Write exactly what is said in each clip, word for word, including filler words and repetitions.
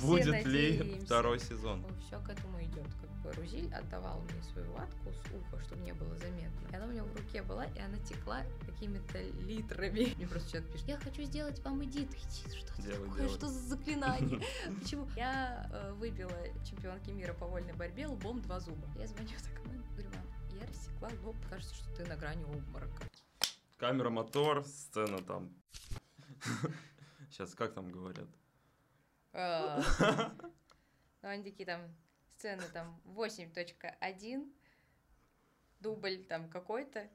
Будет надеемся. ли второй сезон? Все к этому идет. Как бы Рузиль отдавал мне свою ватку с уха, чтобы не было заметно. И она у меня в руке была, и она текла какими-то литрами. Мне просто человек пишет: я хочу сделать вам эдит. Иди, что это Делай, такое? делай. Что за заклинание? Почему? Я э, выбила чемпионки мира по вольной борьбе лбом два зуба. Я звоню так, говорю: мам, я рассекла лоб, кажется, что ты на грани обморока. Камера, мотор, сцена там. Сейчас, как там говорят? Ну, они такие там, сцены там восемь точка один, дубль там какой-то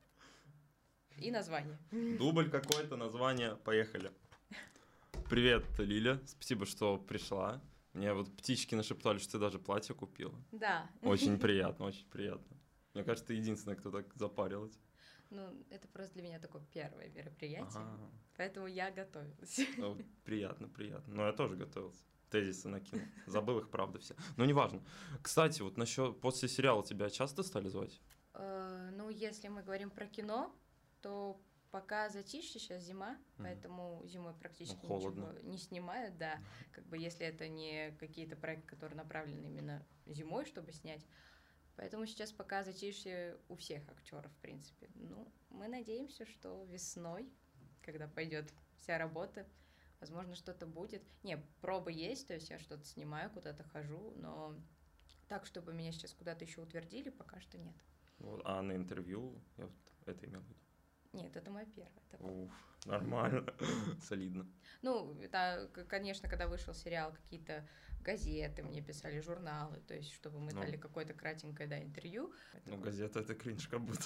и название. Дубль какой-то, название, поехали. Привет, Лиля, спасибо, что пришла. Мне вот птички нашептали, что ты даже платье купила. Да. Очень приятно, очень приятно. Мне кажется, ты единственная, кто так запарилась. Ну, это просто для меня такое первое мероприятие, Ага. поэтому я готовилась. Ну, приятно, приятно. Но я тоже готовился. Тезисы накинул. Забыл их, правда, все. Но неважно. Кстати, вот насчет после сериала тебя часто стали звать? Э, Ну, если мы говорим про кино, то пока затишье, сейчас зима, Мгм. поэтому зимой практически Ну, холодно. ничего не снимают, да. Как бы если это не какие-то проекты, которые направлены именно зимой, чтобы снять. Поэтому сейчас пока затишье у всех актеров, в принципе. Ну, мы надеемся, что весной, когда пойдет вся работа, возможно, что-то будет. Не, пробы есть, то есть я что-то снимаю, куда-то хожу, но так, чтобы меня сейчас куда-то еще утвердили, пока что нет. Вот, а на интервью я вот это имел в виду. Нет, это мое первое. такое. Уф, нормально, солидно. Ну, это, к- конечно, когда вышел сериал, какие-то газеты мне писали, журналы, то есть, чтобы мы Ну. дали какое-то кратенькое, да, интервью. Ну, газета это кринж как будто.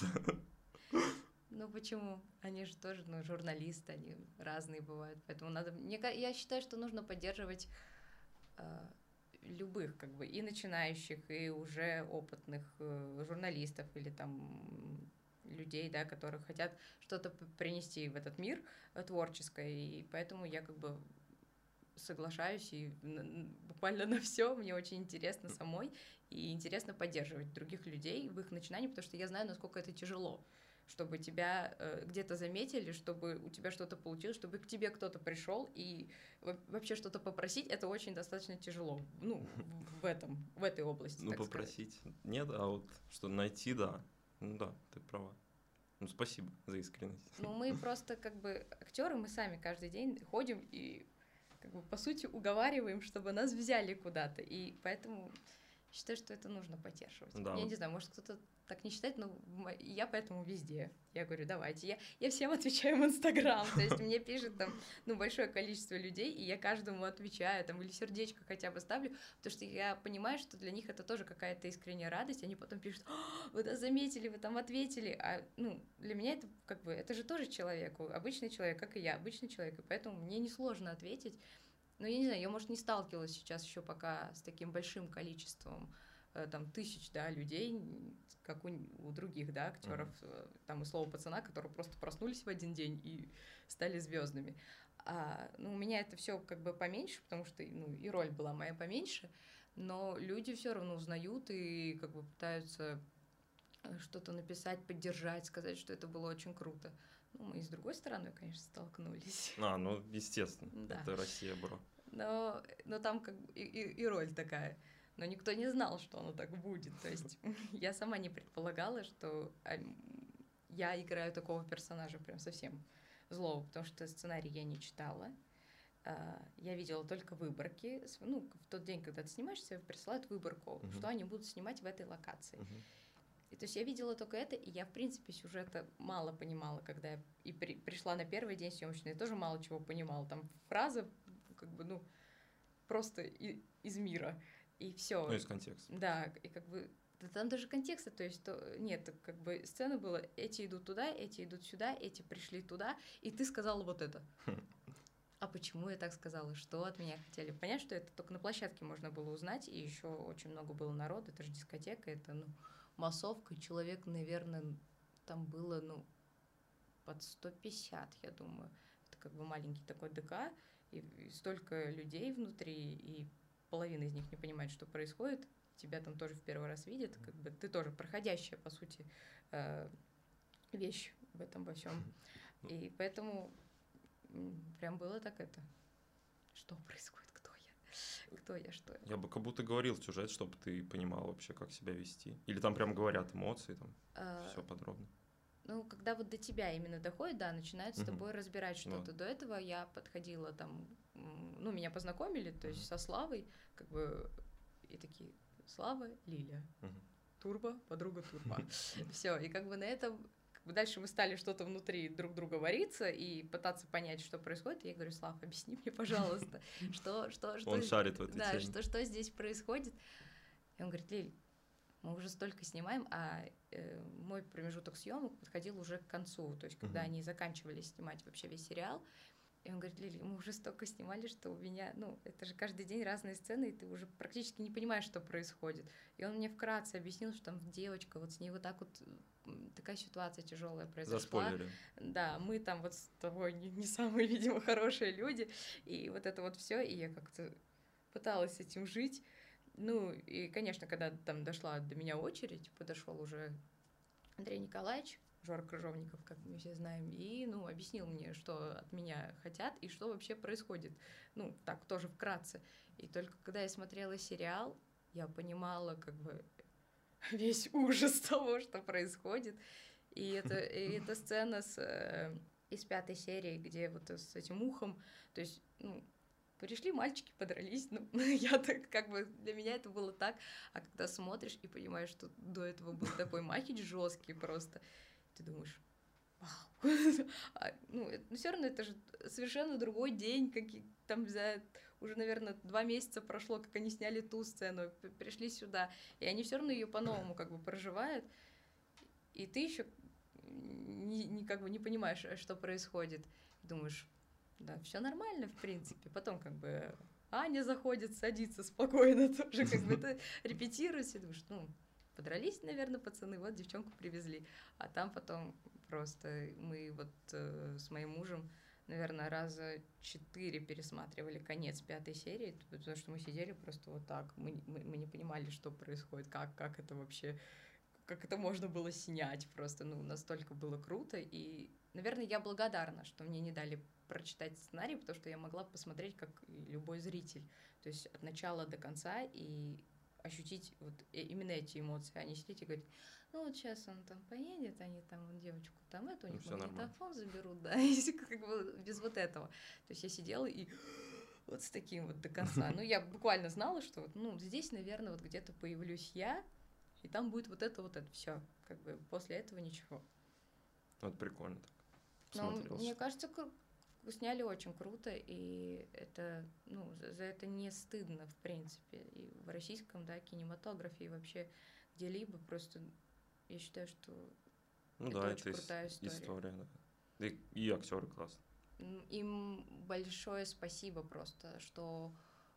Ну почему? Они же тоже, ну, журналисты, они разные бывают, поэтому надо. Мне, ка- я считаю, что нужно поддерживать э, любых, как бы, и начинающих, и уже опытных э, журналистов или там людей, да, которые хотят что-то п- принести в этот мир э, творческое, и поэтому я как бы соглашаюсь и н- н- буквально на все. Мне очень интересно самой и интересно поддерживать других людей в их начинании, потому что я знаю, насколько это тяжело, чтобы тебя э, где-то заметили, чтобы у тебя что-то получилось, чтобы к тебе кто-то пришел и во- вообще что-то попросить, это очень достаточно тяжело. Ну, в в этом, в этой области, Ну, так сказать. попросить нет, а вот что найти, да. Ну да, ты права. Ну, спасибо за искренность. Ну, мы просто как бы актеры, мы сами каждый день ходим и как бы по сути уговариваем, чтобы нас взяли куда-то. И поэтому считаю, что это нужно поддерживать. Да, Я вот. не знаю, может кто-то так не считает, но в мо- я поэтому везде. Я говорю, давайте. Я, я всем отвечаю в Инстаграм. То есть мне пишет там ну, большое количество людей, и я каждому отвечаю, там, или сердечко хотя бы ставлю, потому что я понимаю, что для них это тоже какая-то искренняя радость. Они потом пишут: «О, вы нас заметили, вы там ответили. А ну, для меня это как бы, это же тоже человек, обычный человек, как и я, обычный человек, и поэтому мне несложно ответить. Ну, я не знаю, я, может, не сталкивалась сейчас еще пока с таким большим количеством э, там тысяч, да, людей, как у, у других, да, актеров, mm-hmm. там и слово пацана, которые просто проснулись в один день и стали звездными. А, ну, у меня это все как бы поменьше, потому что, ну, и роль была моя поменьше, но люди все равно узнают и как бы пытаются что-то написать, поддержать, сказать, что это было очень круто. Ну, мы и с другой стороны, конечно, столкнулись. А, ну, естественно, да. Это Россия, бро. Но, но там как бы и, и, и роль такая. Но никто не знал, что оно так будет. То есть я сама не предполагала, что я играю такого персонажа прям совсем злого, потому что сценарий я не читала. Я видела только выборки. Ну, в тот день, когда ты снимаешься, присылают выборку, uh-huh. что они будут снимать в этой локации. Uh-huh. И, то есть я видела только это, и я, в принципе, сюжета мало понимала, когда я и при, пришла на первый день съемочный, я тоже мало чего понимала. Там фраза, как бы, ну, просто и, из мира, и все. Ну, из контекста. Да, и как бы, да, там даже контекста, то есть, то, нет, как бы сцена была, эти идут туда, эти идут сюда, эти пришли туда, и ты сказала вот это. А почему я так сказала? Что от меня хотели? Понятно, что это только на площадке можно было узнать, и еще очень много было народу, это же дискотека, это, ну, массовка, и человек, наверное, там было, ну, под сто пятьдесят, я думаю. Это как бы маленький такой ДК, и, и столько людей внутри, и половина из них не понимает, что происходит, тебя там тоже в первый раз видят, как бы ты тоже проходящая, по сути, э, вещь в этом во всем. И поэтому прям было так это. Что происходит? Кто я? кто я, что я. Я бы как будто говорил сюжет, чтобы ты понимал вообще, как себя вести. Или там прям говорят эмоции, там А, все подробно. Ну, когда вот до тебя именно доходит, да, начинают с Мгм. тобой разбирать что-то. Вот. До этого я подходила там, м, ну, меня познакомили, то есть Мгм. со Славой, как бы, и такие, Слава, Лиля, Мгм. Турбо, подруга Турбо. Все, и как бы на этом как бы дальше мы стали что-то внутри друг друга вариться и пытаться понять, что происходит. И я говорю, Слав, объясни мне, пожалуйста, что, что, что, Он шарит в этой да, теме. что, что здесь происходит. И он говорит, Лиль, мы уже столько снимаем, а э, мой промежуток съемок подходил уже к концу, то есть когда Мгм. они заканчивали снимать вообще весь сериал. И он говорит, Лили, мы уже столько снимали, что у меня, ну, это же каждый день разные сцены, и ты уже практически не понимаешь, что происходит. И он мне вкратце объяснил, что там девочка, вот с ней вот так вот м, такая ситуация тяжелая произошла. Заспойлерили. Да, мы там вот с тобой не, не самые, видимо, хорошие люди, и вот это вот все, и я как-то пыталась с этим жить. Ну, и, конечно, когда там дошла до меня очередь, подошел уже Андрей Николаевич, Жора Крыжовников, как мы все знаем, и, ну, объяснил мне, что от меня хотят и что вообще происходит. Ну, так, тоже вкратце. И только когда я смотрела сериал, я понимала, как бы, весь ужас того, что происходит. И это, и эта сцена с, э, из пятой серии, где вот с этим ухом, то есть, ну, пришли мальчики, подрались, ну, я так, как бы, для меня это было так, а когда смотришь и понимаешь, что до этого был такой махич жесткий просто, ты думаешь, вау, а, ну, это, ну, все равно это же совершенно другой день, как и там за уже, наверное, два месяца прошло, как они сняли ту сцену, п- пришли сюда, и они все равно ее по-новому как бы проживают, и ты еще не, не, как бы не понимаешь, э, что происходит. Думаешь, да, все нормально, в принципе. Потом как бы Аня заходит, садится спокойно тоже, как бы это репетируется, и думаешь, ну, подрались, наверное, пацаны, вот девчонку привезли. А там потом просто мы вот э, с моим мужем, наверное, раза четыре пересматривали конец пятой серии, потому что мы сидели просто вот так, мы, мы, мы не понимали, что происходит, как, как это вообще, как это можно было снять просто, ну, настолько было круто, и, наверное, я благодарна, что мне не дали прочитать сценарий, потому что я могла посмотреть, как и любой зритель, то есть от начала до конца, и ощутить вот именно эти эмоции, а не сидеть и говорить, ну вот сейчас он там поедет, они там вон девочку там это, у Ну, них всё нормально. магнитофон заберут, да, и как бы без вот этого. То есть я сидела и вот с таким вот до конца. Ну, я буквально знала, что вот, ну, здесь, наверное, вот где-то появлюсь я, и там будет вот это, вот это, все. Как бы после этого ничего. Вот прикольно так. Но Смотрелся. мне кажется, кру- сняли очень круто, и это, ну, за за это не стыдно, в принципе. И в российском, да, кинематографе, и вообще где-либо просто, я считаю, что Ну это да, очень это ис- крутая история. история, да. И, и актеры классно. М, Им большое спасибо просто, что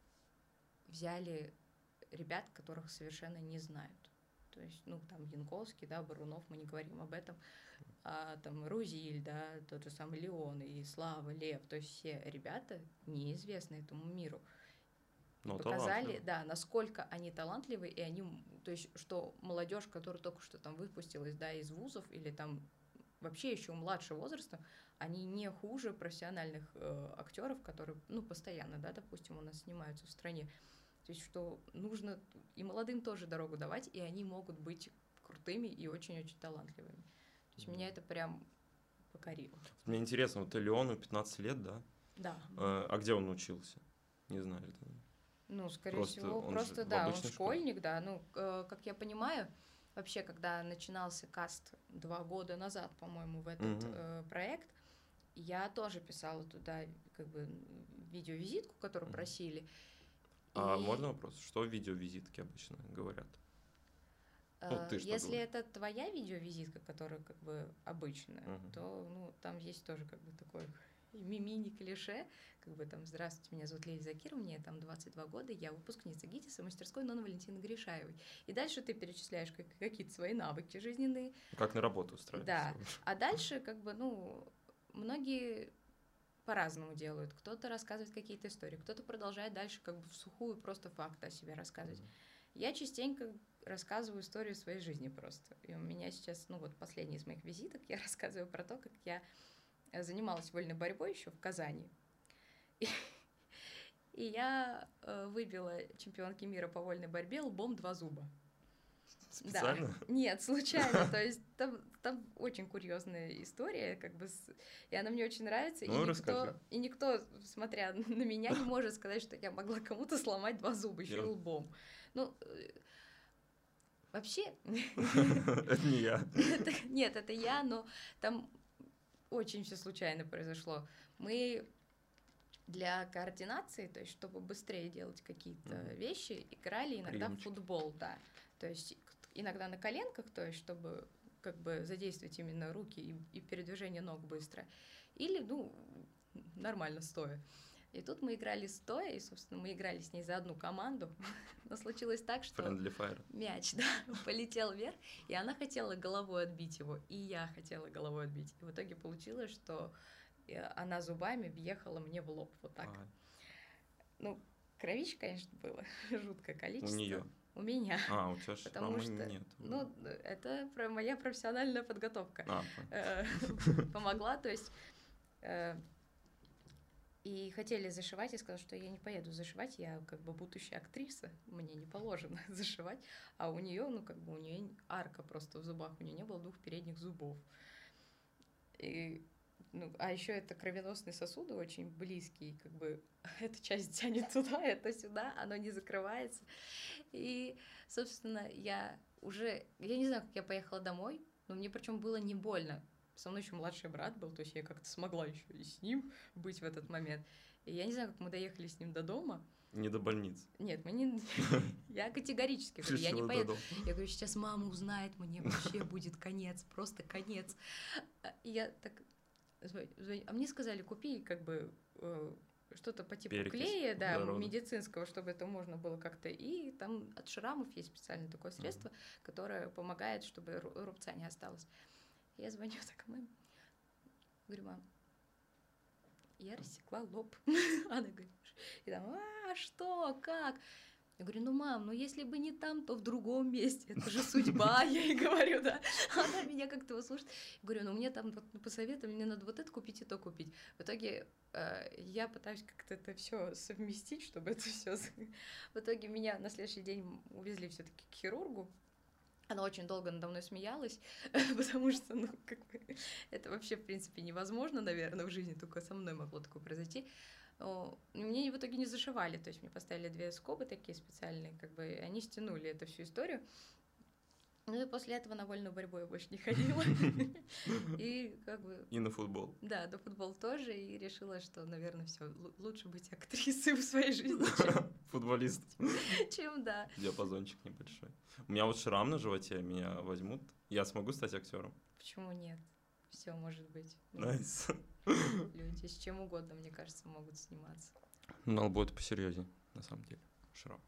взяли ребят, которых совершенно не знают. То есть, ну, там, Янковский, да, Барунов, мы не говорим об этом, а там Рузиль, да, тот же самый Леон и Слава, Лев, то есть все ребята неизвестны этому миру. И Но показали, талантливо. да, насколько они талантливы, и они, м, то есть, что молодежь, которая только что там выпустилась, да, из вузов, или там вообще еще младше возраста, они не хуже профессиональных э, актеров, которые, ну, постоянно, да, допустим, у нас снимаются в стране. То есть, что нужно и молодым тоже дорогу давать, и они могут быть крутыми и очень-очень талантливыми. То есть, меня это прям покорило. Мне интересно, вот Леону пятнадцать лет, да? Да. Э, А где он учился? Не знаю. это- Ну, скорее Просто всего, он же просто в да, он обычной школе? школьник, да. Ну, э, как я понимаю, вообще, когда начинался каст два года назад, по-моему, в этот Мгм. э, проект, я тоже писала туда как бы видеовизитку, которую Мгм. просили. А И, можно вопрос? Что в видеовизитке обычно говорят? Ну, э, ты что если говоришь? это твоя видеовизитка, которая как бы обычная, Мгм. то ну, там есть тоже как бы такой ми- мини-клише, как бы там «Здравствуйте, меня зовут Лилия Закир, мне там двадцать два года, я выпускница ГИТИСа мастерской Нонны Валентины Гришаевой». И дальше ты перечисляешь как- какие-то свои навыки жизненные. Как на работу устраиваться? Да. А дальше как бы, ну, многие по-разному делают. Кто-то рассказывает какие-то истории, кто-то продолжает дальше как бы в сухую просто факты о себе рассказывать. Мгм. Я частенько рассказываю историю своей жизни просто. И у меня сейчас, ну вот последний из моих визиток, я рассказываю про то, как я э, занималась вольной борьбой еще в Казани. И, и я э, выбила чемпионки мира по вольной борьбе лбом два зуба. Специально? Да. Нет, случайно. То есть там, там очень курьезная история, как бы, с... и она мне очень нравится. Ну, и, расскажи. никто, и никто, смотря на меня, не может сказать, что я могла кому-то сломать два зуба еще и лбом. Ну, вообще... Это не я. Нет, это я, но там очень все случайно произошло. Мы для координации, то есть чтобы быстрее делать какие-то вещи, играли иногда в футбол, да. То есть иногда на коленках, то есть чтобы как бы задействовать именно руки и, и передвижение ног быстро. Или, ну, нормально стоя. И тут мы играли стоя, и, собственно, мы играли с ней за одну команду. Но случилось так, что мяч, да, полетел вверх, и она хотела головой отбить его, и я хотела головой отбить. И в итоге получилось, что она зубами въехала мне в лоб, вот так. А. Ну, кровища, конечно, было жуткое количество. У нее. У меня. А, у тебя потому что, нет. Ну, это моя профессиональная подготовка а, помогла, то есть... И хотели зашивать, я сказала, что я не поеду зашивать, я как бы будущая актриса, мне не положено зашивать, а у нее, ну как бы у нее арка просто в зубах, у нее не было двух передних зубов. И, ну, а еще это кровеносные сосуды очень близкие, как бы эта часть тянет туда, это сюда, оно не закрывается. И, собственно, я уже, я не знаю, как я поехала домой, но мне причем было не больно. Со мной еще младший брат был, то есть я как-то смогла еще и с ним быть в этот момент. И я не знаю, как мы доехали с ним до дома. Не до больницы. Нет, мы не... Я категорически говорю, я не поеду. Я говорю, сейчас мама узнает, мне вообще будет конец, просто конец. И я так... А мне сказали, купи как бы что-то по типу Перекись клея, да, углерода. Медицинского, чтобы это можно было как-то... И там от шрамов есть специальное такое средство, uh-huh. которое помогает, чтобы рубца не осталось. Я звоню так маме, говорю, мам, я рассекла лоб. Она говорит, и там, а, что, как? Я говорю, ну, мам, ну, если бы не там, то в другом месте, это же судьба, я ей говорю, да. Она меня как-то услышит. Я говорю, ну, мне там вот, посоветовали, мне надо вот это купить и то купить. В итоге э, я пытаюсь как-то это все совместить, чтобы это все... В итоге меня на следующий день увезли все-таки к хирургу. Она очень долго надо мной смеялась, потому что, ну, как бы, это вообще, в принципе, невозможно, наверное, в жизни, только со мной могло такое произойти. Мне в итоге не зашивали, то есть мне поставили две скобы такие специальные, как бы, они стянули эту всю историю. Ну и после этого на вольную борьбу я больше не ходила. И как бы... И на футбол. Да, на футбол тоже, и решила, что, наверное, все лучше быть актрисой в своей жизни, чем... Футболист. Чем, да. Диапазончик небольшой. У меня вот шрам на животе, меня возьмут. Я смогу стать актером? Почему нет? Все может быть. Найс. Люди с чем угодно, мне кажется, могут сниматься. На лбу это посерьезнее, на самом деле. Шрам.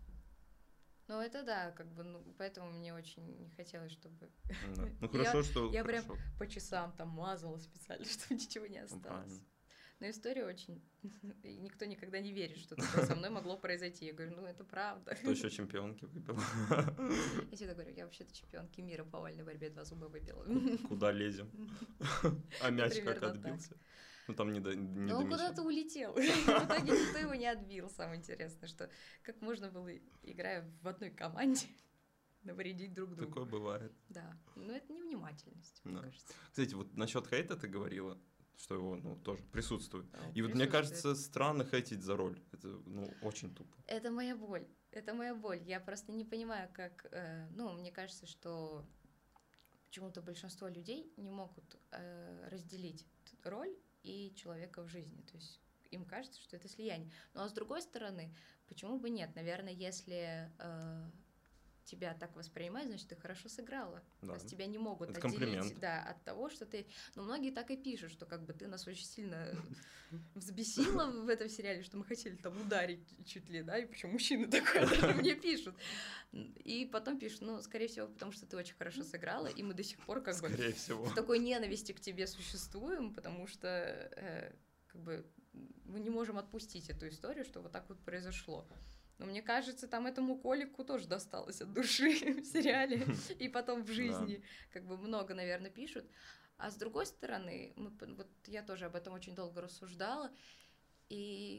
Ну, это да, как бы, ну, поэтому мне очень не хотелось, чтобы... Да. Ну, хорошо, я, что... Я хорошо. прям по часам там мазала специально, чтобы ничего не осталось. Ну, но история очень... И никто никогда не верит, что такое со мной могло произойти. Я говорю, ну, это правда. Кто еще чемпионки выбил? Я всегда говорю, я вообще-то чемпионки мира по вольной борьбе два зуба выбила. Куда лезем? А мяч как отбился? Ну, там не до не Но он куда-то улетел. В итоге никто его не отбил. Самое интересное, что как можно было, играя в одной команде, навредить друг другу. Такое бывает. Да. Но это невнимательность, мне кажется. Кстати, вот насчет хейта ты говорила, что его, ну, тоже присутствует. Да, и присутствует. Вот мне кажется, странно хейтить за роль. Это, ну, очень тупо. Это моя боль. Это моя боль. Я просто не понимаю, как... Э, ну, мне кажется, что почему-то большинство людей не могут э, разделить роль и человека в жизни. То есть им кажется, что это слияние. Ну, а с другой стороны, почему бы нет? Наверное, если... Э, тебя так воспринимают, значит, ты хорошо сыграла. Да. То есть тебя не могут это отделить комплимент. Да, от того, что ты... Ну, многие так и пишут, что как бы ты нас очень сильно взбесила в этом сериале, что мы хотели там ударить чуть ли, да, и причем мужчины такое даже мне пишут. И потом пишут, ну, скорее всего, потому что ты очень хорошо сыграла, и мы до сих пор как бы скорее всего. в такой ненависти к тебе существуем, потому что э, как бы мы не можем отпустить эту историю, что вот так вот произошло. Но мне кажется, там этому Колику тоже досталось от души в сериале, и потом в жизни, да. Как бы много, наверное, пишут. А с другой стороны, мы, вот я тоже об этом очень долго рассуждала, и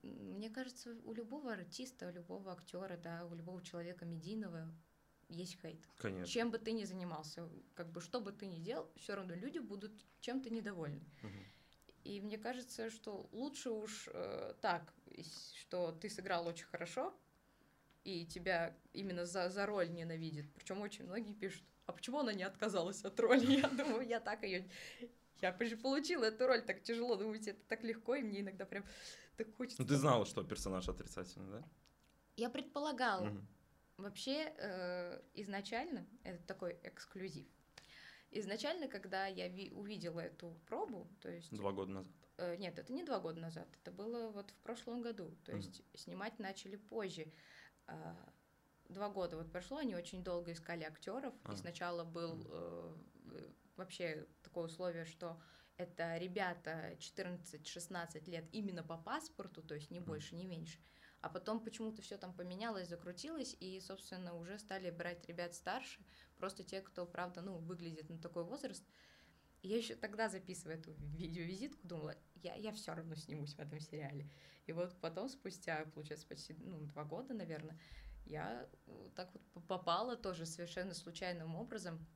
Мне кажется, у любого артиста, у любого актера, да, у любого человека медийного есть хейт. Конечно. Чем бы ты ни занимался, как бы что бы ты ни делал, все равно люди будут чем-то недовольны. Угу. И мне кажется, что лучше уж э, так, что ты сыграл очень хорошо, и тебя именно за, за роль ненавидят. Причем очень многие пишут, а почему она не отказалась от роли? Я думаю, я так ее... Я получила эту роль так тяжело, думаете, это так легко, и мне иногда прям так хочется... Ну, ты знала, что персонаж отрицательный, да? Я предполагала. Угу. Вообще, э, изначально, это такой эксклюзив, изначально, когда я ви- увидела эту пробу, то есть... Два года назад. Э, нет, это не два года назад, это было вот в прошлом году, то Мгм. есть снимать начали позже. Э, два года вот прошло, они очень долго искали актеров, А. и сначала был э, э, вообще такое условие, что это ребята четырнадцать-шестнадцать лет именно по паспорту, то есть не Мгм. больше, не меньше. А потом почему-то все там поменялось, закрутилось, и, собственно, уже стали брать ребят старше, просто те, кто, правда, ну, выглядит на такой возраст. И я еще тогда, записывая эту видеовизитку, думала, я, я все равно снимусь в этом сериале. И вот потом, спустя, получается, почти ну, два года, наверное, я так вот попала тоже совершенно случайным образом.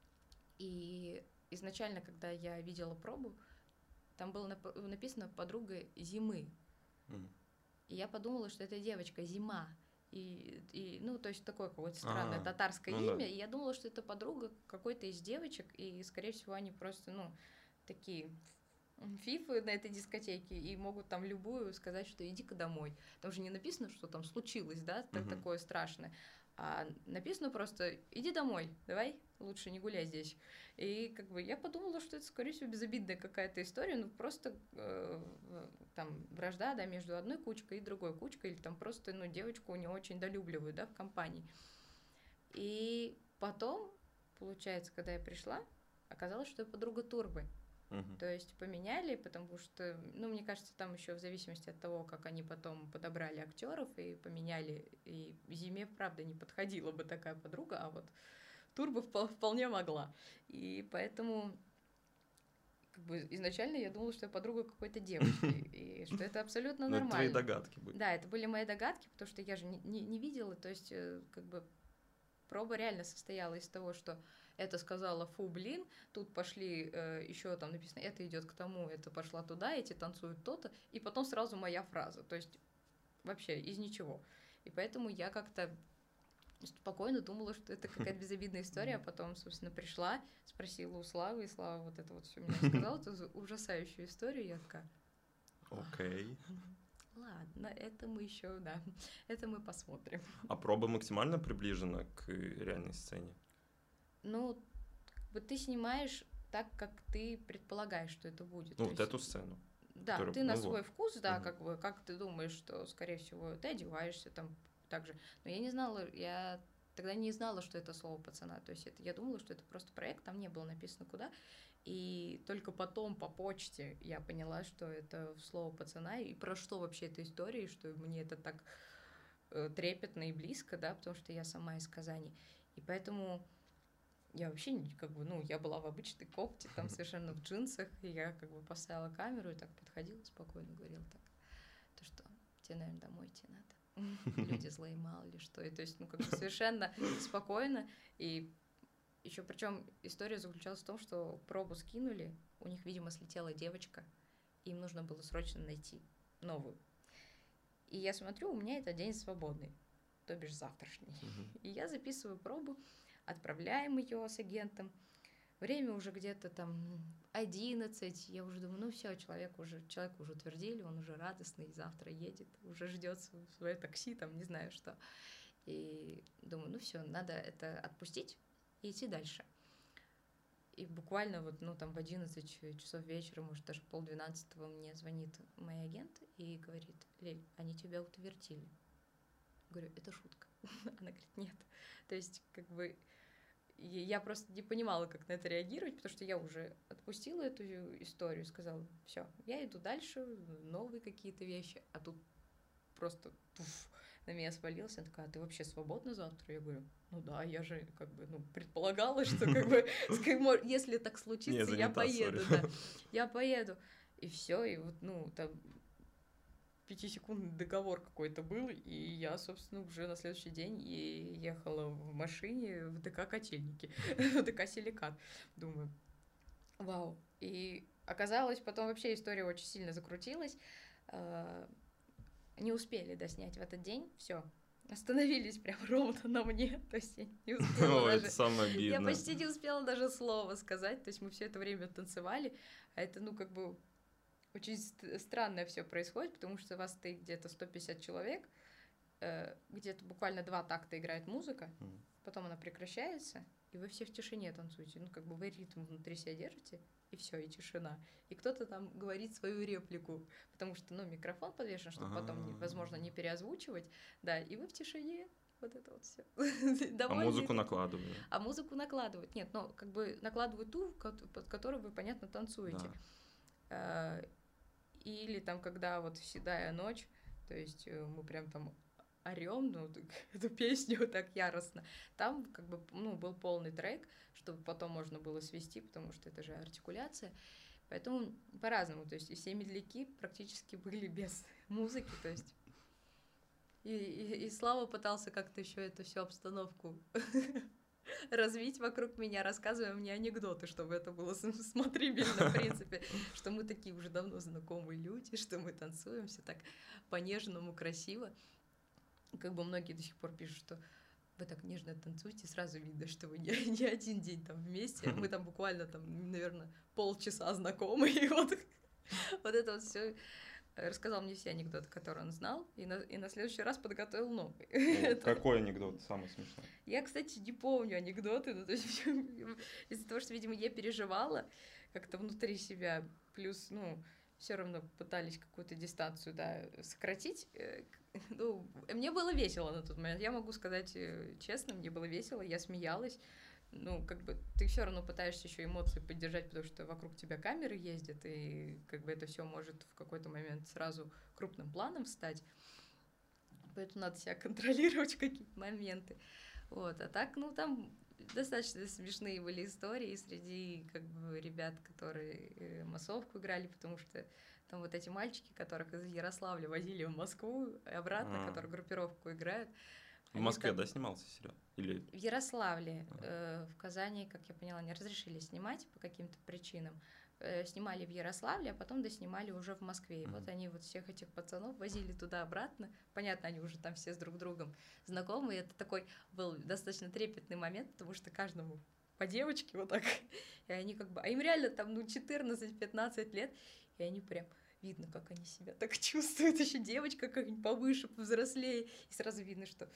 И изначально, когда я видела пробу, там было нап- написано «подруга зимы». Мгм. И я подумала, что это девочка Зима. И, и, ну, то есть такое какое-то странное А, татарское ну да. имя. И я думала, что это подруга какой-то из девочек. И, скорее всего, они просто, ну, такие фифы на этой дискотеке. И могут там любую сказать, что иди-ка домой. Там же не написано, что там случилось, да, так, Мгм. такое страшное. А написано просто «иди домой, давай, лучше не гуляй здесь». И как бы я подумала, что это, скорее всего, безобидная какая-то история, ну просто э, там вражда, да, между одной кучкой и другой кучкой, или там просто, ну, девочку не очень долюбливают, да, в компании. И потом, получается, когда я пришла, оказалось, что я подруга Турбы. Мгм. То есть поменяли, потому что, ну, мне кажется, там еще в зависимости от того, как они потом подобрали актеров и поменяли, и Зиме, правда, не подходила бы такая подруга, а вот Турбо впол- вполне могла. И поэтому как бы изначально я думала, что я подруга какой-то девочки, и что это абсолютно Ну, это твои нормально. догадки были. Да, это были мои догадки, потому что я же не, не, не видела, то есть э, как бы проба реально состояла из того, что это сказала фу, блин, тут пошли э, еще там написано, это идет к тому, это пошла туда, эти танцуют то-то, и потом сразу моя фраза, то есть вообще из ничего. И поэтому я как-то спокойно думала, что это какая-то безобидная история, а потом, собственно, пришла, спросила у Славы, и Слава вот это вот все мне рассказала, эту ужасающую историю, я такая, Окей. ладно, это мы еще, да, это мы посмотрим. А проба максимально приближена к реальной сцене? Ну, как бы ты снимаешь так, как ты предполагаешь, что это будет. Ну, То вот есть, эту сцену. да, которая- ты на ну свой вот. вкус, да, Мгм. как бы, как ты думаешь, что, скорее всего, ты одеваешься там так же. Но я не знала, я тогда не знала, что это слово пацана. То есть это, я думала, что это просто проект, там не было написано куда. И только потом по почте я поняла, что это слово пацана, и про что вообще эта история, и что мне это так э, трепетно и близко, да, потому что я сама из Казани. И поэтому я вообще не, как бы, ну, я была в обычной кофте, там совершенно в джинсах, и я как бы поставила камеру и так подходила спокойно, говорила так, то что, тебе, наверное, домой идти надо. Люди злые, мало ли что. И то есть, ну, как бы совершенно спокойно. И еще причем история заключалась в том, что пробу скинули, у них, видимо, слетела девочка, и им нужно было срочно найти новую. И я смотрю, у меня этот день свободный, то бишь завтрашний. Мгм. И я записываю пробу, отправляем ее с агентом. Время уже где-то там одиннадцать. Я уже думаю, ну все, человек уже, человека уже утвердили, он уже радостный, завтра едет, уже ждет свое такси, там не знаю что. И думаю, ну все, надо это отпустить и идти дальше. И буквально вот, ну, там в одиннадцать часов вечера, может, даже полдвенадцатого мне звонит мой агент и говорит, Лель, они тебя утвердили. Говорю, это шутка. Она говорит, нет. То есть, как бы, я просто не понимала, как на это реагировать, потому что я уже отпустила эту историю, сказала, все, я иду дальше, новые какие-то вещи, а тут просто туф, на меня свалился, она такая, а ты вообще свободна завтра? Я говорю, ну да, я же как бы, ну, предполагала, что как бы, если так случится, я поеду, да, я поеду. И все, и вот, ну, там пятисекундный договор какой-то был, и я, собственно, уже на следующий день и ехала в машине в ДК Котельники, в ДК Силикат. Думаю, вау. И оказалось, потом вообще история очень сильно закрутилась. Не успели доснять в этот день, все. Остановились прям ровно на мне, то есть я не успела О, даже... это самое обидное. Я почти не успела даже слова сказать, то есть мы все это время танцевали, а это, ну, как бы очень ст- странное все происходит, потому что вас стоит где-то сто пятьдесят человек, э, где-то буквально два такта играет музыка, Мгм. потом она прекращается, и вы все в тишине танцуете, ну, как бы вы ритм внутри себя держите, и все, и тишина. И кто-то там говорит свою реплику, потому что, ну, микрофон подвешен, чтобы потом, не- возможно, не переозвучивать, да, и вы в тишине, вот это вот все. А музыку накладывают. А музыку накладывают. Нет, ну, как бы накладывают ту, кот- под которую вы, понятно, танцуете. Да. Э, Или там, когда вот «Седая ночь», то есть э, мы прям там орем, ну, так, эту песню так яростно. Там как бы, ну, был полный трек, чтобы потом можно было свести, потому что это же артикуляция. Поэтому по-разному. То есть и все медляки практически были без музыки, то есть и, и, и Слава пытался как-то еще эту всю обстановку развить вокруг меня, рассказывая мне анекдоты, чтобы это было с- смотрибельно, в принципе, что мы такие уже давно знакомые люди, что мы танцуем, все так по-нежному, красиво. Как бы многие до сих пор пишут, что вы так нежно танцуете, сразу видно, что вы не, не один день там вместе, мы там буквально там, наверное, полчаса знакомы, и вот, вот это вот все рассказал мне все анекдоты, которые он знал, и на, и на следующий раз подготовил новый. Ну, Это- какой анекдот самый смешной? Я, кстати, не помню анекдоты, ну, то есть из-за того, что, видимо, я переживала как-то внутри себя, плюс, ну, все равно пытались какую-то дистанцию, да, сократить. э, к- Ну, мне было весело на тот момент, я могу сказать э, честно, мне было весело, я смеялась. Ну, как бы ты все равно пытаешься еще эмоции поддержать, потому что вокруг тебя камеры ездят, и как бы это все может в какой-то момент сразу крупным планом встать. Поэтому надо себя контролировать в какие-то моменты. Вот, а так, ну, там достаточно смешные были истории среди, как бы, ребят, которые э, массовку играли, потому что там вот эти мальчики, которых из Ярославля возили в Москву и обратно, А. которые группировку играют. В они Москве, там- да, снимался сериал? Или... В Ярославле, Ага. э, в Казани, как я поняла, не разрешили снимать по каким-то причинам. Э, снимали в Ярославле, а потом доснимали уже в Москве. И Мгм. вот они вот всех этих пацанов возили туда-обратно. Понятно, они уже там все с друг другом знакомы. И это такой был достаточно трепетный момент, потому что каждому по девочке вот так. И они как бы... А им реально там, ну, четырнадцать-пятнадцать лет. И они прям... Видно, как они себя так чувствуют. Еще девочка как-нибудь повыше, повзрослее. И сразу видно, что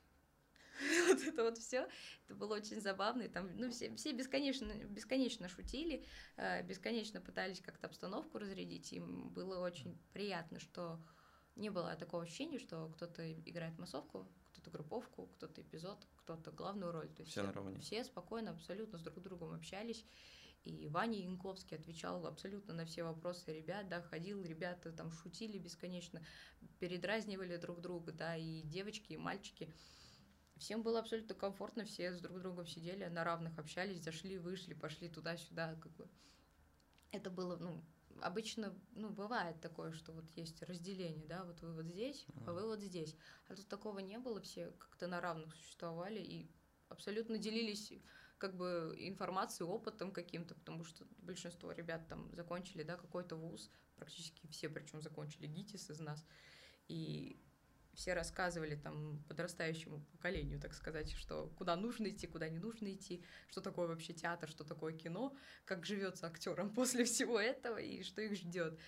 вот это вот все, это было очень забавно, и там, ну, все, все бесконечно, бесконечно шутили, э, бесконечно пытались как-то обстановку разрядить, им было очень приятно, что не было такого ощущения, что кто-то играет массовку, кто-то групповку, кто-то эпизод, кто-то главную роль, то есть Все наравне. все спокойно абсолютно с друг другом общались, и Ваня Янковский отвечал абсолютно на все вопросы ребят, да, ходил, ребята там шутили бесконечно, передразнивали друг друга, да, и девочки, и мальчики. Всем было абсолютно комфортно, все с друг другом сидели, на равных общались, зашли, вышли, пошли туда-сюда, как бы. Это было, ну, обычно, ну, бывает такое, что вот есть разделение, да, вот вы вот здесь, а вы вот здесь. А тут такого не было, все как-то на равных существовали и абсолютно делились как бы информацией, опытом каким-то, потому что большинство ребят там закончили, да, какой-то вуз, практически все, причем закончили ГИТИС из нас, и все рассказывали там подрастающему поколению, так сказать, что куда нужно идти, куда не нужно идти, что такое вообще театр, что такое кино, как живется актерам после всего этого и что их ждет.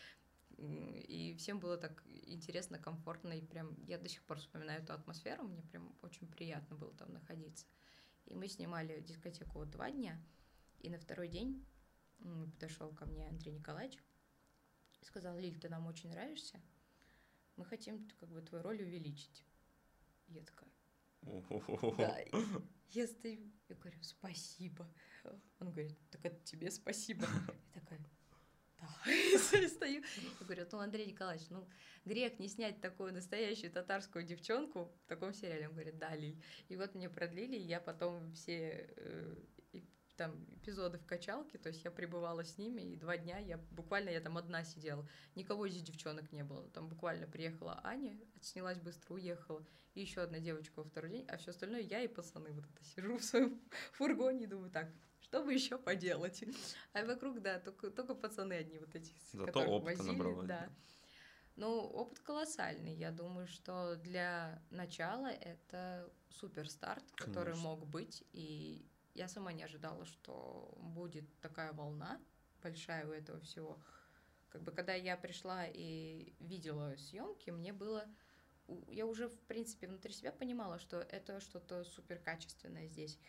И всем было так интересно, комфортно, и прям я до сих пор вспоминаю эту атмосферу, мне прям очень приятно было там находиться. И мы снимали дискотеку вот два дня, и на второй день подошел ко мне Андрей Николаевич и сказал: Лиль, ты нам очень нравишься, мы хотим как бы твою роль увеличить. Я такая, да. Я стою, я говорю, спасибо. Он говорит, так это тебе спасибо. Я такая, да. Я стою, я говорю, ну, Андрей Николаевич, ну, грех не снять такую настоящую татарскую девчонку в таком сериале. Он говорит, да, Лиль. И вот мне продлили, и я потом все там эпизоды в качалке, то есть я пребывала с ними, и два дня я буквально я там одна сидела, никого из девчонок не было, там буквально приехала Аня, отснялась быстро, уехала, и еще одна девочка во второй день, а все остальное я и пацаны вот это сижу в своем фургоне и думаю, так, что бы еще поделать? А вокруг, да, только, только пацаны одни вот эти, Зато которых опыта возили, набралась, да. да. Ну, опыт колоссальный. Я думаю, что для начала это супер старт, который Конечно. мог быть. И я сама не ожидала, что будет такая волна большая у этого всего. Как бы когда я пришла и видела съемки, мне было... Я уже, в принципе, внутри себя понимала, что это что-то супер качественное здесь.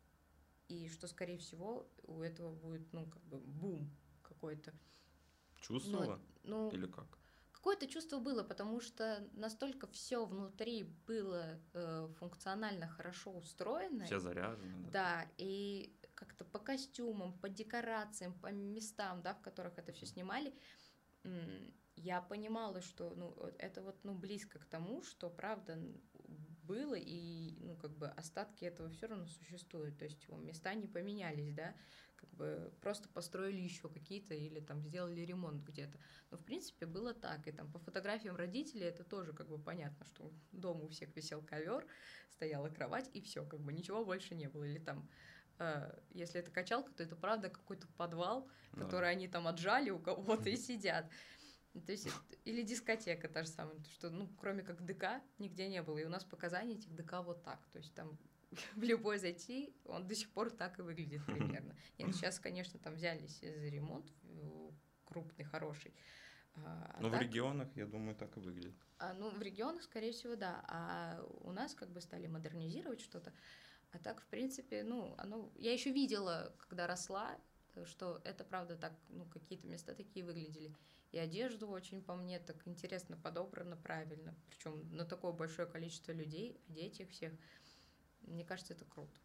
И что, скорее всего, у этого будет, ну, как бы бум какой-то. Чувствовала? Ну, Или как? какое-то чувство было, потому что настолько все внутри было э, функционально хорошо устроено. Все заряжены, да? Да, и как-то по костюмам, по декорациям, по местам, да, в которых это все снимали, м, я понимала, что ну, это вот ну, близко к тому, что правда было, и ну, как бы остатки этого все равно существуют. То есть его места не поменялись, да, как бы просто построили еще какие-то или там сделали ремонт где-то. Но в принципе было так. И там по фотографиям родителей это тоже как бы понятно, что дома у всех висел ковер, стояла кровать, и все, как бы ничего больше не было. Или там э, если это качалка, то это правда какой-то подвал, Да. который они там отжали у кого-то и сидят. То есть, или дискотека та же самая, что, ну, кроме как ДК, нигде не было. И у нас показания этих ДК вот так. То есть там в любой зайти, он до сих пор так и выглядит примерно. Нет, сейчас, конечно, там взялись за ремонт крупный, хороший. А Но так, в регионах, я думаю, так и выглядит. А, ну, в регионах, скорее всего, да. А у нас как бы стали модернизировать что-то. А так, в принципе, ну, оно... Я еще видела, когда росла, что это, правда, так, ну, какие-то места такие выглядели. И одежду очень, по мне, так интересно подобрано, правильно. Причем на такое большое количество людей, одеть их всех. Мне кажется, это круто.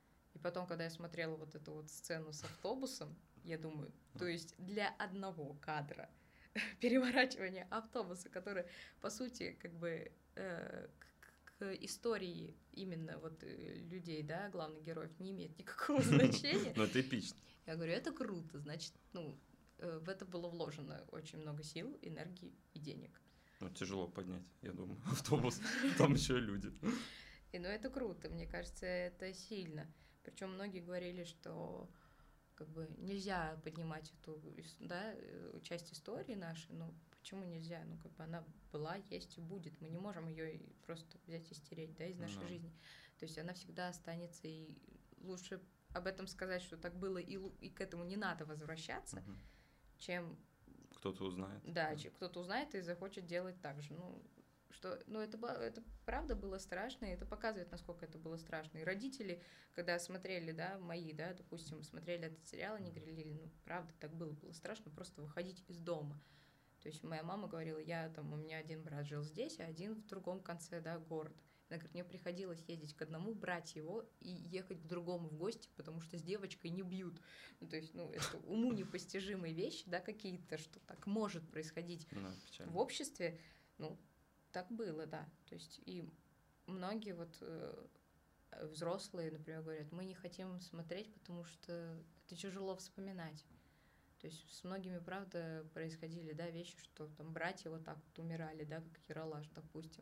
И потом, когда я смотрела вот эту вот сцену с автобусом, я думаю, то есть для одного кадра переворачивания автобуса, который, по сути, как бы э, к, к истории именно вот людей, да, главных героев, не имеет никакого значения. Но это эпично. Я говорю, это круто, значит, ну, в это было вложено очень много сил, энергии и денег. Ну, тяжело поднять, я думаю, автобус, там еще и люди. И, ну, это круто, мне кажется, это сильно. Причем многие говорили, что как бы нельзя поднимать эту, да, часть истории нашей, ну, почему нельзя? Ну, как бы она была, есть и будет. Мы не можем ее просто взять и стереть, да, из нашей Да. жизни. То есть она всегда останется, и лучше об этом сказать, что так было, и, и к этому не надо возвращаться, угу. чем... Кто-то узнает. Да, да. кто-то узнает и захочет делать так же. Ну, что, ну это, это правда было страшно, и это показывает, насколько это было страшно. И родители, когда смотрели, да, мои, да, допустим, смотрели этот сериал, они говорили, ну, правда, так было, было страшно просто выходить из дома. То есть моя мама говорила, я там, у меня один брат жил здесь, а один в другом конце, да, города. Она говорит, мне приходилось ездить к одному, брать его и ехать к другому в гости, потому что с девочкой не бьют. Ну, то есть, ну, это уму непостижимые вещи, да, какие-то, что так может происходить Да, в обществе, ну, так было, да. То есть и многие вот э, взрослые, например, говорят, мы не хотим смотреть, потому что это тяжело вспоминать. То есть с многими, правда, происходили, да, вещи, что там братья вот так вот умирали, да, как Ералаш, допустим.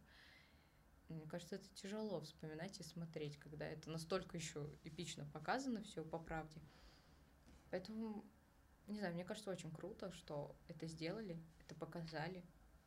Мне кажется, это тяжело вспоминать и смотреть, когда это настолько еще эпично показано все по правде. Поэтому, не знаю, мне кажется, очень круто, что это сделали, это показали.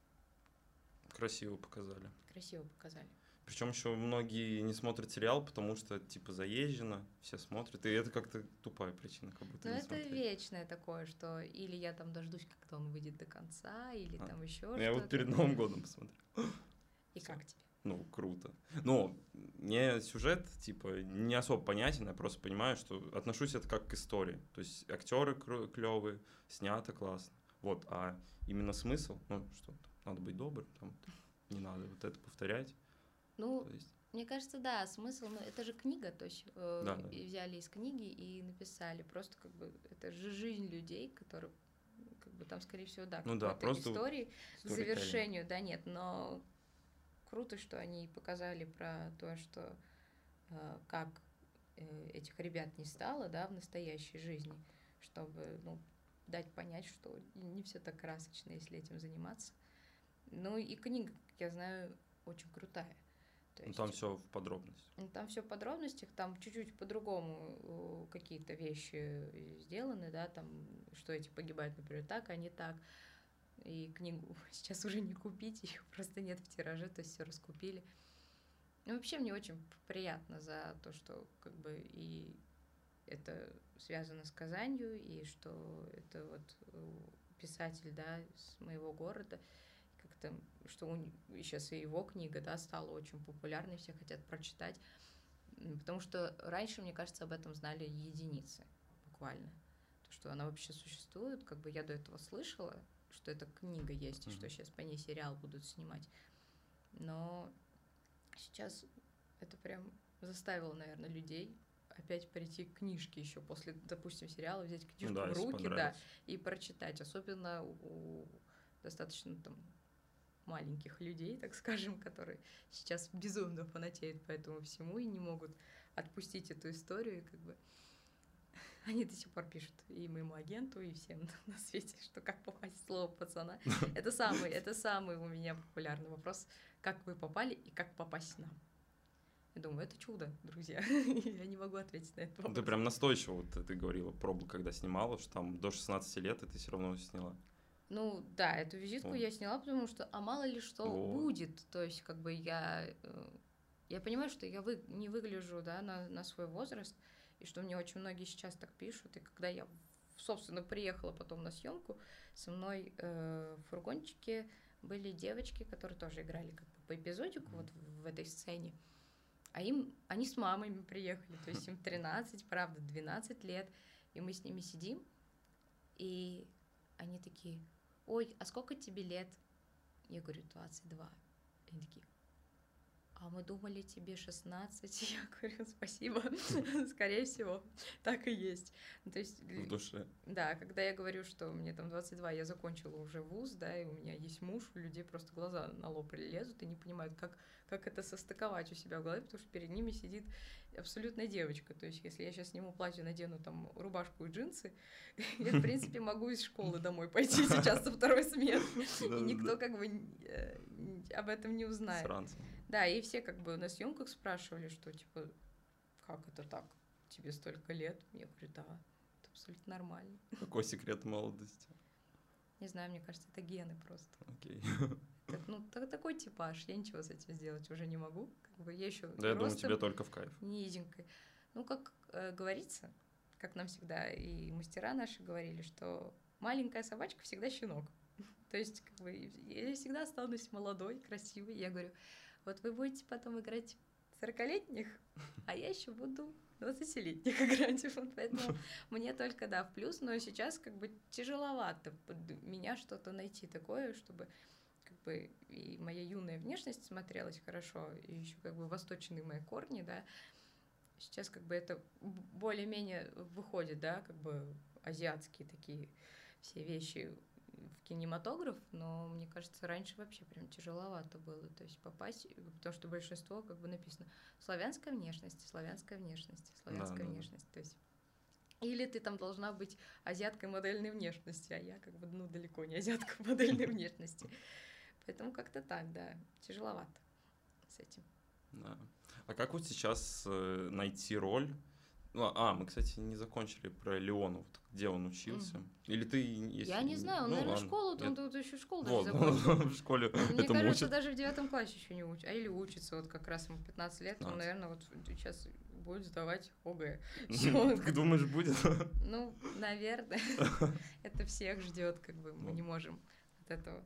Красиво показали. Красиво показали. Причем еще многие не смотрят сериал, потому что типа заезжено, все смотрят, и это как-то тупая причина, как будто. Ну не это смотреть. вечное такое, что или я там дождусь, когда он выйдет до конца, или а. там еще что-то. Я вот перед Новым годом посмотрел. И все. Как тебе? Ну, круто. Но мне сюжет, типа, не особо понятен, я просто понимаю, что отношусь это как к истории. То есть актеры клевые, снято классно. Вот, а именно смысл, ну, что надо быть добрым, там, не надо вот это повторять. Ну, есть... мне кажется, да, смысл, ну, это же книга, то есть э, да, да. И взяли из книги и написали. Просто как бы это же жизнь людей, которые, как бы там, скорее всего, да, ну, да, просто истории к завершению, да, нет, но круто, что они показали про то, что э, как э, этих ребят не стало, да, в настоящей жизни, чтобы, ну, дать понять, что не все так красочно, если этим заниматься. Ну и книга, как я знаю, очень крутая. То Ну, есть, там все в подробностях. ну, там все в подробностях, там чуть-чуть по-другому э, какие-то вещи сделаны, да, там, что эти погибают, например, так, а не так. И книгу сейчас уже не купить, ее просто нет в тираже, то есть все раскупили. Ну, вообще мне очень приятно за то, что как бы и это связано с Казанью, и что это вот э, писатель, да, с моего города, как-то, что у, сейчас и его книга, да, стала очень популярной, все хотят прочитать, потому что раньше, мне кажется, об этом знали единицы, буквально, то, что она вообще существует, как бы я до этого слышала, что эта книга есть, и что сейчас по ней сериал будут снимать, но сейчас это прям заставило, наверное, людей опять прийти к книжке еще после, допустим, сериала, взять книжку Ну, да, в руки, да, понравится. и прочитать, особенно у достаточно там маленьких людей, так скажем, которые сейчас безумно фанатеют по этому всему и не могут отпустить эту историю, и как бы они до сих пор пишут и моему агенту, и всем на свете, что как попасть в слово пацана. Это самый, это самый у меня популярный вопрос, как вы попали и как попасть к нам. Я думаю, это чудо, друзья. Я не могу ответить на этот вопрос. Ты прям настойчиво, вот ты говорила, пробу, когда снимала, что там до шестнадцати лет, и ты все равно сняла. Ну да, эту визитку О. я сняла, потому что, а мало ли что О. будет. То есть, как бы я, я понимаю, что я вы, не выгляжу, да, на, на свой возраст, и что мне очень многие сейчас так пишут. И когда я, собственно, приехала потом на съемку, со мной э, в фургончике были девочки, которые тоже играли как бы по эпизодику вот в, в этой сцене. А им, они с мамами приехали, то есть им тринадцать, правда, двенадцать лет, и мы с ними сидим, и они такие: ой, а сколько тебе лет? Я говорю, двадцать два. Они такие: а мы думали, тебе шестнадцать. Я говорю, спасибо, скорее всего, так и есть. То есть, В душе. да, когда я говорю, что мне там двадцать два, я закончила уже вуз, да, и у меня есть муж, у людей просто глаза на лоб лезут и не понимают, как, как это состыковать у себя в голове, потому что перед ними сидит абсолютная девочка. То есть, если я сейчас сниму платье, надену там рубашку и джинсы, я, в принципе, могу из школы домой пойти сейчас со второй смены, и никто как бы об этом не узнает. Сранцы. Да, и все как бы на съемках спрашивали, что типа, как это так, тебе столько лет? Я говорю, да, это абсолютно нормально. Какой секрет молодости? Не знаю, мне кажется, это гены просто. Окей. Так, ну, так, такой типаж, я ничего с этим сделать уже не могу. Как бы я еще Да, я думаю, тебе только в кайф. низенькой. Ну, как э, говорится, как нам всегда и мастера наши говорили, что маленькая собачка всегда щенок. То есть, как бы, я всегда останусь молодой, красивой. Я говорю, вот вы будете потом играть сорокалетних, а я еще буду двадцатилетних играть. Вот поэтому мне только, да, в плюс, но сейчас как бы тяжеловато под меня что-то найти такое, чтобы как бы и моя юная внешность смотрелась хорошо, и еще как бы восточные мои корни, да. Сейчас как бы это более-менее выходит, да, как бы азиатские такие все вещи в кинематограф, но мне кажется, раньше вообще прям тяжеловато было, то есть попасть, потому что большинство как бы написано славянская внешность, славянская внешность, славянская да, внешность, да. то есть или ты там должна быть азиаткой модельной внешности, а я как бы, ну, далеко не азиатка модельной внешности, поэтому как-то так, да, тяжеловато с этим. Да. А как вот сейчас э, найти роль? Ну, а, мы, кстати, не закончили про Леона, вот, где он учился. Mm-hmm. Или ты... Если... Я не знаю, он, ну, наверное, ладно. школу, Я... он тут еще школу вот, даже закончил. в школе Мне этому кажется, учат. даже в девятом классе еще не учат. А или учится, вот как раз ему пятнадцать лет, он, наверное, вот сейчас будет сдавать ОГЭ. Ты думаешь, будет? Ну, наверное. Это всех ждет, как бы мы не можем от этого.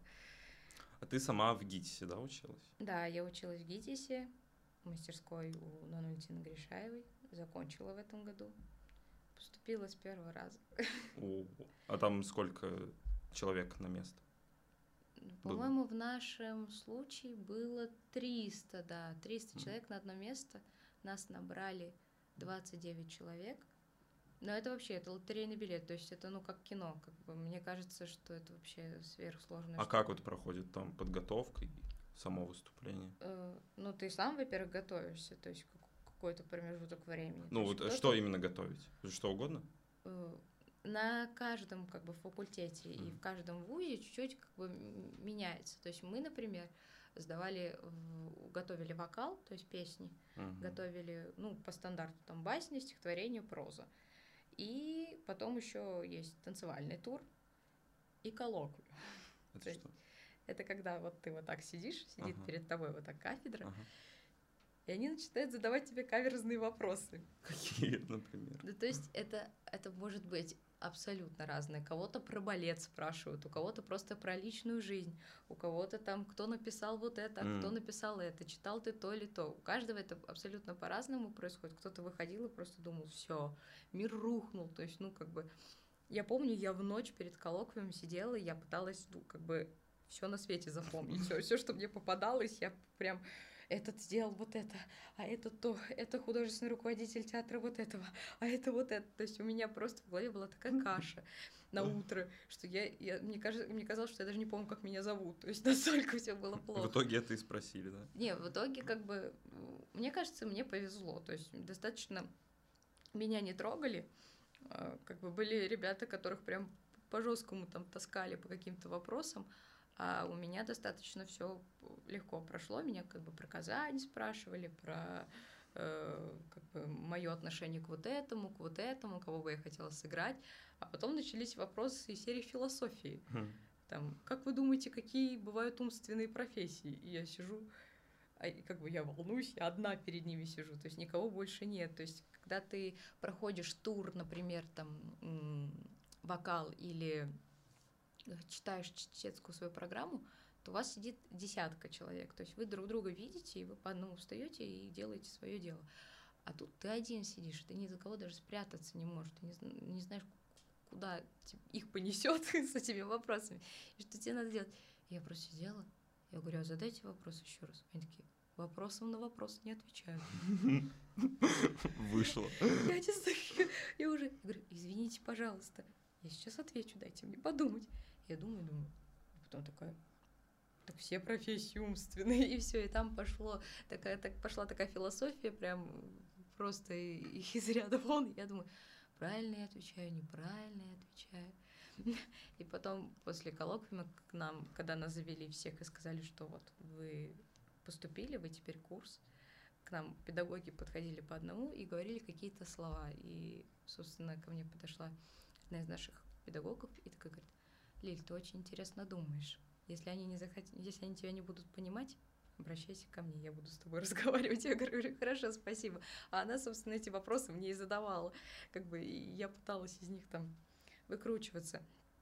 А ты сама в ГИТИСе, да, училась? Да, я училась в ГИТИСе, в мастерской у Нонны Валентины Гришаевой, закончила в этом году. Поступила с первого раза. О, а там сколько человек на место? По-моему, было? В нашем случае было триста, да, триста mm. человек на одно место. Нас набрали двадцать девять человек. Но это вообще, это лотерейный билет, то есть это, ну, как кино. Как бы. Мне кажется, что это вообще сверхсложно. А штука. Как вот проходит там подготовка и само выступление? Э, ну, ты сам, во-первых, готовишься, то есть какой-то промежуток времени. Ну вот что именно готовить? Что угодно? На каждом как бы факультете mm. и в каждом вузе чуть-чуть как бы меняется. То есть мы, например, сдавали, готовили вокал, то есть песни, mm-hmm. готовили, ну, по стандарту там басни, стихотворение, проза. И потом еще есть танцевальный тур и коллоквиум. Это что? Это когда вот ты вот так сидишь, сидит ага. перед тобой вот так кафедра, ага. и они начинают задавать тебе каверзные вопросы. Какие, например? Да, то есть это, это может быть абсолютно разное. Кого-то про балет спрашивают, у кого-то просто про личную жизнь, у кого-то там, кто написал вот это, а mm. кто написал это, читал ты то или то. У каждого это абсолютно по-разному происходит. Кто-то выходил и просто думал, все, мир рухнул. То есть, ну, как бы, я помню, я в ночь перед коллоквиумом сидела, и я пыталась, ну, как бы, все на свете запомнить. Все, все, что мне попадалось, я прям... Этот сделал вот это, а этот то, это художественный руководитель театра вот этого, а это вот это. То есть у меня просто в голове была такая каша на утро, что я, я мне, кажется, мне казалось, что я даже не помню, как меня зовут. То есть настолько все было плохо. В итоге это и спросили, да? Не, в итоге как бы, мне кажется, мне повезло. То есть достаточно меня не трогали. Как бы были ребята, которых прям по-жесткому там таскали по каким-то вопросам. А у меня достаточно все легко прошло. Меня как бы про Казань спрашивали, про э, как бы мое отношение к вот этому, к вот этому, кого бы я хотела сыграть. А потом начались вопросы из серии философии. Mm. Там, как вы думаете, какие бывают умственные профессии? И я сижу, а, как бы я волнуюсь, я одна перед ними сижу, то есть никого больше нет. То есть когда ты проходишь тур, например, там м- вокал или... читаешь чтецкую свою программу, то у вас сидит десятка человек. То есть вы друг друга видите, и вы по одному встаете и делаете свое дело. А тут ты один сидишь, ты ни за кого даже спрятаться не можешь, ты не, не знаешь, куда их понесет с этими вопросами, и что тебе надо делать. Я просто сидела, я говорю, а задайте вопрос еще раз. Они такие, вопросом на вопрос не отвечают. Вышло. Я честно, я уже говорю, извините, пожалуйста, я сейчас отвечу, дайте мне подумать. Я думаю, думаю, и потом такая, так все профессии умственные, и все, и там пошло такая, так, пошла такая философия, прям просто из ряда вон. Я думаю, правильно я отвечаю, неправильно я отвечаю. И потом после коллоквиума к нам, когда нас завели всех и сказали, что вот вы поступили, вы теперь курс, к нам педагоги подходили по одному и говорили какие-то слова. И, собственно, ко мне подошла одна из наших педагогов и такая говорит, Лиль, ты очень интересно думаешь. Если они, не захот... Если они тебя не будут понимать, обращайся ко мне, я буду с тобой разговаривать. Я говорю, хорошо, спасибо. А она, собственно, эти вопросы мне и задавала. Как бы, и я пыталась из них там выкручиваться.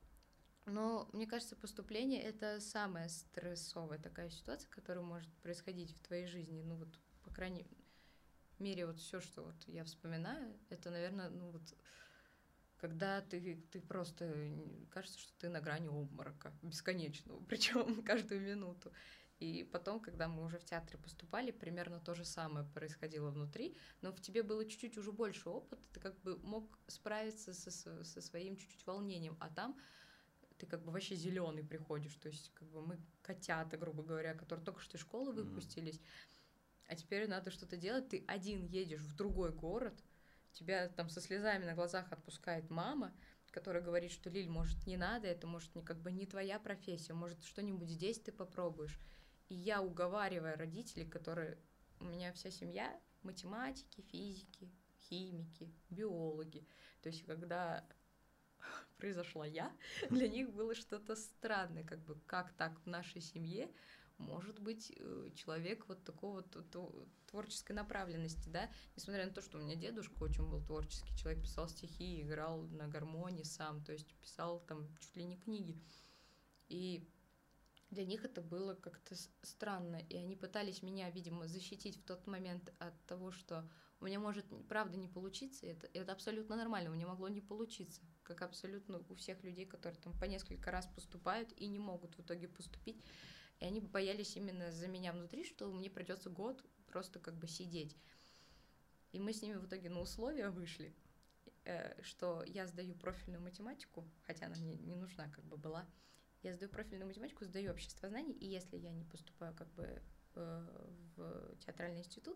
Но мне кажется, поступление — это самая стрессовая такая ситуация, которая может происходить в твоей жизни. Ну вот, по крайней мере, вот все, что вот я вспоминаю, это, наверное, ну вот... когда ты, ты просто, кажется, что ты на грани обморока бесконечного, причем каждую минуту. И потом, когда мы уже в театре поступали, примерно то же самое происходило внутри, но в тебе было чуть-чуть уже больше опыта, ты как бы мог справиться со, со своим чуть-чуть волнением, а там ты как бы вообще зеленый приходишь, то есть как бы мы котята, грубо говоря, которые только что из школы выпустились, а теперь надо что-то делать, ты один едешь в другой город, тебя там со слезами на глазах отпускает мама, которая говорит, что Лиль, может, не надо, это может не, как бы не твоя профессия, может, что-нибудь здесь ты попробуешь. И я, уговаривая родителей, которые... У меня вся семья математики, физики, химики, биологи. То есть, когда произошла я, для них было что-то странное, как бы, как так в нашей семье может быть человек вот такого вот творческой направленности, да, несмотря на то, что у меня дедушка очень был творческий человек, писал стихи, играл на гармонии сам, то есть писал там чуть ли не книги. И для них это было как-то странно, и они пытались меня, видимо, защитить в тот момент от того, что у меня может правда не получиться, это, это абсолютно нормально, у меня могло не получиться, как абсолютно у всех людей, которые там по несколько раз поступают и не могут в итоге поступить. И они боялись именно за меня внутри, что мне придется год просто как бы сидеть. И мы с ними в итоге на условия вышли, что я сдаю профильную математику, хотя она мне не нужна как бы была. Я сдаю профильную математику, сдаю обществознание, и если я не поступаю как бы в театральный институт,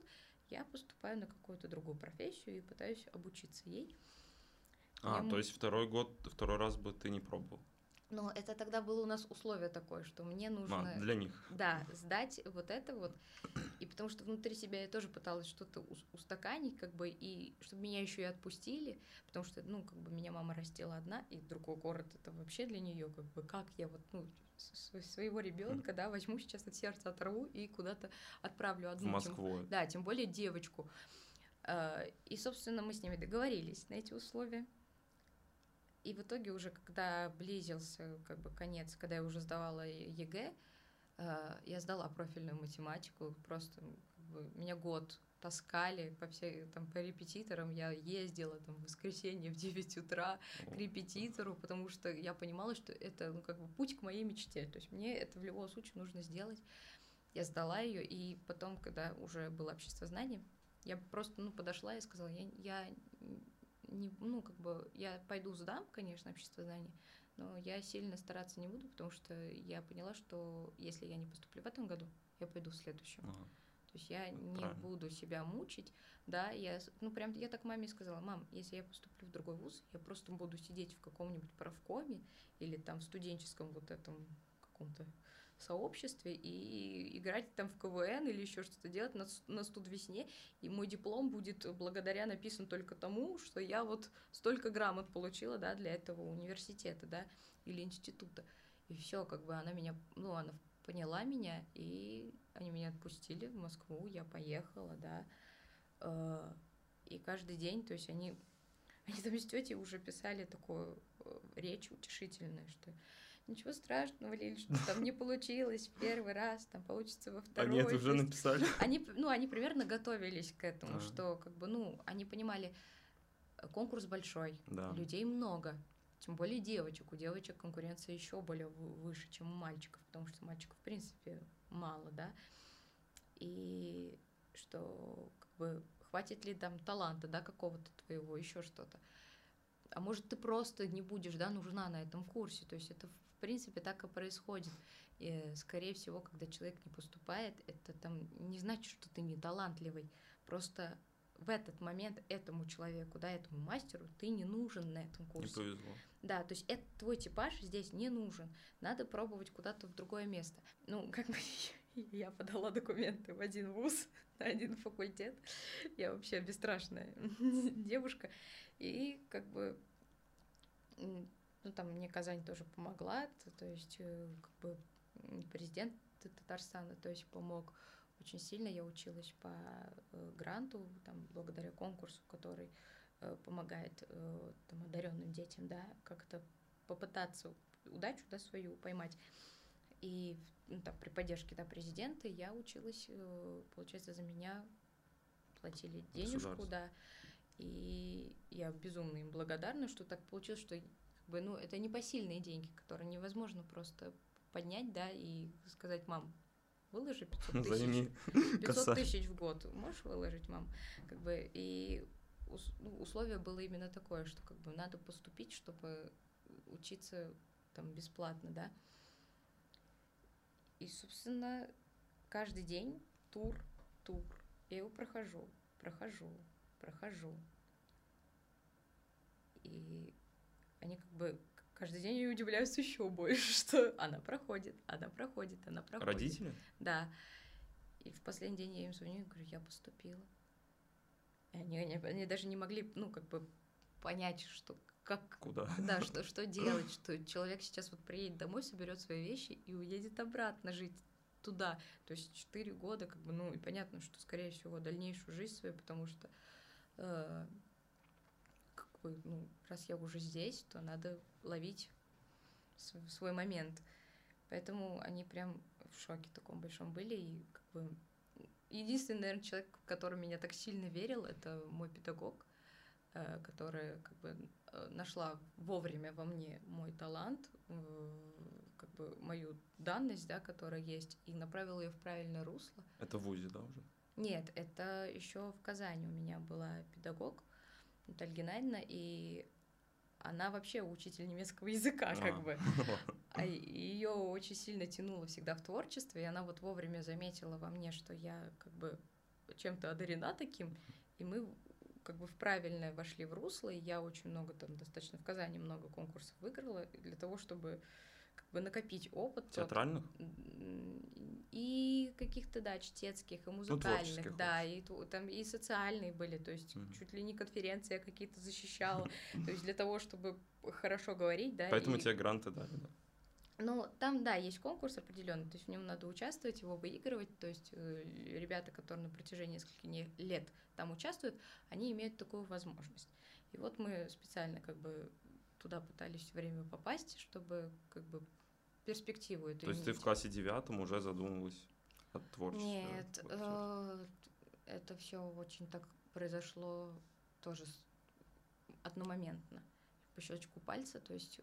я поступаю на какую-то другую профессию и пытаюсь обучиться ей. А, Ему... то есть второй год, второй раз бы ты не пробовал? Но это тогда было у нас условие такое, что мне нужно... А, для них. Да, сдать вот это вот. И потому что внутри себя я тоже пыталась что-то устаканить, как бы, и чтобы меня еще и отпустили, потому что, ну, как бы, меня мама растила одна, и другой город, это вообще для нее, как бы, как я вот, ну, своего ребенка, да, возьму сейчас от сердца, оторву и куда-то отправлю одну. В Москву. Тем, да, тем более девочку. И, собственно, мы с ними договорились на эти условия. И в итоге уже, когда близился, как бы, конец, когда я уже сдавала ЕГЭ, я сдала профильную математику, просто как бы, меня год таскали по всей, там, по репетиторам, я ездила там в воскресенье в девять утра к репетитору, потому что я понимала, что это, ну, как бы путь к моей мечте, то есть мне это в любом случае нужно сделать. Я сдала ее, и потом, когда уже было обществознание, я просто, ну, подошла и сказала, я, я не, ну, как бы, я пойду сдам, конечно, обществознание, но я сильно стараться не буду, потому что я поняла, что если я не поступлю в этом году, я пойду в следующем. Ага. То есть я не Правильно. буду себя мучить, да, я, ну, прям я так маме сказала, мам, если я поступлю в другой вуз, я просто буду сидеть в каком-нибудь правкоме или там в студенческом вот этом каком-то сообществе и играть там в ка вэ эн или еще что-то делать на, на студвесне, и мой диплом будет благодаря написан только тому, что я вот столько грамот получила, да, для этого университета, да, или института. И все, как бы она меня, ну, она поняла меня, и они меня отпустили в Москву, я поехала, да, и каждый день, то есть они, они там с тетей уже писали такую речь утешительную, что ничего страшного, Лиль, что там не получилось в первый раз, там получится во второй. А нет, уже написали? Они, ну, они примерно готовились к этому, а. что, как бы, ну, они понимали, конкурс большой, да. людей много, тем более девочек. У девочек конкуренция еще более выше, чем у мальчиков, потому что мальчиков, в принципе, мало, да, и что, как бы, хватит ли там таланта, да, какого-то твоего, еще что-то. А может, ты просто не будешь, да, нужна на этом курсе, то есть это в принципе так и происходит. И, скорее всего, когда человек не поступает, это там не значит, что ты не талантливый, просто в этот момент этому человеку, да, этому мастеру ты не нужен на этом курсе. Не повезло. Да, то есть это, твой типаж здесь не нужен, надо пробовать куда-то в другое место. Ну, как бы я подала документы в один вуз, на один факультет, я вообще бесстрашная девушка, и как бы, ну, там мне Казань тоже помогла, то, то есть как бы президент Татарстана, то есть помог очень сильно, я училась по э, гранту, там, благодаря конкурсу, который э, помогает э, там, одаренным детям, да, как-то попытаться удачу, да, свою поймать. И ну, там, при поддержке, да, президента я училась, э, получается, за меня платили денежку, да, и я безумно им благодарна, что так получилось, что как бы, ну, это непосильные деньги, которые невозможно просто поднять, да, и сказать, мам, выложи пятьсот тысяч, пятьсот тысяч в год, можешь выложить, мам? Как бы, и ну, условие было именно такое, что как бы надо поступить, чтобы учиться там бесплатно, да. И, собственно, каждый день тур, тур, я его прохожу, прохожу, прохожу. И они как бы каждый день я удивляюсь еще больше, что она проходит, она проходит, она проходит. Родители? Да. И в последний день я им звоню и говорю, я поступила. И они, они, они даже не могли, ну, как бы понять, что как... Куда? Да, что, что делать, что человек сейчас вот приедет домой, соберет свои вещи и уедет обратно жить туда. То есть четыре года, как бы, ну, и понятно, что, скорее всего, дальнейшую жизнь свою, потому что... Э, ну, раз я уже здесь, то надо ловить свой момент. Поэтому они прям в шоке таком большом были. И как бы единственный, наверное, человек, который меня так сильно верил, это мой педагог, которая как бы нашла вовремя во мне мой талант, как бы мою данность, да, которая есть, и направила ее в правильное русло. Это в вузе, да, уже? Нет, это еще в Казани у меня была педагог, Наталья Геннадьевна, и она вообще учитель немецкого языка, как а. бы. А ее очень сильно тянуло всегда в творчестве, и она вот вовремя заметила во мне, что я как бы чем-то одарена таким, и мы как бы в правильное вошли в русло, и я очень много там, достаточно в Казани много конкурсов выиграла для того, чтобы как бы накопить опыт. Театральных? И каких-то, да, чтецких, и музыкальных, ну, да, и там и социальные были, то есть mm-hmm. чуть ли не конференции я какие-то защищала, то есть для того, чтобы хорошо говорить, да. Поэтому тебе гранты дали, да? Ну, там, да, есть конкурс определенный, то есть в нем надо участвовать, его выигрывать, то есть ребята, которые на протяжении нескольких лет там участвуют, они имеют такую возможность. И вот мы специально как бы туда пытались все время попасть, чтобы как бы перспективу эту То есть иметь. ты в классе девятом уже задумывалась о творчестве? Нет, э, это все очень так произошло тоже одномоментно, по щелчку пальца, то есть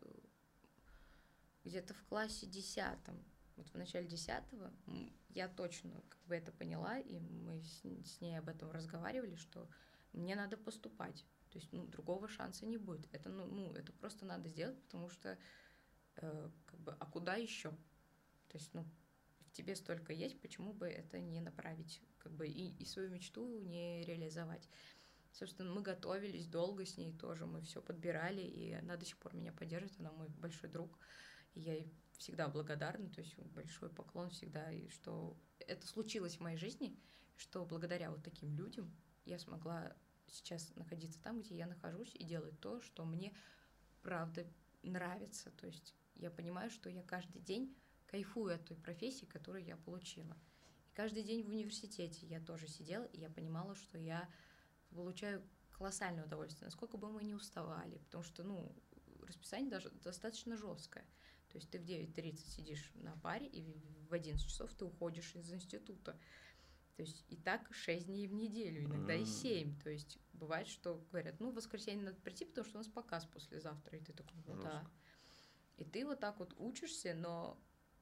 где-то в классе десятом, вот в начале десятого я точно как бы это поняла, и мы с, с ней об этом разговаривали, что мне надо поступать, то есть ну, другого шанса не будет, это, ну, ну, это просто надо сделать, потому что э, как бы, а куда еще? То есть, ну, в тебе столько есть, почему бы это не направить, как бы, и, и свою мечту не реализовать. Собственно, мы готовились долго с ней тоже, мы все подбирали, и она до сих пор меня поддерживает, она мой большой друг, и я ей всегда благодарна, то есть большой поклон всегда, и что это случилось в моей жизни, что благодаря вот таким людям я смогла сейчас находиться там, где я нахожусь, и делать то, что мне правда нравится, то есть я понимаю, что я каждый день кайфую от той профессии, которую я получила. И каждый день в университете я тоже сидела, и я понимала, что я получаю колоссальное удовольствие, насколько бы мы ни уставали, потому что, ну, расписание даже достаточно жесткое. То есть ты в девять тридцать сидишь на паре, и в одиннадцать часов ты уходишь из института. То есть и так шесть дней в неделю, иногда и семь. То есть бывает, что говорят, ну, в воскресенье надо прийти, потому что у нас показ послезавтра. И ты такой, ну да. И ты вот так вот учишься, но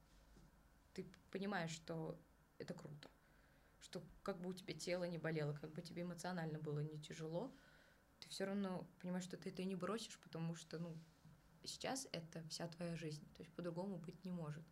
ты понимаешь, что это круто. Что как бы у тебя тело не болело, как бы тебе эмоционально было не тяжело, ты все равно понимаешь, что ты это не бросишь, потому что, ну, сейчас это вся твоя жизнь, то есть по-другому быть не может.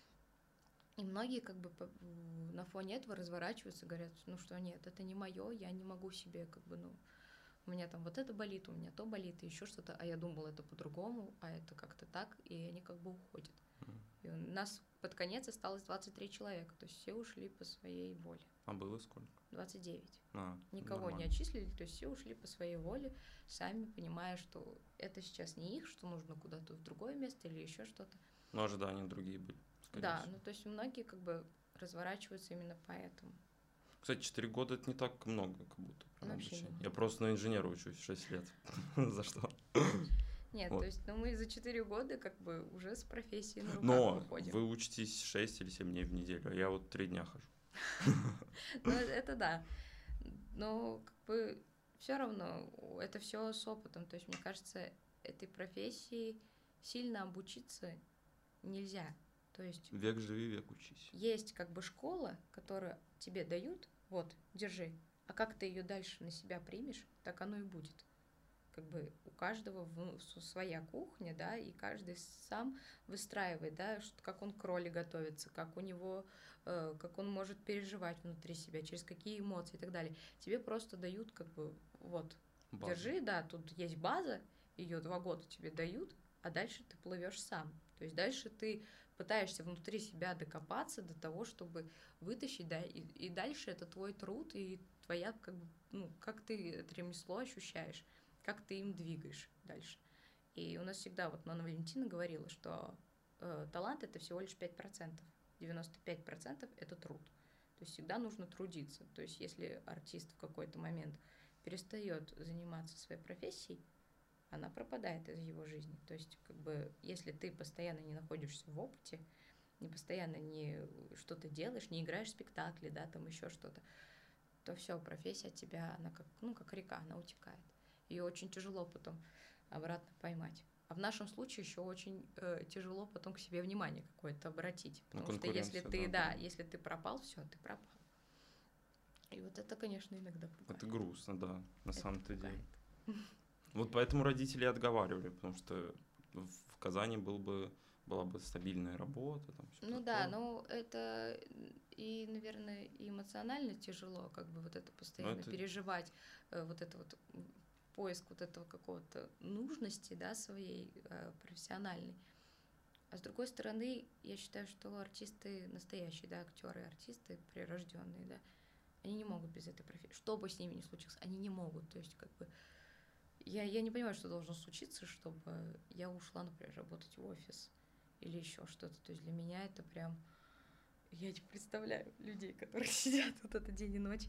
И многие как бы на фоне этого разворачиваются, говорят, ну что, нет, это не мое, я не могу себе как бы, ну, у меня там вот это болит, у меня то болит, и еще что-то, а я думала, это по-другому, а это как-то так, и они как бы уходят. И у нас под конец осталось двадцать три человека, то есть все ушли по своей воле. А было сколько? двадцать девять. А, Никого нормально. не отчислили, то есть все ушли по своей воле, сами понимая, что это сейчас не их, что нужно куда-то в другое место или еще что-то. Но ожидания другие были. Да, всего. ну то есть многие как бы разворачиваются именно поэтому. Кстати, четыре года это не так много, как будто. Вообще Я просто на инженера учусь шесть лет. За что? Нет, вот. То есть, ну мы за четыре года как бы уже с профессией на руках Но выходим. вы учитесь шесть или семь дней в неделю, а я вот три дня хожу. Ну, это да. Но как бы все равно это все с опытом. То есть, мне кажется, этой профессии сильно обучиться нельзя. То есть век живи, век учись. Есть как бы школа, которую тебе дают, вот, держи, а как ты ее дальше на себя примешь, так оно и будет. Как бы у каждого своя кухня, да, и каждый сам выстраивает, да, как он к роли готовится, как у него, э, как он может переживать внутри себя, через какие эмоции и так далее. Тебе просто дают как бы, вот, база. Держи, да, тут есть база, ее два года тебе дают, а дальше ты плывешь сам. То есть дальше ты пытаешься внутри себя докопаться до того, чтобы вытащить, да, и, и дальше это твой труд и твоя, как бы, ну, как ты это ремесло ощущаешь, как ты им двигаешь дальше. И у нас всегда, вот Нонна Валентина говорила, что э, талант — это всего лишь пять процентов, девяносто пять процентов — это труд. То есть всегда нужно трудиться. То есть если артист в какой-то момент перестает заниматься своей профессией, она пропадает из его жизни. То есть, как бы, если ты постоянно не находишься в опыте, не постоянно не что-то делаешь, не играешь в спектакли, да, там еще что-то, то все, профессия от тебя, она как, ну, как река, она утекает. Ее очень тяжело потом обратно поймать. А в нашем случае еще очень э, тяжело потом к себе внимание какое-то обратить. Потому что если ты, да, да, если ты пропал, все, ты пропал. И вот это, конечно, иногда пугает. Это грустно, да, на это самом-то пугает. деле. Вот поэтому родители отговаривали, потому что в Казани был бы была бы стабильная работа, там, всё Ну такое. да, но это и, наверное, и эмоционально тяжело, как бы вот это постоянно это- переживать, э, вот это вот м, поиск вот этого какого-то нужности, да, своей э, профессиональной. А с другой стороны, я считаю, что артисты настоящие, да, актеры, артисты прирожденные, да, они не могут без этой профессии. Что бы с ними ни случилось, они не могут. То есть, как бы, я, я не понимаю, что должно случиться, чтобы я ушла, например, работать в офис или еще что-то. То есть для меня это прям... Я не представляю людей, которые сидят вот это день и ночь.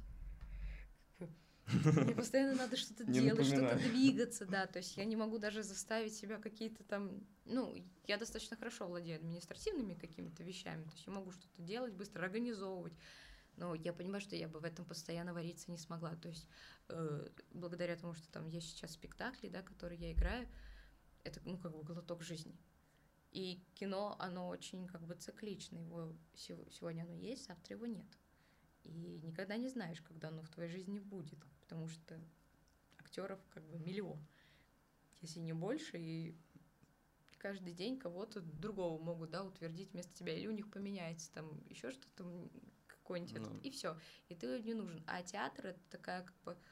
Как бы, мне постоянно надо что-то Не делать, что-то напоминай. двигаться, да. То есть я не могу даже заставить себя какие-то там... Ну, я достаточно хорошо владею административными какими-то вещами. То есть я могу что-то делать, быстро организовывать. Но я понимаю, что я бы в этом постоянно вариться не смогла. То есть э, благодаря тому, что там есть сейчас спектакли, да, которые я играю, это, ну, как бы глоток жизни. И кино, оно очень как бы циклично. Его сегодня оно есть, завтра его нет. И никогда не знаешь, когда оно в твоей жизни будет, потому что актеров как бы миллион, если не больше, и каждый день кого-то другого могут, да, утвердить вместо тебя, или у них поменяется там еще что-то, какой-нибудь Ну. этот, и все, и ты не нужен. А театр — это такая как бы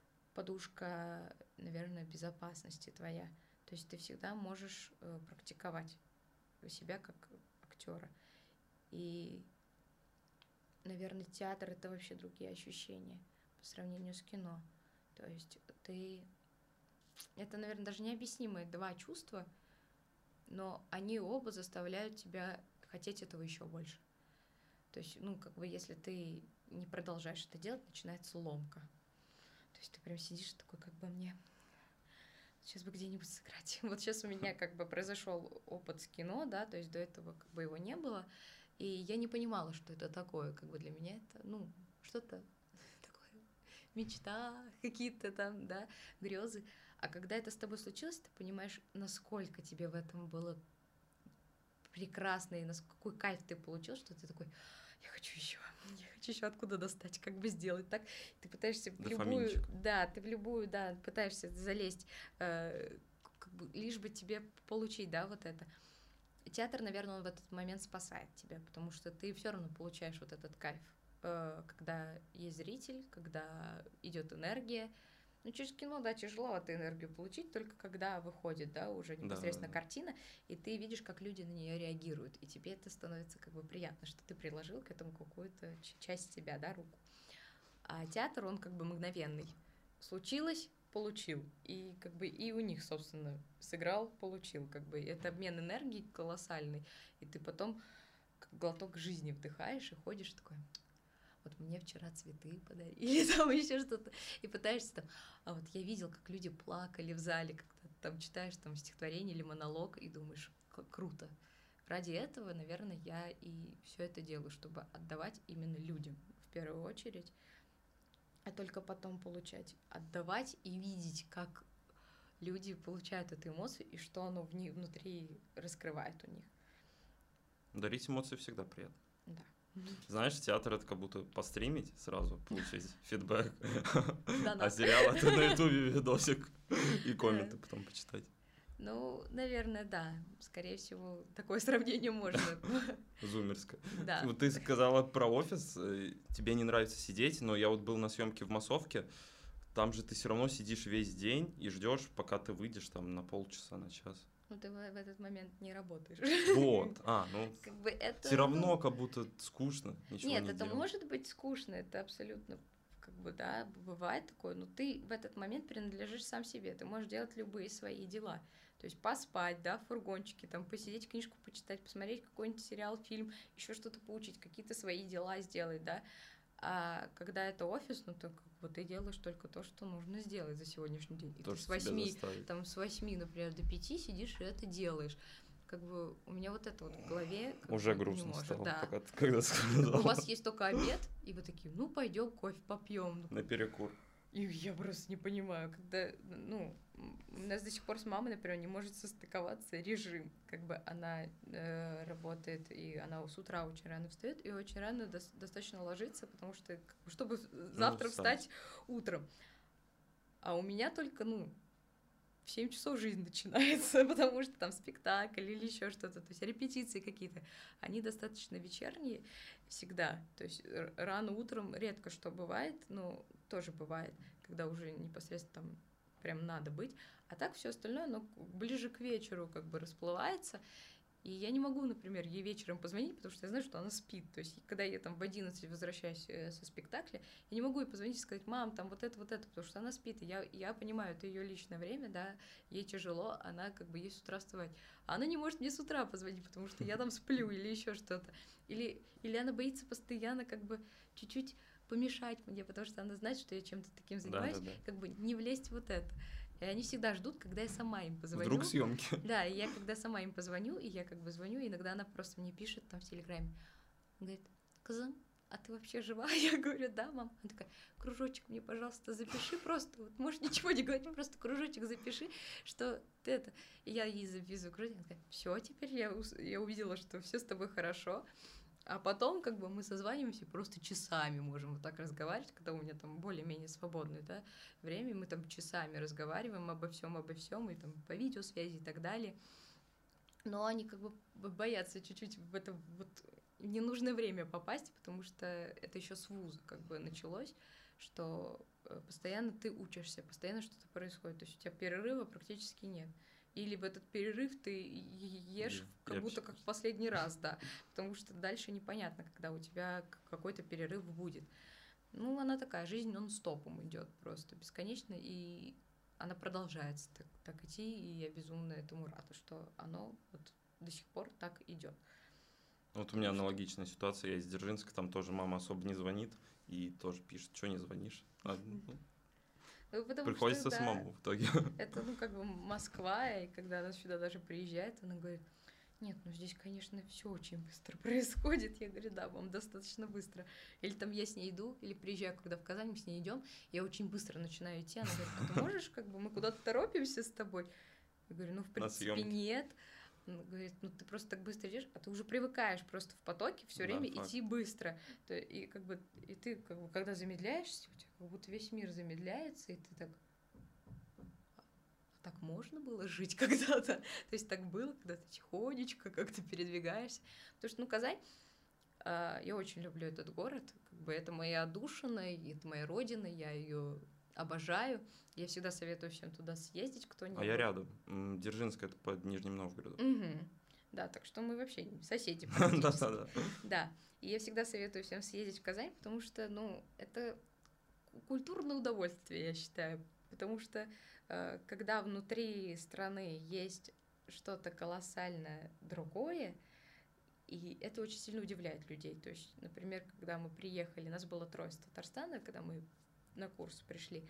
подушка, наверное, безопасности твоя. То есть ты всегда можешь э, практиковать себя как актера. И, наверное, театр — это вообще другие ощущения по сравнению с кино. То есть ты... Это, наверное, даже необъяснимые два чувства, но они оба заставляют тебя хотеть этого еще больше. То есть, ну, как бы, если ты не продолжаешь это делать, начинается ломка. То есть ты прям сидишь такой, как бы мне... Сейчас бы где-нибудь сыграть. Вот сейчас у меня как бы произошел опыт с кино, да, то есть до этого как бы его не было, и я не понимала, что это такое. Как бы для меня это, ну, что-то такое, мечта, какие-то там, да, грезы. А когда это с тобой случилось, ты понимаешь, насколько тебе в этом было прекрасно, и насколько какой кайф ты получил, что ты такой, я хочу еще, я хочу еще откуда достать, как бы сделать так. Ты пытаешься в любую, да, ты в любую, да, пытаешься залезть, э, как бы, лишь бы тебе получить, да, вот это. Театр, наверное, он в этот момент спасает тебя, потому что ты все равно получаешь вот этот кайф, э, когда есть зритель, когда идет энергия. Ну, через кино, да, тяжело эту энергию получить, только когда выходит, да, уже непосредственно да, да, да. картина, и ты видишь, как люди на нее реагируют, и тебе это становится как бы приятно, что ты приложил к этому какую-то часть себя, да, руку. А театр, он как бы мгновенный. Случилось, получил. И как бы и у них, собственно, сыграл, получил. Как бы это обмен энергии колоссальный, и ты потом как глоток жизни вдыхаешь и ходишь такой... Вот мне вчера цветы подарили, или там еще что-то, и пытаешься там, а вот я видел, как люди плакали в зале, когда ты там читаешь там стихотворение или монолог, и думаешь, как круто. Ради этого, наверное, я и все это делаю, чтобы отдавать именно людям в первую очередь, а только потом получать. Отдавать и видеть, как люди получают эту эмоцию, и что оно в них, внутри раскрывает у них. Дарить эмоции всегда приятно. Да. Знаешь, театр — это как будто постримить сразу, получить фидбэк, а сериал — это на ютубе видосик и комменты потом почитать. Ну, наверное, да. Скорее всего, такое сравнение можно. Зумерское. Да. Вот ты сказала про офис, тебе не нравится сидеть, но я вот был на съемке в массовке, там же ты все равно сидишь весь день и ждешь, пока ты выйдешь там на полчаса, на час. Ну, ты в, в этот момент не работаешь. Вот, а, ну, как бы это, все равно ну... как будто скучно, ничего Нет, не это делать. может быть скучно, это абсолютно, как бы, да, бывает такое, но ты в этот момент принадлежишь сам себе, ты можешь делать любые свои дела, то есть поспать, да, в фургончике, там, посидеть, книжку почитать, посмотреть какой-нибудь сериал, фильм, еще что-то поучить, какие-то свои дела сделать, да, а когда это офис, ну, то как бы ты делаешь только то, что нужно сделать за сегодняшний день. И то, ты с восьми, там, с восьми, например, до пяти сидишь и это делаешь. Как бы у меня вот это вот в голове уже бы, грустно не может, стало, да. пока ты, когда сказала. У вас есть только обед, и вы такие, ну, пойдем кофе попьем. На перекур. И я просто не понимаю, когда, ну, у нас до сих пор с мамой, например, не может состыковаться режим, как бы она э, работает, и она с утра очень рано встает, и очень рано до- достаточно ложится, потому что, как бы, чтобы завтра ну, встать утром. А у меня только, ну, в в семь часов жизнь начинается, потому что там спектакль или еще что-то, то есть репетиции какие-то, они достаточно вечерние всегда, то есть рано утром редко что бывает, но тоже бывает, когда уже непосредственно там прям надо быть, а так все остальное, оно ближе к вечеру как бы расплывается. И я не могу, например, ей вечером позвонить, потому что я знаю, что она спит. То есть, когда я там в одиннадцать возвращаюсь со спектакля, я не могу ей позвонить и сказать: мам, там вот это, вот это, потому что она спит. И я, я понимаю, это ее личное время, да, ей тяжело, она как бы ей с утра вставать. А она не может мне с утра позвонить, потому что я там сплю или еще что-то. Или, или она боится постоянно как бы чуть-чуть помешать мне, потому что она знает, что я чем-то таким занимаюсь, да, да, да. Как бы не влезть в вот это. И они всегда ждут, когда я сама им позвоню. Вдруг съемки. Да, и я когда сама им позвоню, и я как бы звоню, и иногда она просто мне пишет там в Телеграме. Говорит: Казан, а ты вообще жива? Я говорю: да, мам. Она такая: кружочек мне, пожалуйста, запиши просто. Вот, можешь ничего не говорить, просто кружочек запиши, что ты это... И я ей записываю кружочек, она такая: все, теперь я, я увидела, что все с тобой хорошо. А потом как бы мы созваниваемся, просто часами можем вот так разговаривать, когда у меня там более-менее свободное, да, время, мы там часами разговариваем обо всем, обо всем, и там по видеосвязи и так далее. Но они как бы боятся чуть-чуть в это вот ненужное время попасть, потому что это еще с вуза как бы началось, что постоянно ты учишься, постоянно что-то происходит, то есть у тебя перерыва практически нет. Или в этот перерыв ты ешь как я будто как в последний раз, да, потому что дальше непонятно, когда у тебя какой-то перерыв будет. Ну, она такая, жизнь нон-стопом идет просто бесконечно, и она продолжается так, так идти, и я безумно этому рада, что оно вот до сих пор так идет. Вот у меня аналогичная ситуация, я из Дзержинска, там тоже мама особо не звонит, и тоже пишет: что не звонишь? А, ну, Ну, приходится что, самому да, в итоге. Это, ну, как бы Москва, и когда она сюда даже приезжает, она говорит: нет, ну здесь, конечно, все очень быстро происходит. Я говорю: да, вам достаточно быстро. Или там я с ней иду, или приезжаю, когда в Казань, мы с ней идем, я очень быстро начинаю идти. Она говорит: а ты можешь, как бы, мы куда-то торопимся с тобой? Я говорю: ну, в принципе, нет. Она говорит: ну ты просто так быстро идешь, а ты уже привыкаешь просто в потоке все время да, идти быстро. То, и как бы и ты, как бы, когда замедляешься, у тебя как будто весь мир замедляется, и ты так: а так можно было жить когда-то? То есть так было, когда ты тихонечко как-то передвигаешься. Потому что, ну, Казань, э, я очень люблю этот город, как бы это моя отдушина, это моя родина, я ее обожаю. Я всегда советую всем туда съездить, кто не А был. Я рядом. Дзержинск — это под Нижним Новгородом. Угу. Да, так что мы вообще соседи практически. Да, да, да. Да, и я всегда советую всем съездить в Казань, потому что, ну, это культурное удовольствие, я считаю. Потому что, когда внутри страны есть что-то колоссально другое, и это очень сильно удивляет людей. То есть, например, когда мы приехали, нас было трое с Татарстана, когда мы на курс пришли,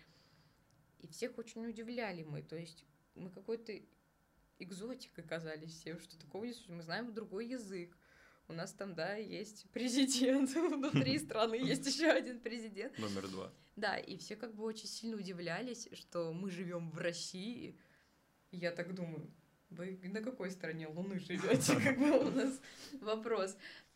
и всех очень удивляли мы, то есть мы какой-то экзотикой казались всем, что такого не существует. Мы знаем другой язык, у нас там, да, есть президент, внутри страны есть еще один президент. Номер два. Да, и все как бы очень сильно удивлялись, что мы живем в России. И я так думаю: вы на какой стороне Луны живете? Как бы у нас вопрос.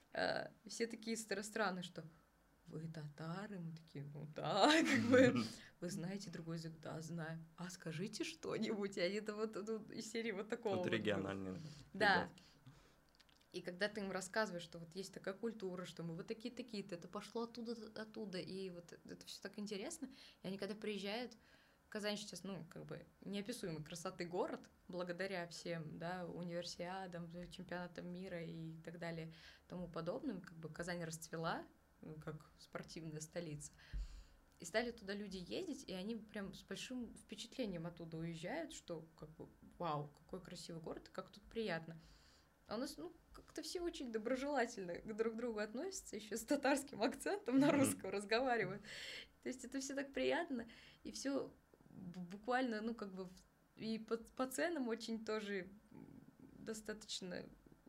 Все такие странные, что вы татары? Мы такие: ну да, как бы, вы знаете другой язык? Да, знаю. А скажите что-нибудь. И они-то вот из серии вот такого. Вот региональные. Да. И когда ты им рассказываешь, что вот есть такая культура, что мы вот такие-такие-то, это пошло оттуда, оттуда, и вот это все так интересно. И они, когда приезжают, Казань сейчас, ну, как бы неописуемой красоты город, благодаря всем, да, универсиадам, чемпионатам мира и так далее, тому подобным, как бы Казань расцвела, как спортивная столица. И стали туда люди ездить, и они прям с большим впечатлением оттуда уезжают, что как бы вау, какой красивый город, как тут приятно. А у нас, ну, как-то все очень доброжелательно друг к другу относятся, еще с татарским акцентом на русском разговаривают. То есть это все так приятно, и все буквально, ну, как бы, и по, по ценам очень тоже достаточно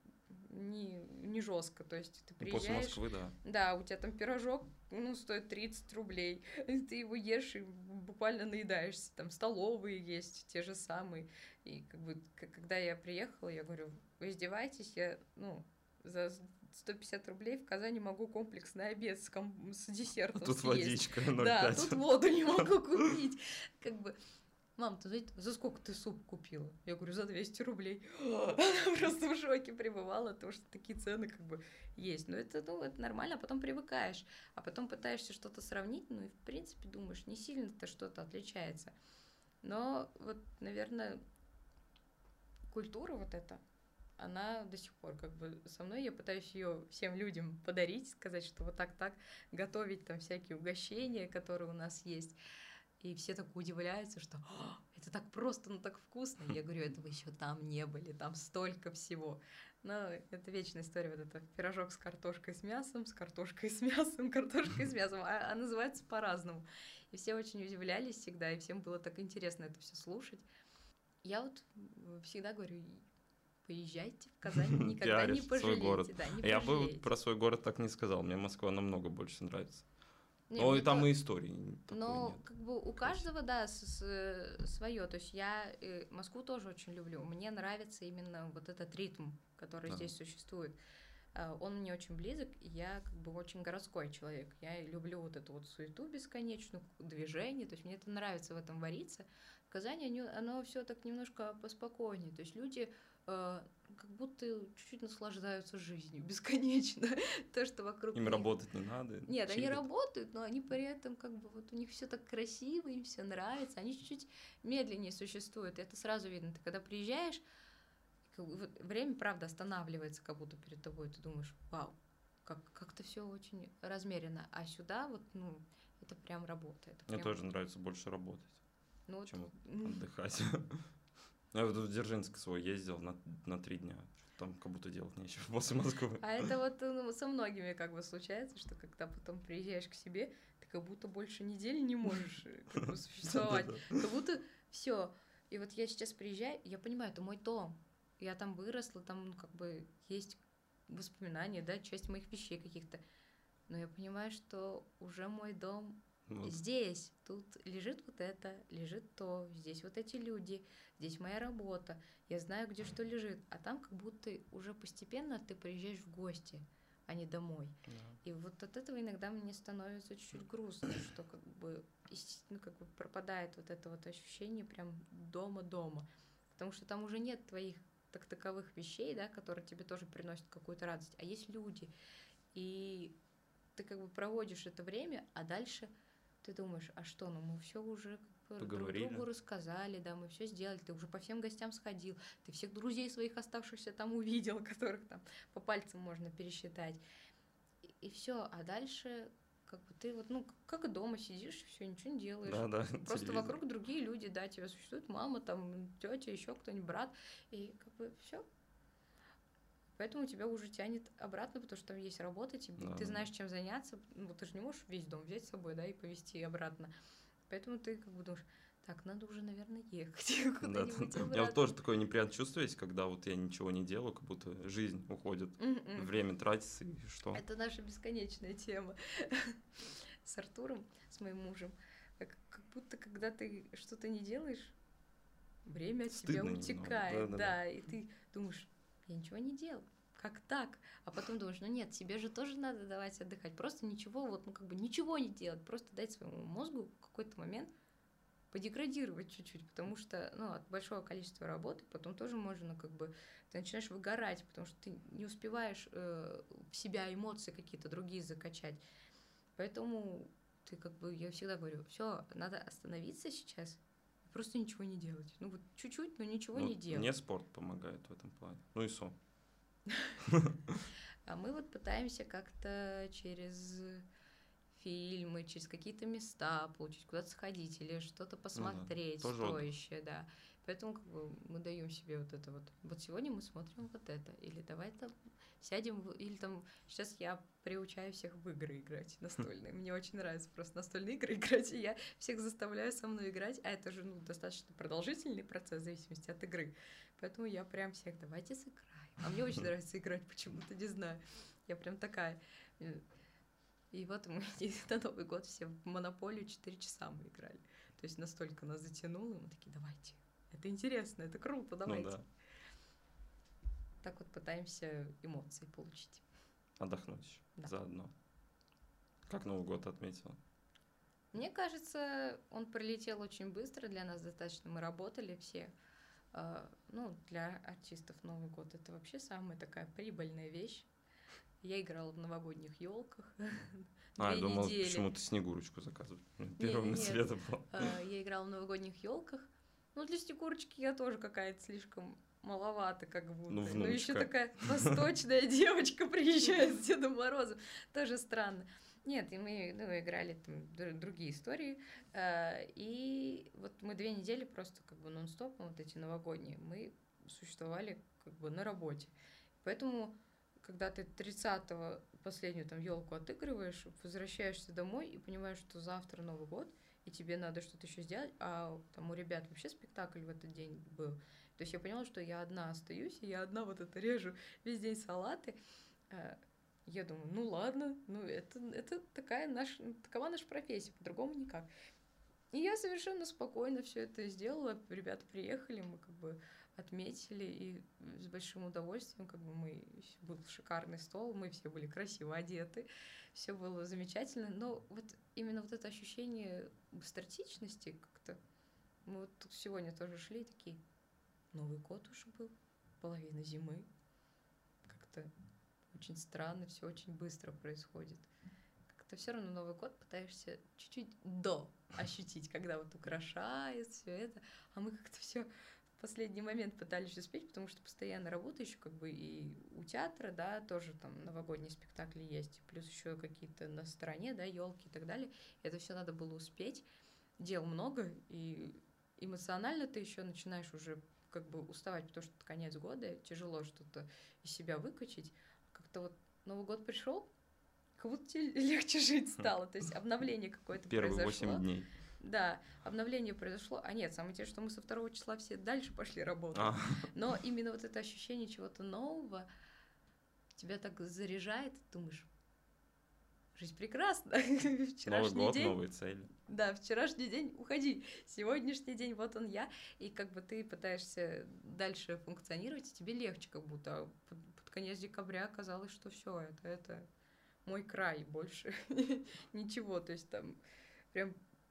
не, не жестко, то есть ты приезжаешь... После Москвы, да. Да, у тебя там пирожок, ну, стоит тридцать рублей, ты его ешь и буквально наедаешься, там столовые есть, те же самые, и как бы, когда я приехала, я говорю: вы издеваетесь, я, ну, за сто пятьдесят рублей в Казани могу комплексный обед с, ком- с десертом а тут съесть. водичка ноль пять. Да, тут воду не могу купить, как бы... мам, ты знаете, за сколько ты суп купила? Я говорю, за двести рублей. Она просто в шоке пребывала, потому что такие цены как бы есть. Но это, ну, это нормально, а потом привыкаешь, а потом пытаешься что-то сравнить, ну и в принципе думаешь, не сильно-то что-то отличается. Но вот, наверное, культура вот эта, она до сих пор как бы со мной, я пытаюсь ее всем людям подарить, сказать, что вот так-так, готовить там всякие угощения, которые у нас есть. И все так удивляются, что это так просто, ну так вкусно. Я говорю, этого еще там не были, там столько всего. Но это вечная история, вот это пирожок с картошкой с мясом, с картошкой с мясом, картошкой с мясом, а, а называется по-разному. И все очень удивлялись всегда, и всем было так интересно это все слушать. Я вот всегда говорю, поезжайте в Казань, никогда не пожалеете. Свой город. Да, не Я пожалеете. бы про свой город так не сказал, мне Москва намного больше нравится. Не, ну и там то... и истории. Но нет. как бы у каждого, да, свое. То есть я э, Москву тоже очень люблю. Мне нравится именно вот этот ритм, который а. здесь существует. Он мне очень близок, и я как бы очень городской человек. Я люблю вот эту вот суету бесконечную, движение, то есть мне это нравится в этом вариться. В Казани оно, оно все так немножко поспокойнее, то есть люди э, как будто чуть-чуть наслаждаются жизнью бесконечно. То, что вокруг Им них... работать не надо. Нет, чилит. Они работают, но они при этом как бы вот у них все так красиво, им все нравится, они чуть-чуть медленнее существуют, и это сразу видно. Ты когда приезжаешь, вот время, правда, останавливается как будто перед тобой, ты думаешь, вау, как, как-то все очень размеренно, а сюда вот, ну, это прям работа. Это Мне прям... тоже нравится больше работать, ну, чем вот... отдыхать. Я вот в Дзержинск свой ездил на, на три дня, там как будто делать нечего после Москвы. А это вот ну, со многими как бы случается, что когда потом приезжаешь к себе, ты как будто больше недели не можешь как бы существовать, как будто все. И вот я сейчас приезжаю, я понимаю, это мой дом. Я там выросла, там, ну, как бы, есть воспоминания, да, часть моих вещей каких-то. Но я понимаю, что уже мой дом вот. Здесь. Тут лежит вот это, лежит то, здесь вот эти люди, здесь моя работа. Я знаю, где что лежит. А там как будто уже постепенно ты приезжаешь в гости, а не домой. Да. И вот от этого иногда мне становится чуть-чуть грустно, что как бы, ну, как бы пропадает вот это вот ощущение прям дома-дома. Потому что там уже нет твоих так таковых вещей, да, которые тебе тоже приносят какую-то радость, а есть люди. И ты как бы проводишь это время, а дальше ты думаешь, а что, ну мы все уже как бы друг другу рассказали, да, мы все сделали, ты уже по всем гостям сходил, ты всех друзей своих оставшихся там увидел, которых там по пальцам можно пересчитать. И, и все, а дальше как бы ты вот, ну, как и дома сидишь, все, ничего не делаешь. Да, да, просто телевизор. Вокруг другие люди, да, тебя существует мама, там, тетя, еще кто-нибудь, брат, и как бы все. Поэтому тебя уже тянет обратно, потому что там есть работа, тебе, да. Ты знаешь, чем заняться, ну, ты же не можешь весь дом взять с собой, да, и повезти обратно. Поэтому ты как бы думаешь, так, надо уже, наверное, ехать куда-нибудь да, обратно. У меня вот тоже такое неприятное чувство есть, когда вот я ничего не делаю, как будто жизнь уходит, mm-hmm. время тратится, и что. Это наша бесконечная тема с Артуром, с моим мужем. Как, как будто, когда ты что-то не делаешь, время от тебя утекает, да, да, да, и ты думаешь, я ничего не делаю, как так? А потом думаешь, ну нет, тебе же тоже надо давать отдыхать, просто ничего, вот, ну как бы ничего не делать, просто дать своему мозгу в какой-то момент подеградировать чуть-чуть, потому что, ну, от большого количества работы потом тоже можно, как бы, ты начинаешь выгорать, потому что ты не успеваешь э, в себя эмоции какие-то другие закачать. Поэтому ты, как бы, я всегда говорю, все, надо остановиться сейчас, просто ничего не делать. Ну, вот чуть-чуть, но ничего ну, не делать. Мне спорт помогает в этом плане. Ну и сон. А мы вот пытаемся как-то через фильмы, через какие-то места получить, куда-то сходить или что-то посмотреть ну, да, стоящее, да. Поэтому как бы мы даем себе вот это вот. Вот сегодня мы смотрим вот это. Или давай там сядем, или там сейчас я приучаю всех в игры играть настольные. Мне очень нравится просто настольные игры играть, и я всех заставляю со мной играть, а это же ну, достаточно продолжительный процесс в зависимости от игры. Поэтому я прям всех, давайте сыграем. А мне очень нравится играть почему-то, не знаю. Я прям такая. И вот мы на Новый год все в Монополию четыре часа мы играли. То есть настолько нас затянуло, и мы такие, давайте. Это интересно, это круто, давайте. Ну, да. Так вот пытаемся эмоции получить. Отдохнуть да. заодно. Как Новый год отметила? Мне кажется, он пролетел очень быстро для нас достаточно. Мы работали все. Э, ну, для артистов Новый год это вообще самая такая прибыльная вещь. Я играла в новогодних елках. А, я Две думал, недели. почему-то Снегурочку заказывать. Не- Первым на нет. света был. Э, Я играла в новогодних елках. Ну, для Снегурочки я тоже какая-то слишком маловато, как будто. Ну, Ну, еще внучка. такая восточная девочка приезжает с Дедом Морозом. Тоже странно. Нет, и мы ну, играли там др- другие истории. Э, И вот мы две недели просто как бы нон-стоп, вот эти новогодние, мы существовали как бы на работе. Поэтому, когда ты тридцатого последнюю там елку отыгрываешь, возвращаешься домой и понимаешь, что завтра Новый год, и тебе надо что-то еще сделать, а там у ребят вообще спектакль в этот день был. То есть я поняла, что я одна остаюсь, и я одна вот это режу весь день салаты. Э, Я думаю, ну ладно, ну это, это такая наш, такова наша профессия, по-другому никак. И я совершенно спокойно все это сделала. Ребята приехали, мы как бы отметили, и с большим удовольствием, как бы мы, был шикарный стол, мы все были красиво одеты, все было замечательно, но вот именно вот это ощущение быстротечности как-то, мы вот тут сегодня тоже шли такие, Новый год уже был, половина зимы, как-то очень странно, все очень быстро происходит. Как-то все равно Новый год пытаешься чуть-чуть до ощутить, когда вот украшает все это, а мы как-то все в последний момент пытались успеть, потому что постоянно работаешь, как бы и у театра, да, тоже там новогодние спектакли есть, плюс еще какие-то на стороне, да, елки и так далее. Это все надо было успеть. Дел много, и эмоционально ты еще начинаешь уже как бы уставать, потому что это конец года, тяжело что-то из себя выкачать. Как-то вот Новый год пришел, как будто тебе легче жить стало, то есть обновление какое-то Первые произошло. восемь дней. Да, обновление произошло. А нет, самое интересное, что мы со второго числа все дальше пошли работать. А, Но именно вот это ощущение чего-то нового тебя так заряжает, ты думаешь, жизнь прекрасна. Новый Вчерашний год, день. новые цели. Да, вчерашний день, уходи. Сегодняшний день, вот он я. И как бы ты пытаешься дальше функционировать, и тебе легче как будто. А под, под конец декабря оказалось, что все это, это мой край, больше ничего. То есть там прям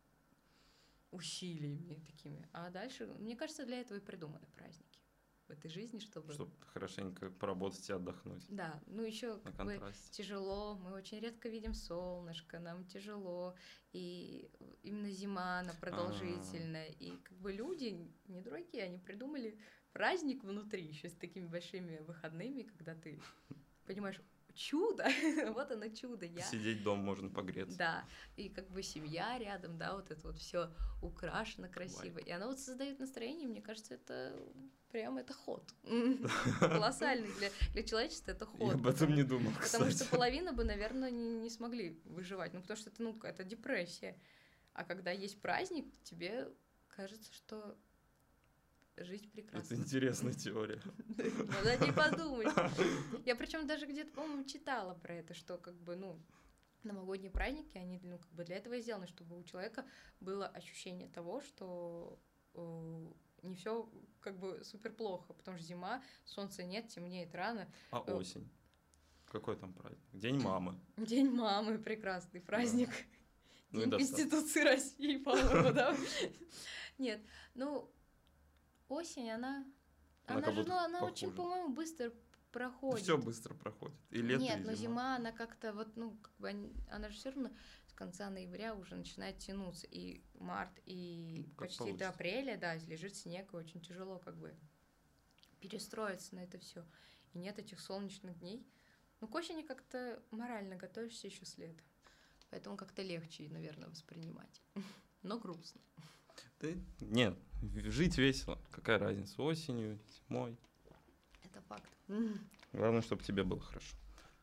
усилиями такими. А дальше, мне кажется, для этого и придуманы праздники в этой жизни, чтобы... Чтобы хорошенько поработать и отдохнуть. Да, ну еще На как бы контрасте. тяжело, мы очень редко видим солнышко, нам тяжело, и именно зима, она продолжительная, и как бы люди не дураки, они придумали праздник внутри, еще с такими большими выходными, когда ты понимаешь, чудо, вот оно чудо, я... Сидеть дома можно погреться. Да, и как бы семья рядом, да, вот это вот все украшено красиво, и оно вот создает настроение, мне кажется, это прям это ход, колоссальный для, для человечества это ход. Я об этом не думал, Потому кстати. что половина бы, наверное, не, не смогли выживать, ну потому что это, ну, это депрессия, а когда есть праздник, тебе кажется, что жизнь прекрасна. Это интересная теория. Надо не подумать. Я причем даже где-то, по-моему, читала про это, что как бы, ну, новогодние праздники, они, ну, как бы для этого и сделаны, чтобы у человека было ощущение того, что э, не все как бы супер плохо, потому что зима, солнца нет, темнеет рано. А осень? Какой там праздник? День мамы. День мамы, прекрасный праздник. Ну и День достаточно. Конституции России, по-моему, да? Нет, ну, осень, она... Она Она как же, будто ну, она похуже. очень, по-моему, быстро проходит. Все быстро проходит. И лето, Нет, и но зима. зима, она как-то вот, ну, как бы, они- она же все равно с конца ноября уже начинает тянуться. И март, и Как почти получится. до апреля, да, лежит снег, и очень тяжело как бы перестроиться на это все. И нет этих солнечных дней. Ну, к осени как-то морально готовишься еще с лета. Поэтому как-то легче, наверное, воспринимать. Но грустно. Ты... Нет, жить весело. Какая разница? Осенью, зимой. Это факт. Главное, чтобы тебе было хорошо.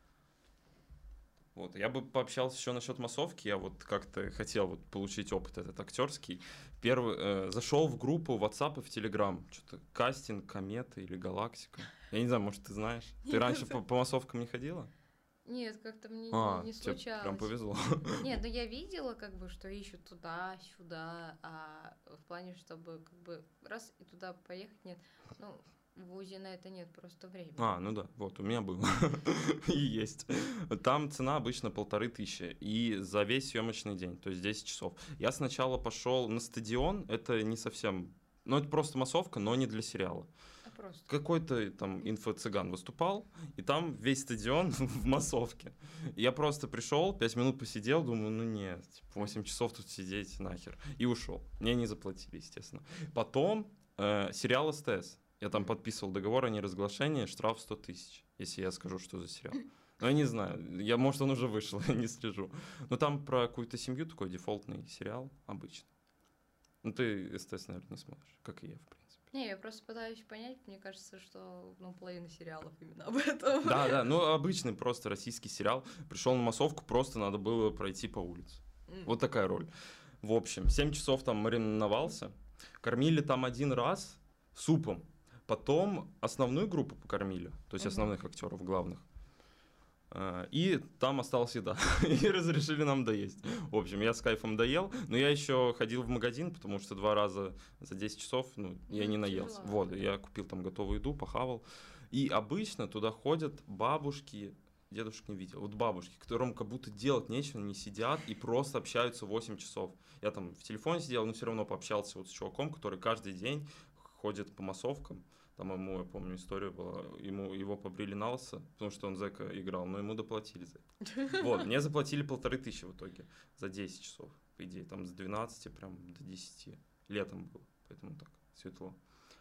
Вот, я бы пообщался еще насчет массовки. Я вот как-то хотел вот получить опыт этот актерский. Первый э, зашел в группу в WhatsApp и в Telegram. Что-то кастинг, комета или галактика. Я не знаю, может, ты знаешь. Ты Нет. раньше по, по массовкам не ходила? Нет, как-то мне А, не тебе случалось. прям повезло. Нет, ну я видела, как бы, что ищут туда-сюда, а в плане, чтобы как бы раз и туда поехать, нет. Ну, В ВУЗе на это нет просто времени. А, ну да, вот, у меня было. И есть. Там цена обычно полторы тысячи. И за весь съемочный день, то есть десять часов. Я сначала пошел на стадион, это не совсем... Ну, это просто массовка, но не для сериала. А просто. Какой-то там инфо-цыган выступал, и там весь стадион в массовке. Я просто пришел, пять минут посидел, думаю, ну нет, типа, восемь часов тут сидеть нахер. И ушел. Мне не заплатили, естественно. Потом э, сериал СТС. Я там подписывал договор о неразглашении, штраф сто тысяч, если я скажу, что за сериал. Но я не знаю, я, может, он уже вышел, я не слежу. Но там про какую-то семью такой дефолтный сериал обычно. Ну, ты СТС, наверное, не смотришь, как и я, в принципе. Не, я просто пытаюсь понять, мне кажется, что, ну, половина сериалов именно об этом. Да, да, ну, обычный просто российский сериал. Пришел на массовку, просто надо было пройти по улице. Mm. Вот такая роль. В общем, семь часов там мариновался. Кормили там один раз супом. Потом основную группу покормили, то есть Мгм. основных актеров главных. А, И там осталась еда. И разрешили нам доесть. В общем, я с кайфом доел, но я еще ходил в магазин, потому что два раза за десять часов, ну, я Ну, не наелся. тяжело. Вот, я купил там готовую еду, похавал. И обычно туда ходят бабушки, дедушек не видел, вот бабушки, которым как будто делать нечего, они сидят и просто общаются восемь часов. Я там в телефоне сидел, но все равно пообщался вот с чуваком, который каждый день ходит по массовкам. Там ему, я помню, история была, ему, его побрили на лысо, потому что он зэка играл, но ему доплатили за это. Вот, мне заплатили полторы тысячи в итоге за десять часов, по идее, там с двенадцати прям до десяти. Летом было, поэтому так, светло.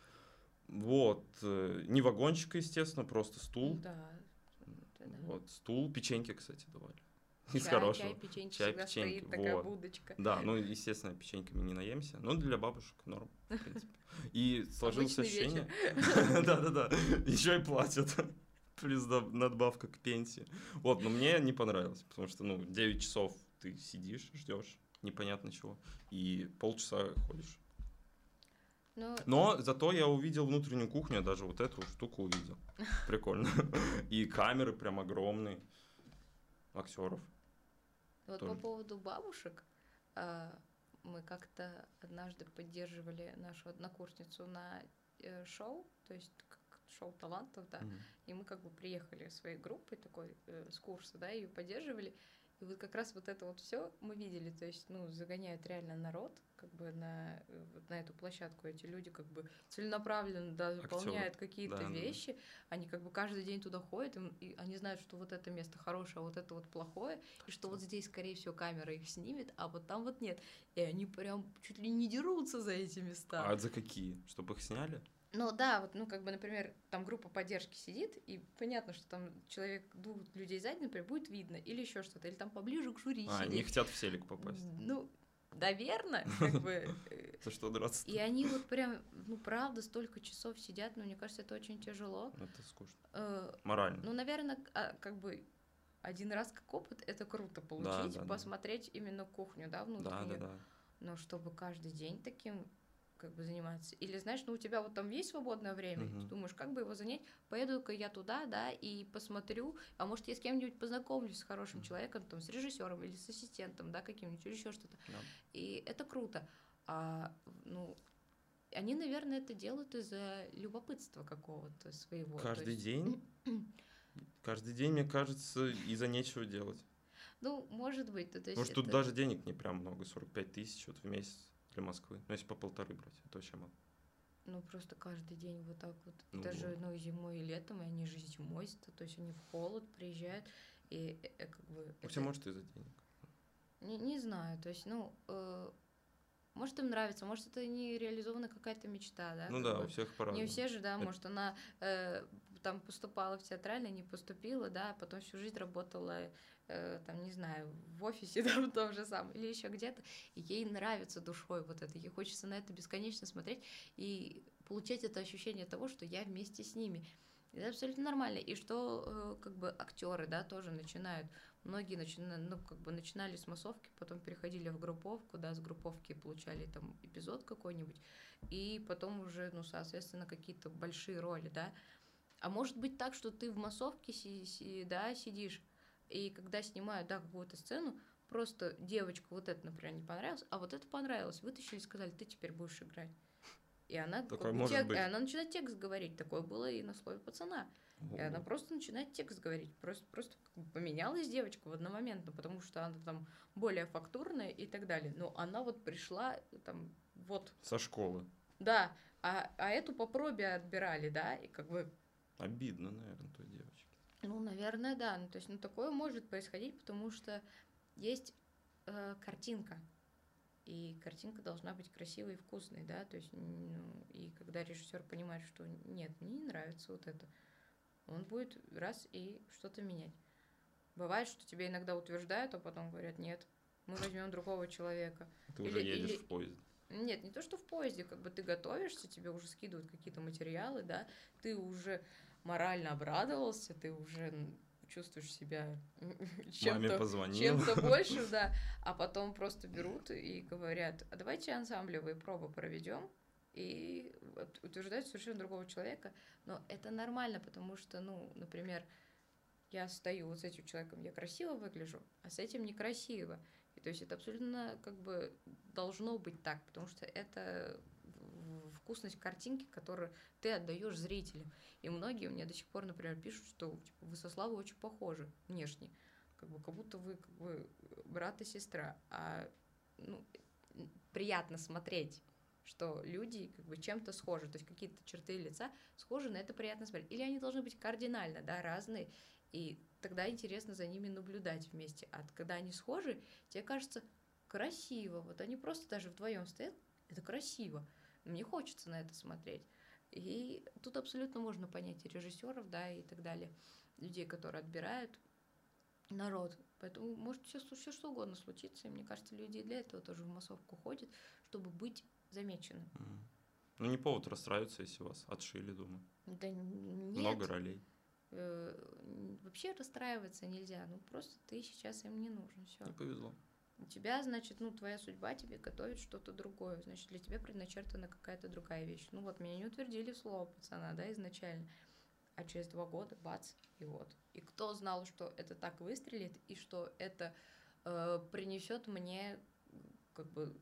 Вот, э, не вагончик, естественно, просто стул. Да. это да. Вот, стул, печеньки, кстати, давали. Из Чай, хорошего. чай, печеньки, Чай, всегда печеньки, стоит такая вот. будочка. Да, ну, естественно, печеньками не наемся, но для бабушек норм, в принципе. И сложилось Обычный ощущение... Да-да-да, еще и платят. Плюс доб- надбавка к пенсии. Вот, но мне не понравилось, потому что, ну, девять часов ты сидишь, ждешь, непонятно чего, и полчаса ходишь. Ну, Но зато я увидел внутреннюю кухню, я даже вот эту штуку увидел. Прикольно. И камеры прям огромные, актеров. вот тоже. по поводу бабушек, а, мы как-то однажды поддерживали нашу однокурсницу на э, шоу, то есть как шоу талантов, да, Мгм. и мы как бы приехали своей группой такой э, с курса, да, ее поддерживали, и вот как раз вот это вот все мы видели, то есть, ну, загоняют реально народ, как бы на, э, вот на эту площадку эти люди как бы целенаправленно, да, выполняют какие-то да, да. вещи, они как бы каждый день туда ходят, им- и они знают, что вот это место хорошее, а вот это вот плохое, и что вот здесь, скорее всего, камера их снимет, а вот там вот нет. И они прям чуть ли не дерутся за эти места. А за какие? Чтобы их сняли? Ну да, вот, ну как бы, например, там группа поддержки сидит, и понятно, что там человек, двух людей сзади, например, будет видно, или еще что-то, или там поближе к жюри А, сидеть. не хотят в селик попасть. Ну, наверное, как бы. э, За что драться? И они вот прям, ну правда, столько часов сидят, но мне кажется, это очень тяжело. Это скучно. Э, Морально. Ну, наверное, как бы один раз как опыт это круто получить, да, да. посмотреть именно кухню, да, Да, внутреннюю. да, да. Но чтобы каждый день таким как бы заниматься. Или, знаешь, ну у тебя вот там есть свободное время, Мгм. ты думаешь, как бы его занять, поеду-ка я туда, да, и посмотрю, а может я с кем-нибудь познакомлюсь, с хорошим Мгм. человеком, там, с режиссером или с ассистентом, да, каким-нибудь, или еще что-то. Да. И это круто. А, ну, они, наверное, это делают из-за любопытства какого-то своего. то Каждый есть- день? Каждый день, мне кажется, из-за нечего делать. Ну, может быть, то, то есть Может, тут это- даже денег не прям много, сорок пять тысяч вот в месяц для Москвы. Ну, если по полторы брать, это вообще мало. Ну, просто каждый день вот так вот. Ну Даже, вот. ну, и зимой, и летом, и они же зимой, то есть они в холод приезжают, и э, э, как бы... Вообще, это- может, из-за денег. Не, не знаю, то есть, ну, э, может, им нравится, может, это не реализованная какая-то мечта, да? Ну как да, бы. у всех Не по-разному. у всех же, да, Это- может, она э, там поступала в театральное, не поступила, да, а потом всю жизнь работала, э, там, не знаю, в офисе, да, в том же самом, или еще где-то, и ей нравится душой вот это, ей хочется на это бесконечно смотреть и получать это ощущение того, что я вместе с ними. Это абсолютно нормально. И что, э, как бы, актеры, да, тоже начинают. Многие начина, ну, как бы начинали с массовки, потом переходили в групповку, да, с групповки получали там эпизод какой-нибудь, и потом уже, ну, соответственно, какие-то большие роли, да. А может быть так, что ты в массовке си- си- да, сидишь, и когда снимают, да, какую-то сцену, просто девочка вот это, например, не понравилось, а вот это понравилось, вытащили и сказали, ты теперь будешь играть. И она, Такое как бы, может тек- быть. и она начинает текст говорить. Такое было и на слове пацана. О. И она просто начинает текст говорить. Просто, просто как бы поменялась девочка в одномоментно, потому что она там более фактурная и так далее. Но она вот пришла там вот. Со школы. Да, а, а эту по пробе отбирали, да, и как бы... Обидно, наверное, той девочке. Ну, наверное, да. Ну, то есть, ну, такое может происходить, потому что есть э, картинка. И картинка должна быть красивой и вкусной, да, то есть, ну, и когда режиссер понимает, что нет, мне не нравится вот это, он будет раз и что-то менять. Бывает, что тебе иногда утверждают, а потом говорят, нет, мы возьмем другого человека. Ты уже Или- едешь или- в поезде. Нет, не то, что в поезде, как бы ты готовишься, тебе уже скидывают какие-то материалы, да, ты уже морально обрадовался, ты уже м, чувствуешь себя Маме чем-то позвонил. чем-то больше, да, а потом просто берут и говорят, а давайте ансамблевые пробы проведем, и вот утверждают совершенно другого человека, но это нормально, потому что, ну, например, я стою вот с этим человеком, я красиво выгляжу, а с этим некрасиво. И то есть это абсолютно как бы должно быть так, потому что это в- вкусность картинки, которую ты отдаешь зрителям. И многие мне до сих пор, например, пишут, что типа, вы со Славой очень похожи внешне, как бы как будто вы как бы брат и сестра. А ну, приятно смотреть, что люди как бы чем-то схожи, то есть какие-то черты лица схожи, на это приятно смотреть. Или они должны быть кардинально, да, разные, и тогда интересно за ними наблюдать вместе. А когда они схожи, тебе кажется красиво. Вот они просто даже вдвоем стоят, это красиво. Мне хочется на это смотреть. И тут абсолютно можно понять и режиссеров, да, и так далее, людей, которые отбирают народ. Поэтому может все, все что угодно случиться. И мне кажется, люди для этого тоже в массовку ходят, чтобы быть замеченным. Мгм. Ну, не повод расстраиваться, если вас отшили, думаю. Да нет. Много ролей. Э, Вообще расстраиваться нельзя. Ну, просто ты сейчас им не нужен. Все. Не повезло. У тебя, значит, ну, твоя судьба тебе готовит что-то другое. Значит, для тебя предначертана какая-то другая вещь. Ну, вот, меня не утвердили в слово пацана, да, изначально. А через два года, бац, и вот. И кто знал, что это так выстрелит, и что это э, принесет мне, как бы,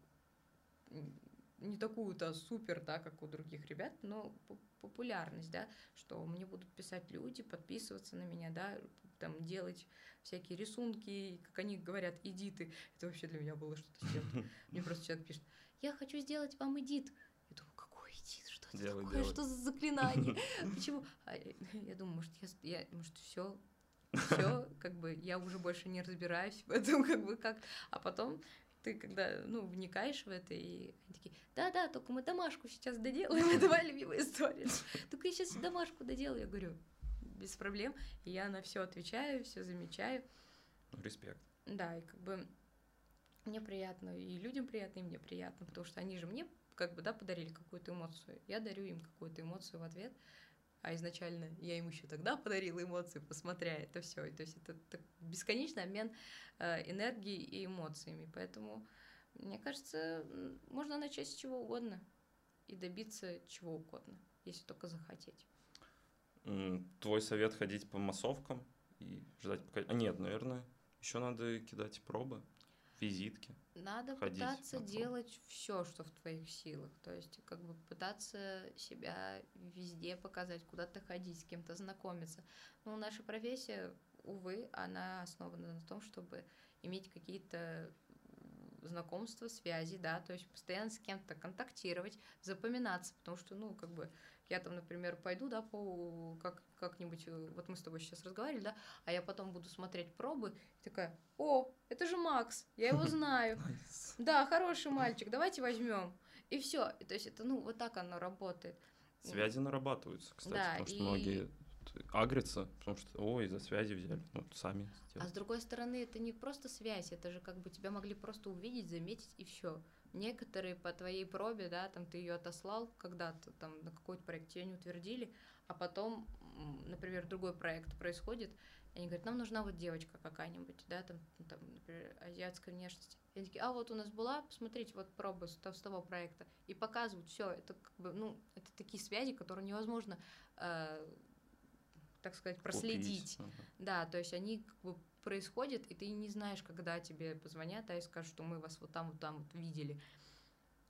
не такую-то супер, да, как у других ребят, но популярность, да, что мне будут писать люди, подписываться на меня, да, там делать всякие рисунки, как они говорят, эдиты. Это вообще для меня было что-то с чем-то. Мне просто человек пишет, я хочу сделать вам эдит. Я думаю, какой эдит? Что это Делай, такое? делай. Что за заклинание? Почему? А я думаю, может, я, я может, все, все, как бы я уже больше не разбираюсь в этом, как бы как. А потом ты когда, ну, вникаешь в это, и они такие, да-да, только мы домашку сейчас доделаем, это моя любимая история. Только я сейчас домашку доделаю, я говорю, без проблем, и я на все отвечаю, все замечаю. Респект. Да, и как бы мне приятно, и людям приятно, и мне приятно, потому что они же мне, как бы, да, подарили какую-то эмоцию, я дарю им какую-то эмоцию в ответ, а изначально я им еще тогда подарила эмоции, посмотря это все. И то есть это, это бесконечный обмен э, энергией и эмоциями. Поэтому, мне кажется, можно начать с чего угодно и добиться чего угодно, если только захотеть. Твой совет ходить по массовкам и ждать пока... А нет, наверное, еще надо кидать пробы, визитки. Надо ходить пытаться на пробы. делать все, что в твоих силах. То есть, как бы пытаться себя везде показать, куда-то ходить, с кем-то знакомиться. Но наша профессия, увы, она основана на том, чтобы иметь какие-то знакомства, связи, да, то есть постоянно с кем-то контактировать, запоминаться, потому что, ну, как бы, я там, например, пойду, да, по как, как-нибудь, вот мы с тобой сейчас разговаривали, да, а я потом буду смотреть пробы, и такая, о, это же Макс, я его знаю, Nice. да, хороший мальчик, давайте возьмем, и все, то есть это, ну, вот так оно работает. Связи нарабатываются, кстати, Да, потому что и- многие агрятся, потому что, ой, за связи взяли, ну, сами А сделали. с другой стороны, это не просто связь, это же как бы тебя могли просто увидеть, заметить и все. Некоторые по твоей пробе, да, там ты ее отослал когда-то, там на какой-то проект тебя не утвердили, а потом, м, например, другой проект происходит, и они говорят, нам нужна вот девочка какая-нибудь, да, там, там, например, азиатской внешности. И они такие, а вот у нас была, посмотрите, вот проба с, с того проекта, и показывают, все, это как бы, ну, это такие связи, которые невозможно, э, так сказать, проследить. Купить. Ага. Да, то есть они как бы происходят, и ты не знаешь, когда тебе позвонят, а и скажут, что мы вас вот там, вот там вот видели.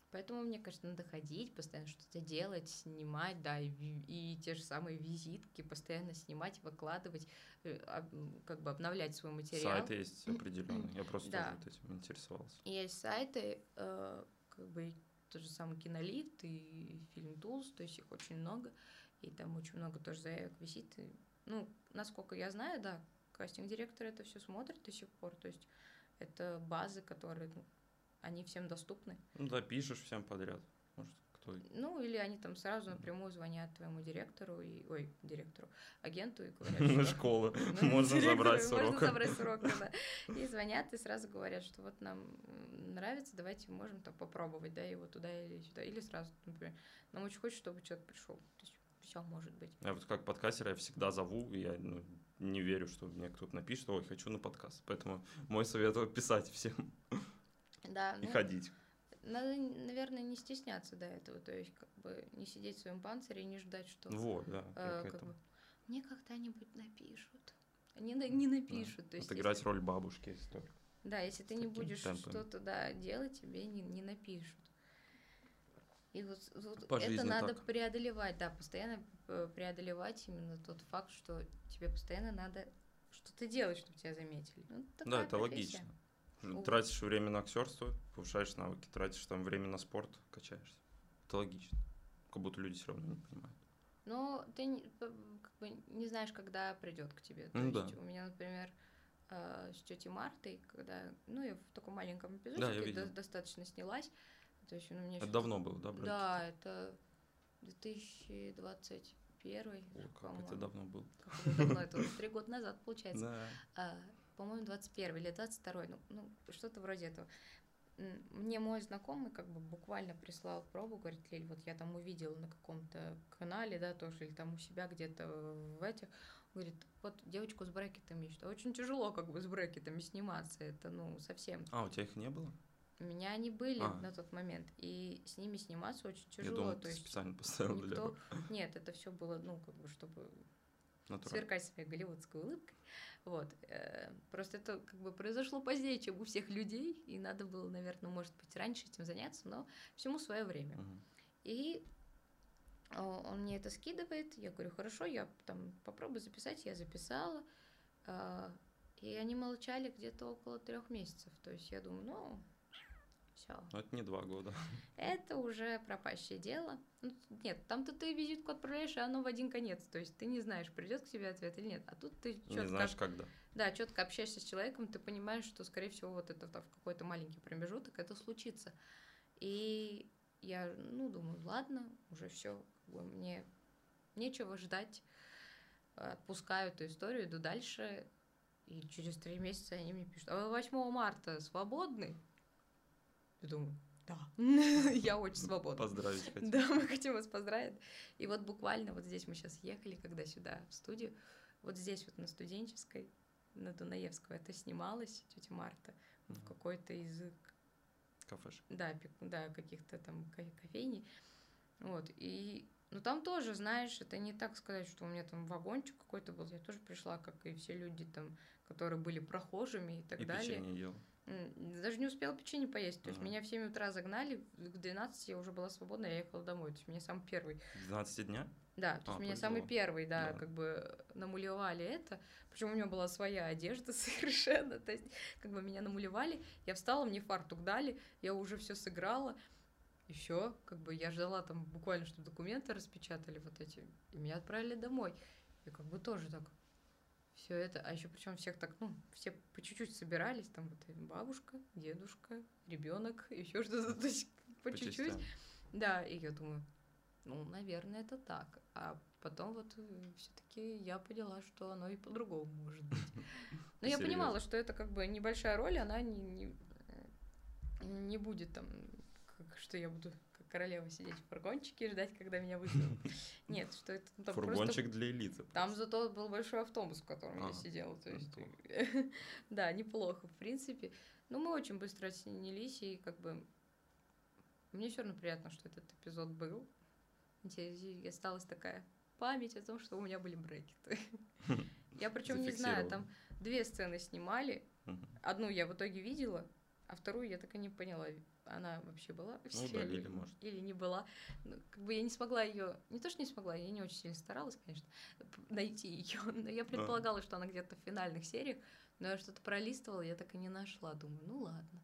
Поэтому, мне кажется, надо ходить, постоянно что-то делать, снимать, да, и, и те же самые визитки постоянно снимать, выкладывать, как бы обновлять свой материал. Сайты есть определенные, я просто да. тоже вот этим интересовался. Есть сайты, как бы тот же самый Кинолит и Film Tools, то есть их очень много, и там очень много тоже заявок висит. И, ну, насколько я знаю, да, кастинг-директор это все смотрит до сих пор, то есть это базы, которые, ну, они всем доступны. Ну да, пишешь всем подряд. Может, кто... Ну, или они там сразу напрямую звонят твоему директору, и, ой, директору, агенту и говорят, что... На школу. Можно забрать с урока. Можно забрать с урока, да. И звонят, и сразу говорят, что вот нам нравится, давайте можем там попробовать, да, его туда или сюда. Или сразу, например, нам очень хочется, чтобы человек пришел. То есть все может быть. Я вот как подкастер, я всегда зову, и я ну, не верю, что мне кто-то напишет, ой, хочу на подкаст. Поэтому мой совет — писать всем. Да, и ну, ходить. Надо, наверное, не стесняться до этого, то есть как бы не сидеть в своем панцире и не ждать, что вот, да, э, как бы, мне когда-нибудь напишут. Они не напишут. Да. То есть, отыграть если... роль бабушки. Столько. Да, если С ты не будешь темпами. что-то да, делать, тебе не, не напишут. И вот, вот По это надо так. преодолевать, да, постоянно преодолевать именно тот факт, что тебе постоянно надо что-то делать, чтобы тебя заметили. Ну, да, это профессия. логично. Тратишь время на актерство, повышаешь навыки, тратишь там время на спорт, качаешься. Это логично. Как будто люди все равно не понимают. Но ты не, как бы не знаешь, когда придет к тебе. То ну, есть да. у меня, например, с тетей Мартой, когда, ну, я в таком маленьком эпизоде да, до, достаточно снялась. То есть, ну, мне это давно было, да, братики? Да, это две тысячи двадцать первый. О, как по-моему. Это давно было. Как это давно, это уже три года назад, получается. Да. А, по-моему, двадцать первый или двадцать второй, ну, ну, что-то вроде этого. Мне мой знакомый как бы буквально прислал пробу, говорит, Лиль, вот я там увидела на каком-то канале, да, тоже, или там у себя где-то в этих, говорит, вот девочку с брекетами ищут. Очень тяжело как бы с брекетами сниматься, это, ну, совсем. А, у тебя их не было? У меня они были а. на тот момент, и с ними сниматься очень тяжело. Я думал, то ты есть специально поставил никто... для рук. Нет, это все было, ну, как бы, чтобы Натурально. Сверкать своей голливудской улыбкой. Вот. Просто это как бы произошло позднее, чем у всех людей, и надо было, наверное, может быть, раньше этим заняться, но всему свое время. Uh-huh. И он мне это скидывает, я говорю, хорошо, я там попробую записать, я записала, и они молчали где-то около трех месяцев, то есть я думаю, ну, все. Это не два года. Это уже пропащее дело. Нет, там-то ты визитку отправляешь, и оно в один конец, то есть ты не знаешь, придет к тебе ответ или нет, а тут ты четко... Не знаешь, когда. Да, четко общаешься с человеком, ты понимаешь, что, скорее всего, вот это в какой-то маленький промежуток это случится. И я, ну, думаю, ладно, уже все, мне нечего ждать, отпускаю эту историю, иду дальше, и через три месяца они мне пишут, а вы восьмого марта свободны? Я думаю, да, я очень свободна. Поздравить хотим. Да, мы хотим вас поздравить. И вот буквально вот здесь мы сейчас ехали, когда сюда, в студию, вот здесь вот на Студенческой, на Дунаевского, это снималось, тетя Марта, mm-hmm. в какой-то из... Кафешек. Да, да, каких-то там кофейней. Вот, и... Ну, там тоже, знаешь, это не так сказать, что у меня там вагончик какой-то был. Я тоже пришла, как и все люди там, которые были прохожими и так и далее. И печенье ел. Даже не успела печенье поесть. То есть ага. меня в семь утра загнали, к двенадцати я уже была свободна, я ехала домой. То есть меня самый первый. С двенадцати дня? Да, то а, есть меня повезло. самый первый, да, да, как бы намулевали это. Причем у меня была своя одежда совершенно. То есть, как бы меня намулевали, я встала, мне фартук дали, я уже все сыграла. И все, как бы я ждала там буквально, чтобы документы распечатали вот эти, и меня отправили домой. И как бы тоже так все это, а еще причем всех так, ну, все по чуть-чуть собирались, там вот бабушка, дедушка, ребенок, еще что-то, то есть по, по чуть-чуть. Да, и я думаю, ну, наверное, это так. А потом вот все-таки я поняла, что оно и по-другому может быть. Но я понимала, что это как бы небольшая роль, она не, не, не будет там, как, что я буду как королева сидеть в фургончике и ждать, когда меня вызовут. Нет, что это там фургончик просто... для элиты. Там зато был большой автобус, в котором а, я сидела. То есть, неплохо. Да, неплохо, в принципе. Но мы очень быстро снялись, и как бы мне все равно приятно, что этот эпизод был. Осталась такая память о том, что у меня были брекеты. Я причем не знаю, там две сцены снимали. Одну я в итоге видела, А вторую я так и не поняла, она вообще была в Ну, сериале удалили, может. или не была. Ну, как бы я не смогла ее, не то что не смогла, я не очень сильно старалась, конечно, найти ее, но я предполагала, что она где-то в финальных сериях, но я что-то пролистывала, я так и не нашла, думаю, ну ладно.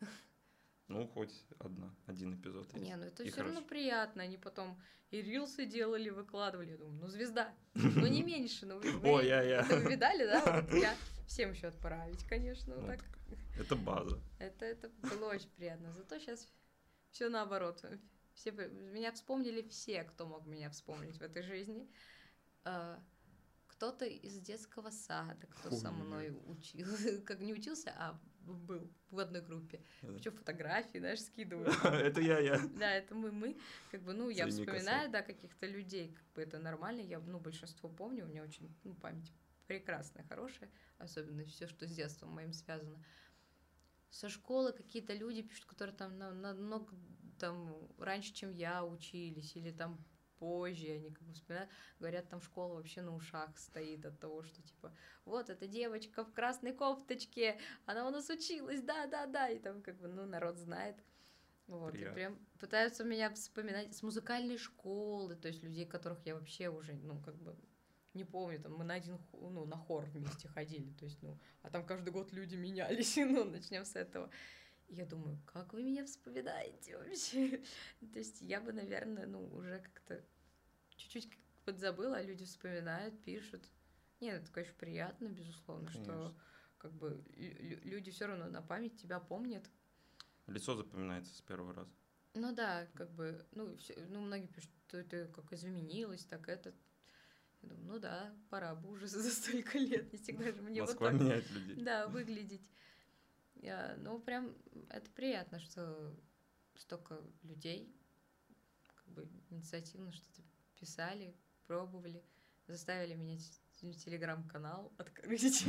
Ну, хоть одна, один эпизод есть. Не, ну это И все равно хорошо. приятно, они потом и рилсы делали, выкладывали, я думаю, ну звезда, ну не меньше, ну вы, вы- Ой, я, я. это вы видали, да, вот это я всем еще отправить, конечно, вот Ну, так. так это база. Это, это было очень приятно. Зато сейчас все наоборот. Все, бы- меня вспомнили все, кто мог меня вспомнить в этой жизни. А, Кто-то из детского сада, кто со Ой-ой-ой. мной учился, как не учился, а был в одной группе. Да. Причем фотографии, знаешь, скидывают. Это я, я. Да, это мы, мы. Как бы, ну, я Ценник вспоминаю, да, каких-то людей, как бы это нормально. Я, ну, большинство помню, у меня очень, ну, память прекрасная, хорошая, особенно все, что с детством моим связано. Со школы какие-то люди пишут, которые там на- намного там раньше, чем я, учились, или там позже, они как бы вспоминают, говорят, там школа вообще на ушах стоит от того, что типа, вот эта девочка в красной кофточке, она у нас училась, да-да-да, и там как бы, ну, народ знает. Вот, и Приятно. прям пытаются меня вспоминать с музыкальной школы, то есть людей, которых я вообще уже, ну, как бы не помню, там мы на один, ху- ну, на хор вместе ходили, то есть, ну, а там каждый год люди менялись, ну, начнем с этого. И я думаю, как вы меня вспоминаете вообще? То есть я бы, наверное, ну, уже как-то чуть-чуть как подзабыла, а люди вспоминают, пишут. Нет, это, конечно, приятно, безусловно, что Конечно. как бы лю- лю- люди все равно на память тебя помнят. Лицо запоминается с первого раза. Ну да, как бы, ну, всё- ну многие пишут, что это как изменилось, так это. Я думаю, ну да, пора бы уже за столько лет, не всегда же мне вот Москва так, меняет людей. да, выглядеть. Я- ну, прям это приятно, что столько людей как бы инициативно что-то писали, пробовали, заставили меня т- телеграм-канал открыть.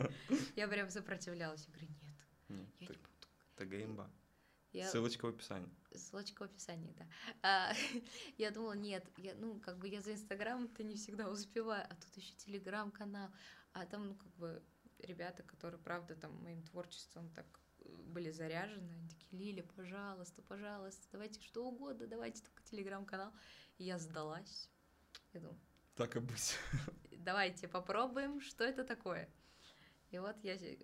Я прям сопротивлялась, я говорю, нет, Нет, я так- не буду. ТГ имба. Я- Ссылочка в описании. Ссылочка в описании, да. А, я думала, нет, я, ну, как бы я за Инстаграм-то не всегда успеваю, а тут еще Телеграм-канал, а там, ну, как бы ребята, которые, правда, там моим творчеством так э, были заряжены, они такие, Лиля, пожалуйста, пожалуйста, давайте что угодно, давайте только Телеграм-канал. И я сдалась. Я думаю, Так и быть. давайте попробуем, что это такое. И вот я... си-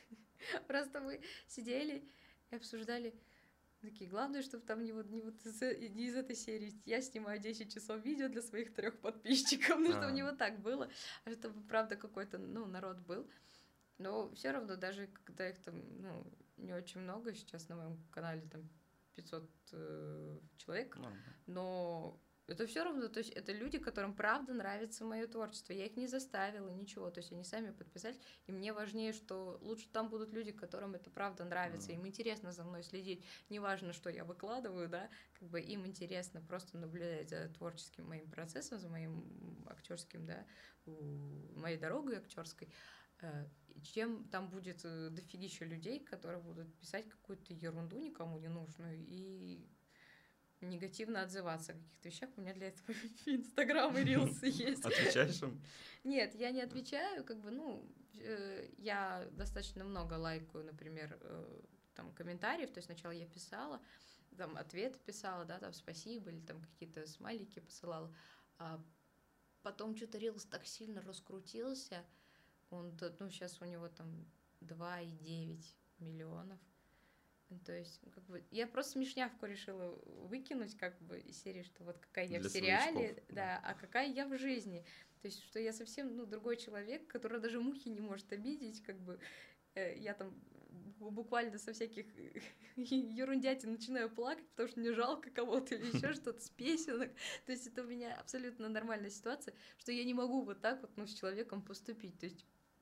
Просто мы сидели и обсуждали. Такие, главное, чтобы там не вот, не вот из, э- не из этой серии. Я снимаю десять часов видео для своих трех подписчиков, ну, чтобы не А. вот так было, а чтобы, правда, какой-то, ну, народ был. Но все равно, даже когда их там, ну, не очень много, сейчас на моем канале там пятьсот э, человек, Нормально. но это все равно, то есть это люди, которым правда нравится мое творчество. Я их не заставила, ничего, то есть они сами подписались, и мне важнее, что лучше там будут люди, которым это правда нравится, Мгм. им интересно за мной следить, неважно, что я выкладываю, да, как бы им интересно просто наблюдать за творческим моим процессом, за моим актерским, да, у- моей дорогой актерской, э, и чем там будет э, дофигища людей, которые будут писать какую-то ерунду никому не нужную и негативно отзываться о каких-то вещах. У меня для этого Инстаграм и Рилсы есть. Отвечаешь им? Нет, я не отвечаю, как бы, ну, э, я достаточно много лайкаю, например, э, там, комментариев, то есть сначала я писала, там, ответы писала, да, там, спасибо, или там какие-то смайлики посылала, а потом что-то Рилс так сильно раскрутился, он, д- ну, сейчас у него там два и девять миллионов. Ну, то есть, как бы, я просто смешнявку решила выкинуть, как бы, из серии, что вот какая я Для в сериале, своячков, да, да. а какая я в жизни. То есть, что я совсем, ну, другой человек, который даже мухи не может обидеть, как бы, э, я там бу- буквально со всяких ерундятин начинаю плакать, потому что мне жалко кого-то или еще что-то с песенок. То есть, это у меня абсолютно нормальная ситуация, что я не могу вот так вот, ну, с человеком поступить. То есть,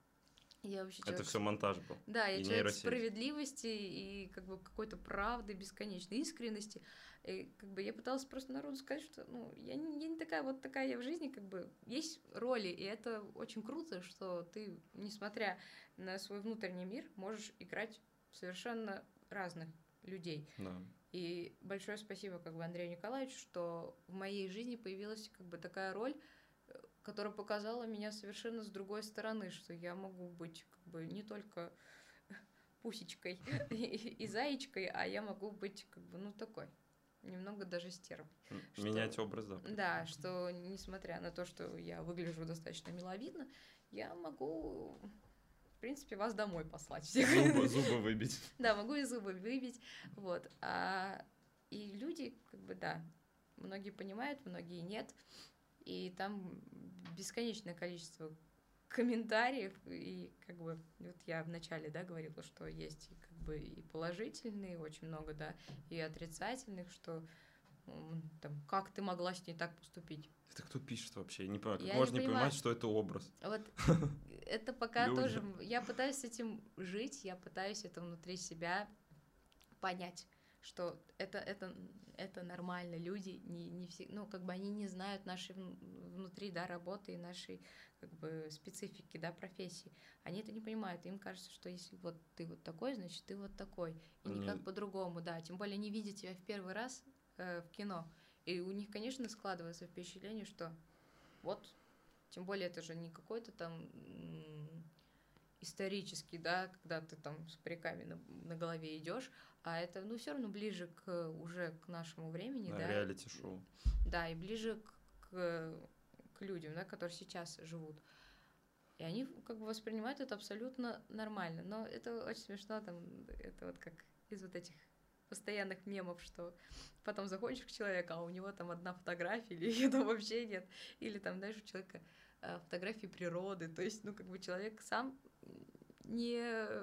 я вообще Это человек все монтаж был. да, я И человек нейросеть. справедливости и как бы какой-то правды, бесконечной искренности. И как бы я пыталась просто народу сказать, что ну, я не, я не такая вот такая я в жизни, как бы есть роли, и это очень круто, что ты, несмотря на свой внутренний мир, можешь играть в совершенно разных людей. Да. И большое спасибо как бы Андрею Николаевичу, что в моей жизни появилась как бы такая роль, э, которая показала меня совершенно с другой стороны, что я могу быть как бы не только пусечкой и, и заячкой, а я могу быть как бы, ну, такой, немного даже стервой. Менять что, образ, да. Да, что несмотря на то, что я выгляжу достаточно миловидно, я могу, в принципе, вас домой послать всех. Зубы, зубы выбить. Да, могу и зубы выбить, вот. А, и люди, как бы, да, многие понимают, многие нет, и там бесконечное количество комментариев, и как бы, вот я вначале, да, говорила, что есть как бы и положительные, очень много, да, и отрицательных, что там, как ты могла с ней так поступить? Это кто пишет вообще? Я не понимаю, как Я можно не не понимать, что это образ? Вот это пока Люди. тоже... Я пытаюсь с этим жить, я пытаюсь это внутри себя понять, что это, это, это нормально. Люди не, не все... Ну, как бы они не знают нашей внутри, да, работы и нашей, как бы, специфики, да, профессии. Они это не понимают. Им кажется, что если вот ты вот такой, значит, ты вот такой. И Они- никак по-другому, да. Тем более они видят тебя в первый раз э, в кино. И у них, конечно, складывается впечатление, что вот, тем более это же не какой-то там м, исторический, да, когда ты там с париками на, на голове идешь, а это, ну, все равно ближе к уже к нашему времени, Да, да. реалити-шоу. Да, и ближе к, к, к людям, да, которые сейчас живут. И они как бы воспринимают это абсолютно нормально. Но это очень смешно, там, это вот как из вот этих постоянных мемов, что потом заходишь к человеку, а у него там одна фотография, или ее там вообще нет, или там, знаешь, у человека э, фотографии природы, то есть, ну, как бы человек сам не,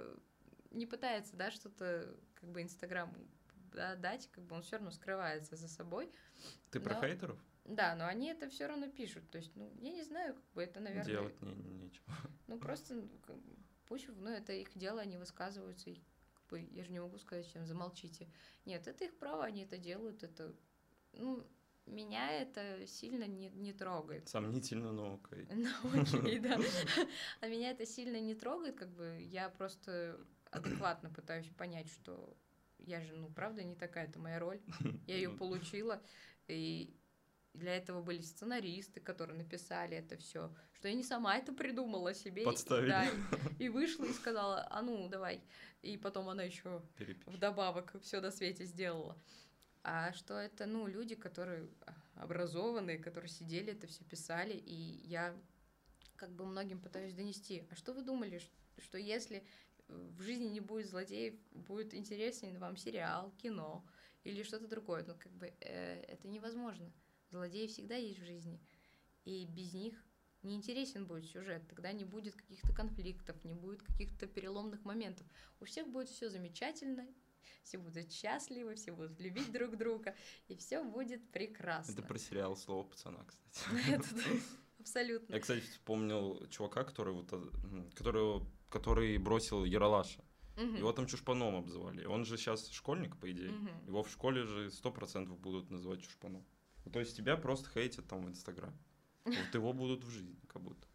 не пытается, да, что-то, как бы, Инстаграм, да, дать, как бы он все равно скрывается за собой. Ты про Но- хейтеров? Да, но они это все равно пишут, то есть, ну, я не знаю, как бы это, наверное, Делать не, не- нечего. ну, просто, ну, как бы, пусть, ну, это их дело, они высказываются, и, как бы, я же не могу сказать, чем замолчите. Нет, это их право, они это делают, это, ну, меня это сильно не, не трогает. Сомнительно, но окей. Ну, окей, да. А меня это сильно не трогает, как бы, я просто адекватно пытаюсь понять, что я же, ну, правда, не такая, это моя роль, я ее получила, и для этого были сценаристы, которые написали это все, что я не сама это придумала себе. Подставили. Да, и, и вышла и сказала, а ну, давай. И потом она еще Перепись. вдобавок все на свете сделала. А что это, ну, люди, которые образованные, которые сидели, это все писали, и я как бы многим пытаюсь донести. А что вы думали, ш- что если в жизни не будет злодеев, будет интереснее вам сериал, кино или что-то другое? Ну, как бы э, это невозможно. Злодеи всегда есть в жизни, и без них не интересен будет сюжет, тогда не будет каких-то конфликтов, не будет каких-то переломных моментов. У всех будет все замечательно, все будут счастливы, все будут любить друг друга, и все будет прекрасно. Это про сериал «Слово пацана», кстати. Это да, абсолютно. Я, кстати, вспомнил чувака, который, вот, м, который, который бросил Ералаша. Мгм. Его там чушпаном обзывали. Он же сейчас школьник, по идее. Мгм. Его в школе же сто процентов будут называть чушпаном. Ну, то есть тебя просто хейтят там в Инстаграм. Вот его будут в жизни как будто.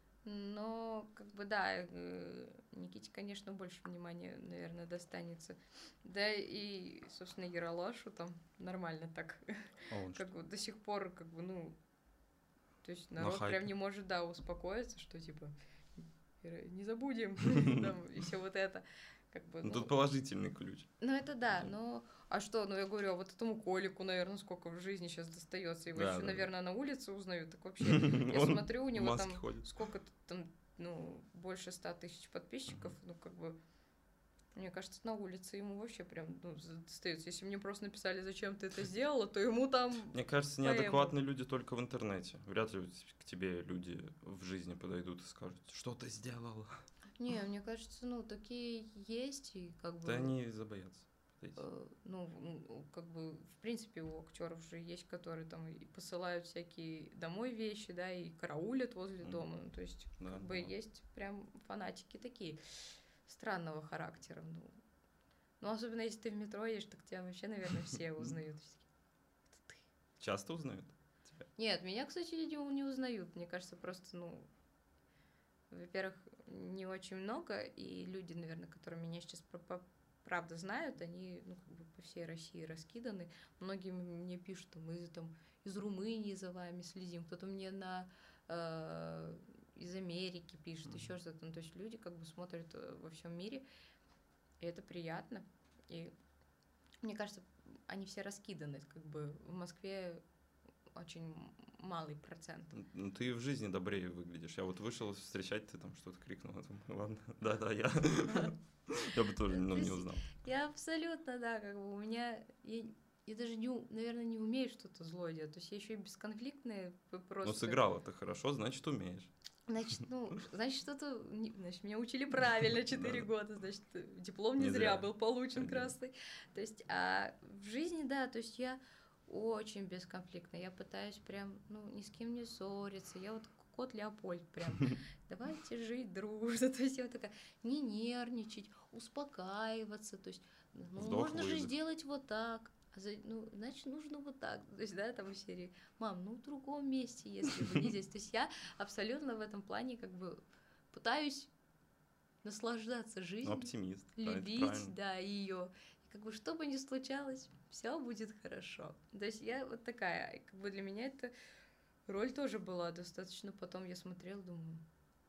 Но, как бы, да, э, Никите, конечно, больше внимания, наверное, достанется. Да и, собственно, Ералашу там нормально так. А он Как что? бы до сих пор, как бы, ну, то есть На народ прям хайпе. не может, да, успокоиться, что, типа, «Ира, не забудем, там, и все вот это. Как бы, Ну, ну, тут положительный ключ. ну, это да, но... А что, ну, я говорю, а вот этому Колику, наверное, сколько в жизни сейчас достается. Его Да, еще, да, да. наверное, на улице узнают. Так вообще, я Он смотрю, у в него маске там ходит. сколько-то там, ну, больше ста тысяч подписчиков. Ну, как бы, мне кажется, на улице ему вообще прям, ну, достается. Если мне просто написали, зачем ты это сделала, то ему там... Мне кажется, поэму. неадекватные люди только в интернете. Вряд ли к тебе люди в жизни подойдут и скажут, что ты сделала. Не, мне кажется, ну, такие есть, и как бы... Да они забоятся. подойти. э, ну, м, как бы, в принципе, у актеров же есть, которые там и посылают всякие домой вещи, да, и караулят возле Мгм. дома. Ну, то есть, Да, как да. бы, есть прям фанатики такие, странного характера. Ну, ну, особенно если ты в метро едешь, так тебя вообще, наверное, все узнают. Все такие, это ты. Часто узнают тебя? Нет, меня, кстати, люди не узнают. Мне кажется, просто, ну, во-первых, не очень много, и люди, наверное, которые меня сейчас про- по- правда знают, они, ну, как бы по всей России раскиданы. Многие мне пишут, там, мы там из Румынии за вами следим, кто-то мне на э, из Америки пишет, Мгм. еще что-то. Ну, то есть люди как бы смотрят э, во всем мире. И это приятно. И мне кажется, они все раскиданы. Как бы в Москве очень малый процент. Ну, ты в жизни добрее выглядишь. Я вот вышел встречать, ты там что-то крикнул. Ладно, да-да, я. Я бы тоже ну, не узнал. Я абсолютно, да, как бы у меня... Я, я даже, не, наверное, не умею что-то злое делать. То есть я еще и бесконфликтная просто... Ну, сыграла ты хорошо, значит, умеешь. Значит, ну, значит, что-то... Значит, меня учили правильно четыре года, значит, диплом не, Не зря зря. был получен Один. красный. То есть, а в жизни, да, то есть я очень бесконфликтная. Я пытаюсь прям, ну, ни с кем не ссориться. Я вот кот Леопольд прям. Давайте жить дружно. То есть я вот такая, не нервничать, успокаиваться. То есть, ну, Вдох, можно же выдох. сделать вот так. А за- Ну, значит, нужно вот так. То есть, да, там в серии, мам, ну, в другом месте, если бы не здесь. То есть я абсолютно в этом плане как бы пытаюсь наслаждаться Ну, жизнью, оптимист. Да, это любить, правильно. да, ее. И как бы что бы ни случалось, все будет хорошо. То есть я вот такая, и как бы для меня эта роль тоже была достаточно. Потом я смотрела, думаю,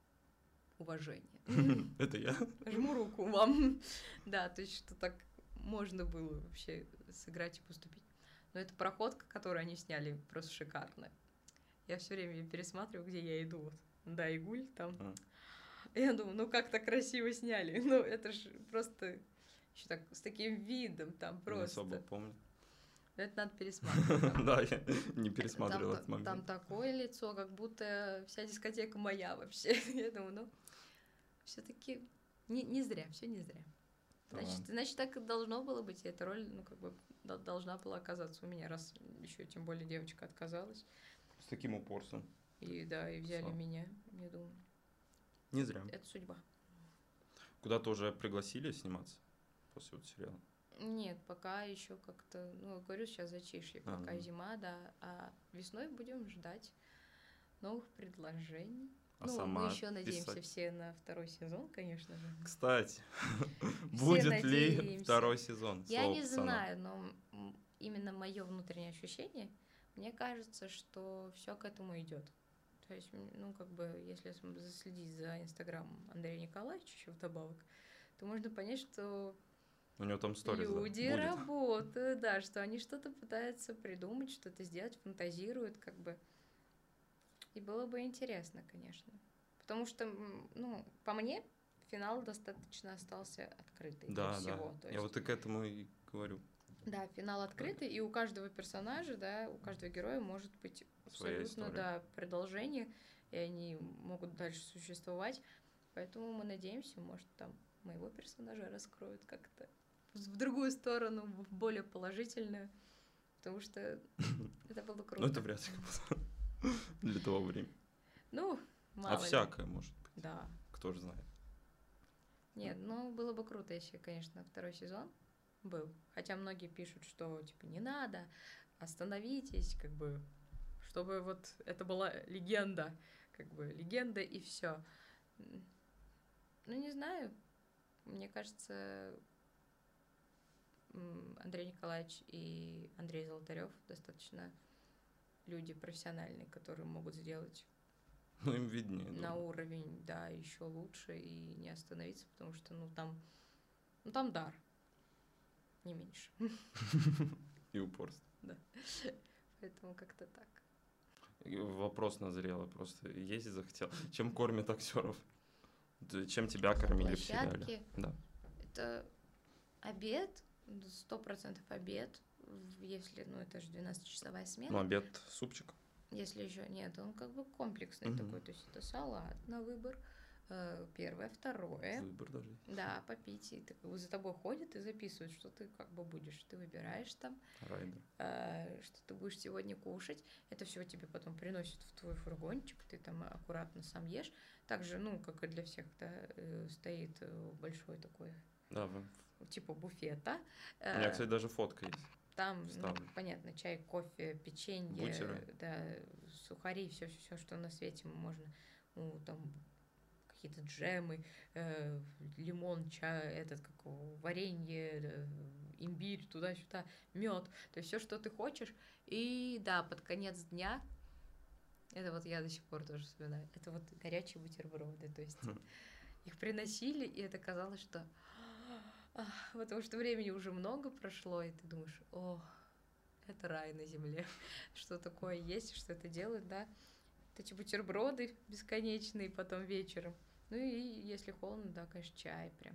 уважение. Это я? Жму руку вам. Да, то есть что так можно было вообще сыграть и поступить. Но эта проходка, которую они сняли, просто шикарная. Я все время её пересматриваю, где я иду. Вот. Да, Игуль там. А. Я думаю, ну как так красиво сняли. Ну это ж просто еще так с таким видом там Не просто. особо помню. Это надо пересматривать. Да, я не пересматривал Там, этот момент. там такое лицо, как будто вся дискотека моя вообще. Я думаю, ну, все-таки не, не зря, все не зря. Значит, Талант. значит, так и должно было быть. И эта роль, ну, как бы до- должна была оказаться у меня, раз еще тем более девочка отказалась. С таким упорством. И да, и взяли Слава. меня. Я думаю, Не зря. это судьба. Куда-то уже пригласили сниматься после вот сериала? Нет, пока еще как-то, ну, говорю, сейчас зачишье, А, пока ну. зима, да. А весной будем ждать новых предложений. А Ну, сама мы еще надеемся писать? все на второй сезон, конечно же. Кстати, будет ли надеемся. второй сезон? Я Слово не пацана. знаю, но м, именно мое внутреннее ощущение, мне кажется, что все к этому идет. То есть, м, ну, как бы, если см- заследить за инстаграмом Андрея Николаевича еще вдобавок, то можно понять, что У него там сторис, да, люди будет. работают, да, что они что-то пытаются придумать, что-то сделать, фантазируют, как бы. И было бы интересно, конечно. Потому что, м, ну, по мне, финал достаточно остался открытый для Да, да. всего. То Я есть, вот и к этому и говорю. да, финал открытый, и у каждого персонажа, да, у каждого героя может быть Своя абсолютно, история. да, продолжение, и они могут дальше существовать. Поэтому мы надеемся, может, там моего персонажа раскроют как-то в другую сторону, в более положительную, потому что это было круто. Ну, это вряд ли было для того времени. Ну, мало А ли. всякое может быть. Да. Кто же знает. Нет, ну было бы круто, если, конечно, второй сезон был. Хотя многие пишут, что типа не надо, остановитесь, как бы, чтобы вот это была легенда, как бы легенда и все. Ну не знаю, мне кажется, м, Андрей Николаевич и Андрей Золотарев достаточно люди профессиональные, которые могут сделать Ну, им виднее. на думаю. уровень, да, еще лучше и не остановиться, потому что, ну, там, ну, там дар, не меньше. И упорство. Поэтому как-то так. И вопрос назрел, я просто есть захотел. Чем кормят актеров? Чем тебя кормили в сериале? Площадки. Да. Это обед, сто процентов обед, в- если, ну, это же двенадцатичасовая смена. Ну, обед, супчик. Если еще нет, он как бы комплексный Мгм. такой, то есть это салат на выбор, э, первое, второе. Выбор даже. есть. Да, попить. И ты, как бы, за тобой ходят и записывают, что ты как бы будешь. Ты выбираешь там, Райдер. э, что ты будешь сегодня кушать. Это все тебе потом приносят в твой фургончик, ты там аккуратно сам ешь. Также, ну, как и для всех, да, э, стоит э, большой такой, Да, в- типа буфета. у меня, Э, кстати, даже фотка есть. Там, ну, вставлю. понятно, чай, кофе, печенье, Бутеры. да, сухари, все, все, что на свете можно, ну, там какие-то джемы, э, лимон, чай, этот как его, варенье, э, имбирь, туда-сюда, мед, то есть все, что ты хочешь. И да, под конец дня, это вот я до сих пор тоже вспоминаю, это вот горячие бутерброды, то есть Хм. их приносили, и это казалось, что Ах, потому что времени уже много прошло, и ты думаешь, о, это рай на земле, что такое есть, что это делают, да. Вот эти бутерброды бесконечные потом вечером. Ну и если холодно, да, конечно, чай прям,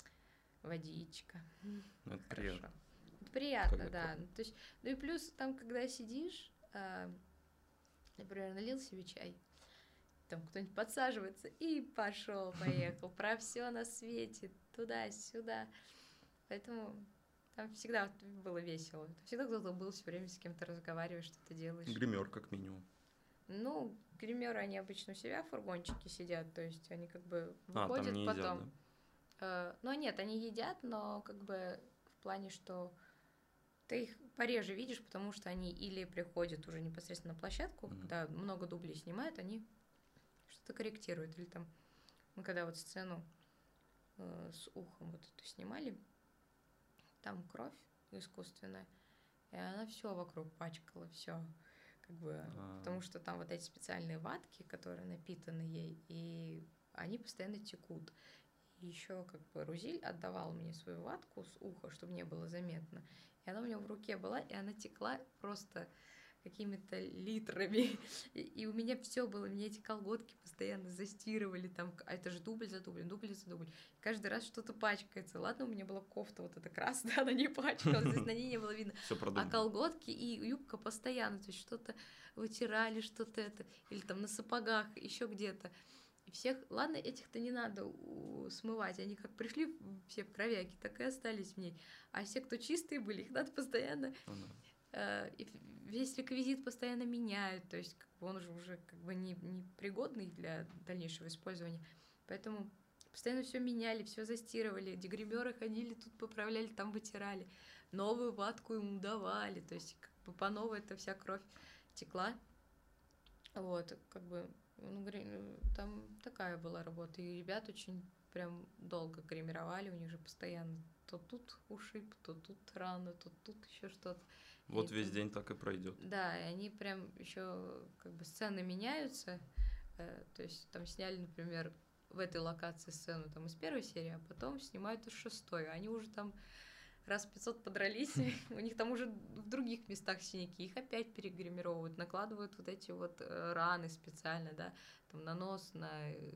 водичка. Ну, это Хорошо. приятно. Это приятно, Когда да. как. Ну, то есть, ну и плюс там, когда сидишь, а, например, налил себе чай, там кто-нибудь подсаживается и пошел, поехал, про все на свете, туда-сюда. Поэтому там всегда вот было весело. Всегда кто-то был, все время с кем-то разговариваешь, что ты делаешь. Гример, как минимум. Ну, гримеры, они обычно у себя в фургончике сидят, то есть они как бы А, там выходят не потом. едят, Э, ну, нет, они едят, но как бы в плане, что ты их пореже видишь, потому что они или приходят уже непосредственно на площадку, Мгм. когда много дублей снимают, они что-то корректируют. Или там, мы когда вот сцену э, с ухом вот эту снимали, там кровь искусственная, и она все вокруг пачкала, все. Как бы, А. потому что там вот эти специальные ватки, которые напитаны ей, и они постоянно текут. И еще как бы Рузиль отдавал мне свою ватку с уха, чтобы не было заметно. И она у меня в руке была, и она текла просто какими-то литрами. И, и у меня все было, мне эти колготки постоянно застирывали, там, а это же дубль за дублем, дубль за дубль. Каждый раз что-то пачкается. Ладно, у меня была кофта вот эта красная, она не пачкалась, то есть на ней не было видно. Все А продумано. колготки и юбка постоянно, то есть что-то вытирали, что-то это, или там на сапогах, еще где-то. И всех, ладно, этих-то не надо у- смывать, они как пришли все в кровяки, так и остались в ней. А все, кто чистые были, их надо постоянно, Ну да. э, и весь реквизит постоянно меняют, то есть как бы он же уже как бы не, не пригодный для дальнейшего использования. Поэтому постоянно все меняли, все застирывали, дегримеры ходили, тут поправляли, там вытирали, новую ватку ему давали, то есть как бы по новой эта вся кровь текла. Вот, как бы, ну, гри- ну, там такая была работа. И ребят очень прям долго гримировали, у них же постоянно то тут ушиб, то тут рана, то тут еще что-то. И Вот они весь там- день так и пройдет. Да, и они прям еще как бы сцены меняются. э, То есть там сняли, например, в этой локации сцену там из первой серии, а потом снимают из шестой. а Они уже там раз пятьсот подрались, у них там уже в других местах синяки, их опять перегримировывают, накладывают вот эти вот э, раны специально, да, там на нос, на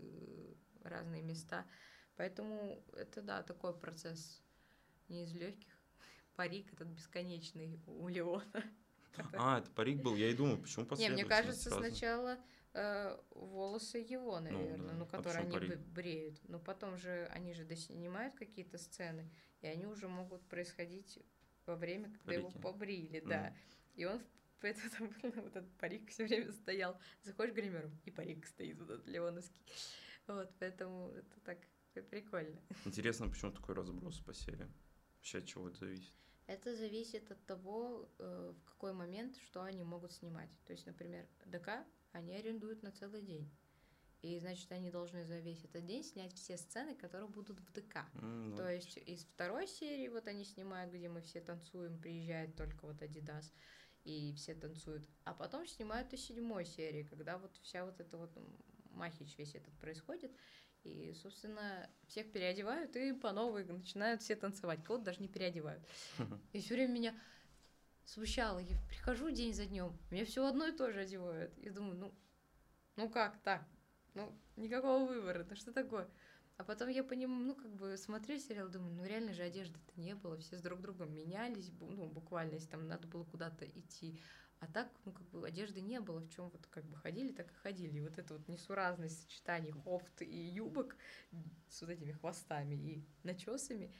э, разные места. Поэтому это, да, такой процесс не из легких. Парик этот бесконечный у Леона. А, это парик был. Я и думаю, почему Не, мне последовательность кажется, разная? сначала э, волосы его, наверное, да. ну, А которые почему они парик? б- бреют. Но потом же они же доснимают какие-то сцены, и они уже могут происходить во время, когда его Парики. побрили, Ну. да. И он в- это там был вот этот парик все время стоял. Заходишь к гримеру, и парик стоит вот этот леоновский. Вот, поэтому это так прикольно. Интересно, почему такой разброс по сериям? Вообще от чего это зависит? Это зависит от того, э, в какой момент что они могут снимать. То есть, например, ДК они арендуют на целый день. И, значит, они должны за весь этот день снять все сцены, которые будут в ДК. М, То ну, есть из второй серии вот они снимают, где мы все танцуем, приезжает только вот Адидас, и все танцуют. А потом снимают из седьмой серии, когда вот вся вот эта вот м, махич весь этот происходит. И, собственно, всех переодевают и по новой начинают все танцевать. Кого-то даже не переодевают. И все время меня смущало. Я прихожу день за днем, меня все одно и то же одевают. И думаю, ну, ну как так? Ну, никакого выбора, ну что такое? А потом я понимаю, ну, как бы смотрю сериал, думаю, ну, реально же одежды-то не было, все с друг другом менялись, бу- ну, буквально, если там надо было куда-то идти. А так, ну, как бы одежды не было, в чем вот как бы ходили, так и ходили. И вот это вот несуразность сочетаний кофт и юбок с вот этими хвостами и начесами,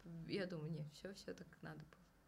я думаю, нет, все, все так надо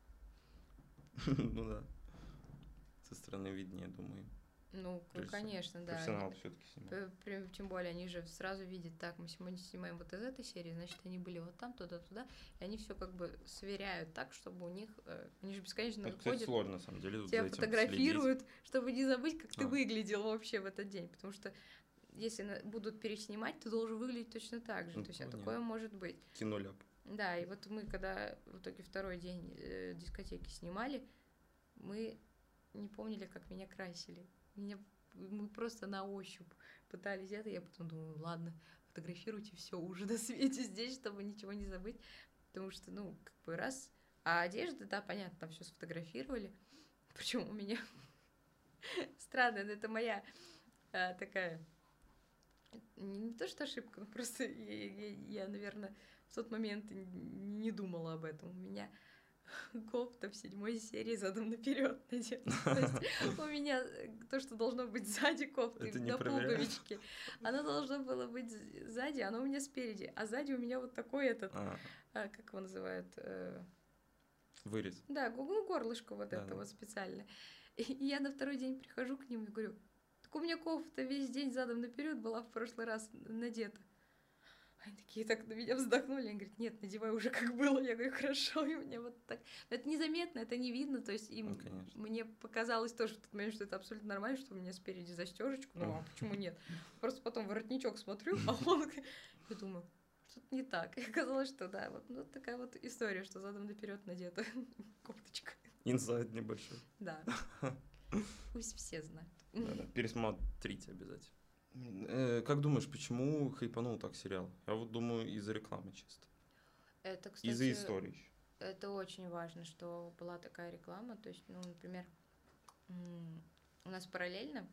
было. Ну да. Со стороны виднее, думаю. Ну, Прежде всего, конечно, да. Профессионал они- все-таки снимает. П- прям, тем более, они же сразу видят, так, мы сегодня снимаем вот из этой серии, значит, они были вот там, туда-туда, и они все как бы сверяют так, чтобы у них, э, они же бесконечно Ну, кстати, выходят, сложно, на самом деле, тут за тебя этим фотографируют, чтобы не забыть, как ты А. выглядел вообще в этот день, потому что если на- будут переснимать, ты должен выглядеть точно так же, Ну, то есть, а понятно. такое может быть. следить. Киноляп. Да, и вот мы, когда в итоге второй день э, дискотеки снимали, мы не помнили, как меня красили. Меня, мы просто на ощупь пытались это, я потом думаю, ладно, фотографируйте все уже на свете здесь, чтобы ничего не забыть. потому что, ну, как бы раз... А одежда, да, понятно, там все сфотографировали. Причем у меня странно, но это моя а, такая... Не то, что ошибка, но просто я, я, я, наверное, в тот момент не думала об этом. У меня кофта в седьмой серии задом наперед надета. То есть у меня то, что должно быть сзади кофты на пуговичке, оно должно было быть сзади, оно у меня спереди. А сзади у меня вот такой этот, а. А, как его называют? Вырез. Да, ну, горлышко вот да, это да. вот специальное. И я на второй день прихожу к ним и говорю, так у меня кофта весь день задом наперед была в прошлый раз надета. Они такие так на меня вздохнули, они говорят, нет, надевай уже как было. Я говорю, хорошо, и мне вот так. Это незаметно, это не видно, то есть им, ну, мне показалось тоже в тот момент, что это абсолютно нормально, что у меня спереди застежечку, ну а почему нет? Просто потом воротничок смотрю, а он, я думаю, что-то не так. И оказалось, что да, вот ну, такая вот история, что задом наперед надета кофточка. Инсайд небольшой. Да. Пусть все знают. Да-да, пересмотрите обязательно. Как думаешь, почему хайпанул так сериал? Я вот думаю, из-за рекламы чисто. Это, кстати, из-за истории еще. Это очень важно, что была такая реклама. То есть, ну, например, у нас параллельно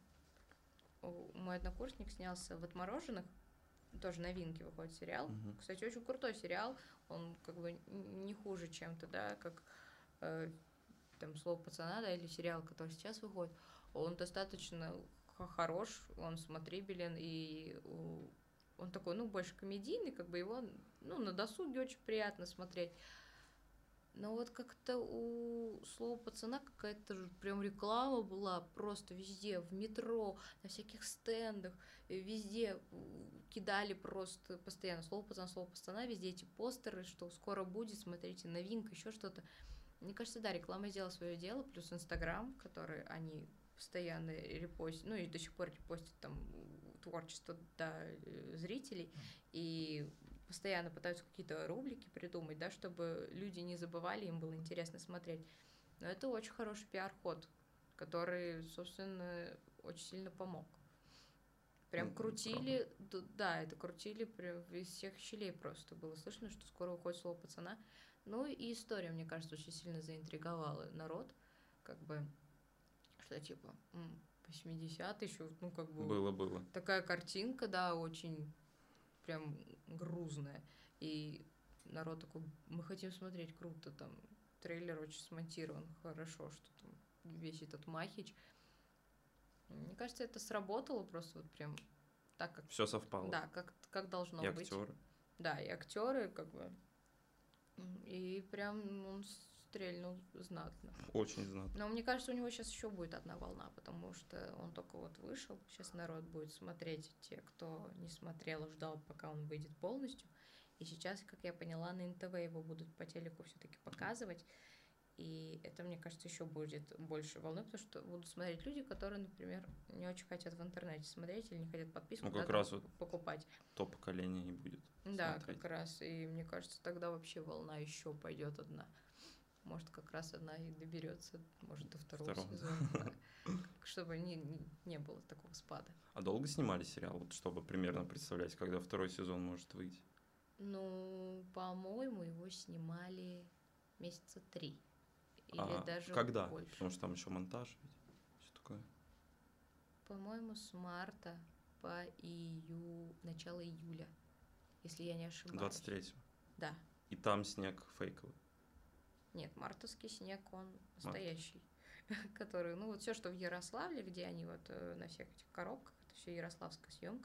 мой однокурсник снялся в «Отмороженных». Тоже новинки выходит сериал. Угу. Кстати, очень крутой сериал. Он как бы не хуже чем-то, да, как э, там «Слово пацана», да, или сериал, который сейчас выходит. Он достаточно хорош, он смотрибелен, и он такой, ну, больше комедийный, как бы его, ну, на досуге очень приятно смотреть. Но вот как-то у «Слова пацана» какая-то же прям реклама была просто везде, в метро, на всяких стендах, везде кидали просто постоянно «Слово пацана», «Слово пацана», везде эти постеры, что скоро будет, смотрите, новинка, еще что-то. Мне кажется, да, реклама сделала свое дело, плюс Инстаграм, который они постоянно репостят, ну и до сих пор репостят там творчество, да, зрителей, и постоянно пытаются какие-то рубрики придумать, да, чтобы люди не забывали, им было интересно смотреть. Но это очень хороший пиар-ход, который, собственно, очень сильно помог. Прям это крутили, правда. Да, это крутили прям из всех щелей просто. Было слышно, что скоро уходит «Слово пацана». Ну и история, мне кажется, очень сильно заинтриговала народ, как бы, что типа восьмидесятые еще, ну как бы... Было-было. Такая картинка, да, очень прям грузная. И народ такой, мы хотим смотреть, круто, там, трейлер очень смонтирован, хорошо, что там весь этот махич. Мне кажется, это сработало просто вот прям так, как... Все совпало. Да, как, как должно и быть. И актеры. Да, и актеры, как бы... И прям он стрельнул знатно. Очень знатно. Но мне кажется, у него сейчас еще будет одна волна, потому что он только вот вышел. Сейчас народ будет смотреть, те, кто не смотрел, ждал, пока он выйдет полностью. И сейчас, как я поняла, на эн тэ вэ его будут по телеку все-таки показывать. И это, мне кажется, еще будет больше волны, потому что будут смотреть люди, которые, например, не очень хотят в интернете смотреть или не хотят подписку, ну, как раз вот покупать. То поколение не будет. Да, смотреть. Как раз. И мне кажется, тогда вообще волна еще пойдет одна. Может, как раз одна и доберется, может, до второго, второго. сезона. Да. Чтобы не, не, не было такого спада. А долго снимали сериал, вот, чтобы примерно представлять, когда второй сезон может выйти? Ну, по-моему, его снимали месяца три. Или а даже когда? больше. Потому что там еще монтаж, все такое. По-моему, с марта по ию... начало июля, если я не ошибаюсь. двадцать третьего. Да. И там снег фейковый. Нет, мартовский снег, он настоящий. Март. Который, ну, вот все, что в Ярославле, где они вот на всех этих коробках, это все ярославская съемка.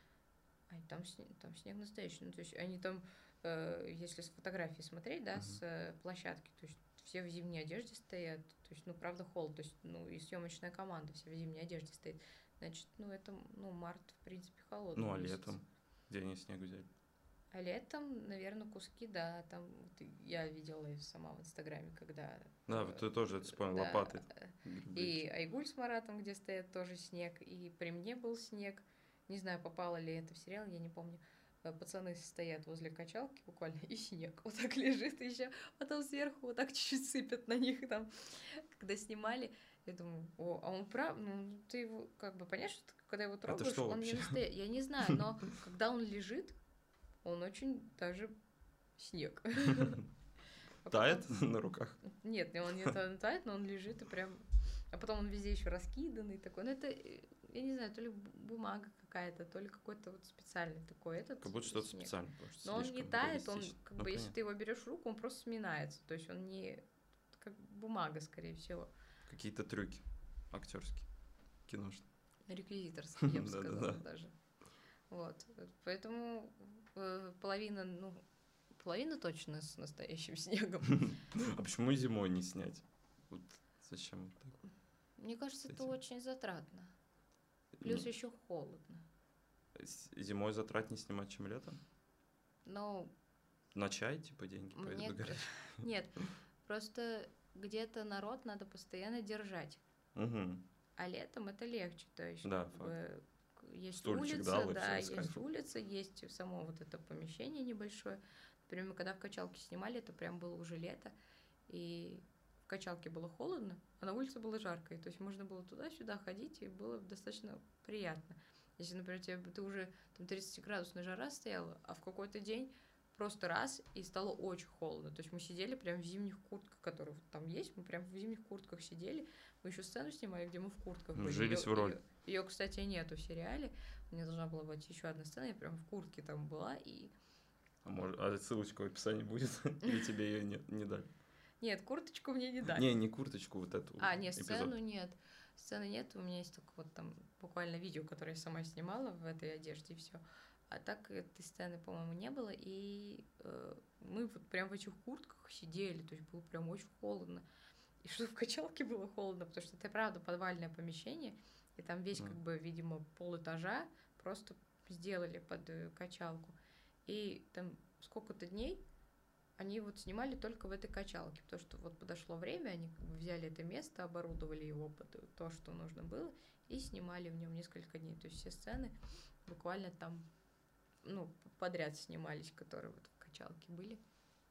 А там снег, там снег настоящий. Ну, то есть они там, э, если с фотографии смотреть, да, uh-huh. с э, площадки, то есть все в зимней одежде стоят. То есть, ну, правда, холод. То есть, ну, и съемочная команда вся в зимней одежде стоит. Значит, ну, это, ну, март, в принципе, холодный Ну, а месяц. летом? Где они снег взяли? А летом, наверное, куски, да, там вот я видела сама в Инстаграме, когда... Да, вот ты тоже это вспомнил, да, лопаты. И Айгуль с Маратом, где стоят, тоже снег, и при мне был снег. Не знаю, попало ли это в сериал, я не помню. Пацаны стоят возле качалки буквально, и снег вот так лежит еще, потом сверху вот так чуть-чуть сыпят на них там, когда снимали. Я думаю, о, а он прав, ну ты его, как бы, понятно, что когда его трогаешь, он не настоящий. Я не знаю, но когда он лежит, он очень даже снег. А Тает потом- на руках? Нет, он не та- тает, но он лежит и прям... А потом он везде еще раскиданный такой. Ну, это, э, я не знаю, то ли бу- бумага какая-то, то ли какой-то вот специальный такой этот Как будто что-то снег. специальное, потому что Но он слишком не тает, он, реалистично. как Ну, бы, если понятно. ты его берешь в руку, он просто сминается. То есть он не... Как бумага, скорее всего. Какие-то трюки актерские, киношные. Реквизиторский, я бы Да-да-да. сказала даже. Вот. Поэтому э, половина, ну, половина точно с настоящим снегом. А почему зимой не снять? Вот зачем вот так? Мне кажется, это Этим. очень затратно. Плюс Не- еще холодно. с- Зимой затратнее снимать, чем летом? Но На чай, типа, деньги мне... пойдут ка- горячие? Нет, просто где-то народ надо постоянно держать. Угу. А летом это легче. То есть, Да, как факт. бы, к- есть Стульчик улица, дал, и да, всё, с есть кайфом. улица, есть само вот это помещение небольшое. Например, мы когда в качалке снимали, это прям было уже лето, и в качалке было холодно, а на улице было жарко. И, то есть можно было туда-сюда ходить, и было достаточно приятно. Если, например, тебе, ты уже там тридцатиградусная жара стояла, а в какой-то день просто раз, и стало очень холодно. То есть мы сидели прям в зимних куртках, которые вот там есть, мы прям в зимних куртках сидели. Мы еще сцену снимали, где мы в куртках были. Вжились Её- в роль. её- Ее, кстати, нету в сериале. У меня должна была быть еще одна сцена, я прям в куртке там была. И... А, может, а ссылочка в описании будет? Или тебе ее не, не дали? Нет, курточку мне не дали. Не, не курточку, вот эту А, нет, эпизод. сцену нет. Сцены нет, у меня есть только вот там буквально видео, которое я сама снимала в этой одежде, и все. А так этой сцены, по-моему, не было. И э, мы вот прям в этих куртках сидели, то есть было прям очень холодно. И что в качалке было холодно, потому что это, правда, подвальное помещение, и там весь, Мгм. как бы, видимо, пол этажа просто сделали под э, качалку. И там сколько-то дней они вот снимали только в этой качалке, потому что вот подошло время, они как бы взяли это место, оборудовали его под то, что нужно было, и снимали в нем несколько дней. То есть все сцены буквально там, ну, подряд снимались, которые вот в качалке были.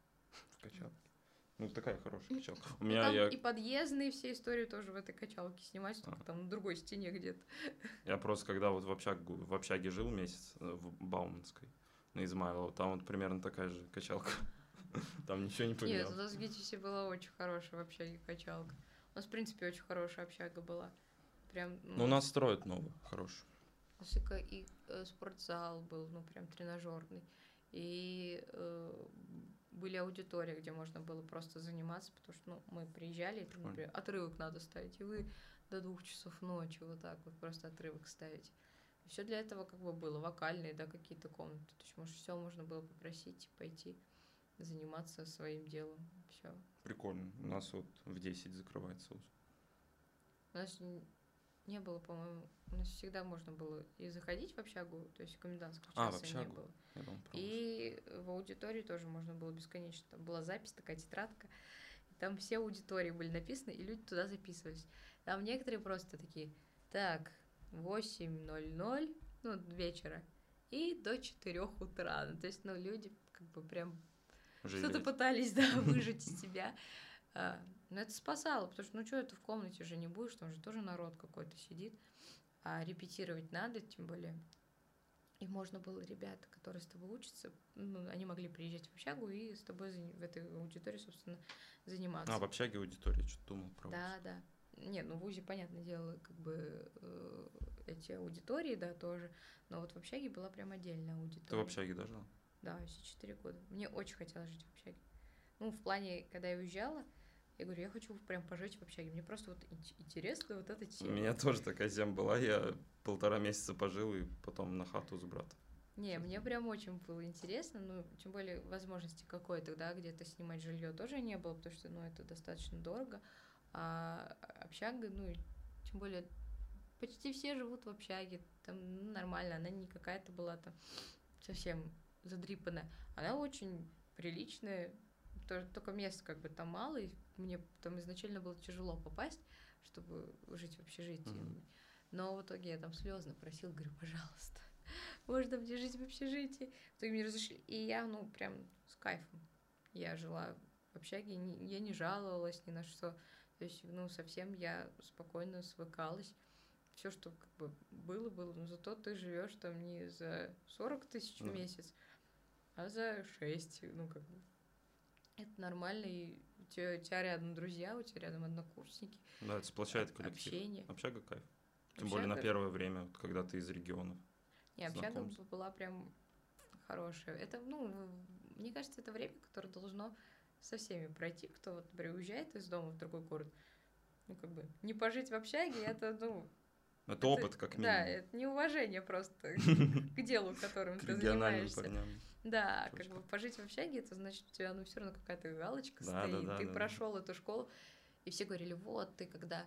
В качалке. Ну, такая хорошая качалка. У И меня там я, и подъездные все истории тоже в этой качалке снимать, только А. там на другой стене где-то. я просто когда вот в, общагу, в общаге жил месяц, э, в Бауманской, на Измайлово, там вот примерно такая же качалка. Там ничего не Нет, у поменялось. нас в ГИТИСе была очень хорошая в общаге качалка. У нас, в принципе, очень хорошая общага была. Прям, Ну, у нас строят новую, хорошую. У нас и, ка- и, э, спортзал был, ну, прям тренажерный. И э, были аудитории, где можно было просто заниматься, потому что, ну, мы приезжали, и там, Прикольно. например, отрывок надо ставить, и вы до двух часов ночи вот так вот просто отрывок ставите. Все для этого как бы было, вокальные, да, какие-то комнаты. То есть, может, все можно было попросить и пойти заниматься своим делом. Все. Прикольно. У нас вот в десять закрывается УЗ. У нас н- не было, по-моему, у нас всегда можно было и заходить в общагу, то есть комендантского А, в часа не общагу. было. Я думал, про УЗ. И в аудитории тоже можно было бесконечно. Там была запись, такая тетрадка. И там все аудитории были написаны, и люди туда записывались. Там некоторые просто такие, так, восемь ноль ноль, ну, вечера, и до четырёх утра. Ну, то есть, ну, люди как бы прям что-то Жили. пытались, да, выжать из себя. А, Но это спасало, потому что, ну, что это в комнате же не будешь, там же тоже народ какой-то сидит. А репетировать надо, тем более. И можно было ребята, которые с тобой учатся, ну, они могли приезжать в общагу и с тобой зани- в этой аудитории, собственно, заниматься. А, в общаге аудитория, что-то думал про УЗ. Да, да. Не, ну в ВУЗе, понятное дело, как бы э, эти аудитории, да, тоже. Но вот в общаге была прям отдельная аудитория. Ты в общаге дожила? Да, все четыре года. Мне очень хотелось жить в общаге. Ну, в плане, когда я уезжала, я говорю, я хочу прям пожить в общаге. Мне просто вот ин- интересно вот эта У тема. меня тоже такая тема была. Я полтора месяца пожил и потом на хату с братом. Не, мне прям очень было интересно, ну, тем более возможности какой-то, да, где-то снимать жилье тоже не было, потому что, ну, это достаточно дорого, а общага, ну, и тем более почти все живут в общаге, там, ну, нормально, она не какая-то была там совсем задрипанная, она очень приличная, то- только места как бы там мало, и мне там изначально было тяжело попасть, чтобы жить в общежитии, Мгм. но в итоге я там слезно просила, говорю, пожалуйста, можно мне жить в общежитии. В итоге мне разрешили. И я, ну, прям с кайфом. Я жила в общаге, не- я не жаловалась ни на что. То есть, ну, совсем я спокойно свыкалась. Все, что как бы было, было. Но зато ты живешь там не за сорок тысяч в Да. месяц, а за шесть, ну, как бы, это нормально, и у тебя, у тебя рядом друзья, у тебя рядом однокурсники. Да, это сплочает коллектив. Общение. Общага кайф. Тем Общага... более на первое время, вот, когда ты из регионов. Не, общага была прям хорошая. Это, ну, мне кажется, это время, которое должно со всеми пройти, кто вот, например, уезжает из дома в другой город. Ну, как бы, не пожить в общаге, это, ну... Это, это опыт, как минимум. Да, это неуважение просто к делу, которым ты занимаешься. Да, как бы пожить в общаге, это значит, у тебя, ну, все равно какая-то галочка стоит. Ты прошел эту школу, и все говорили, вот, ты когда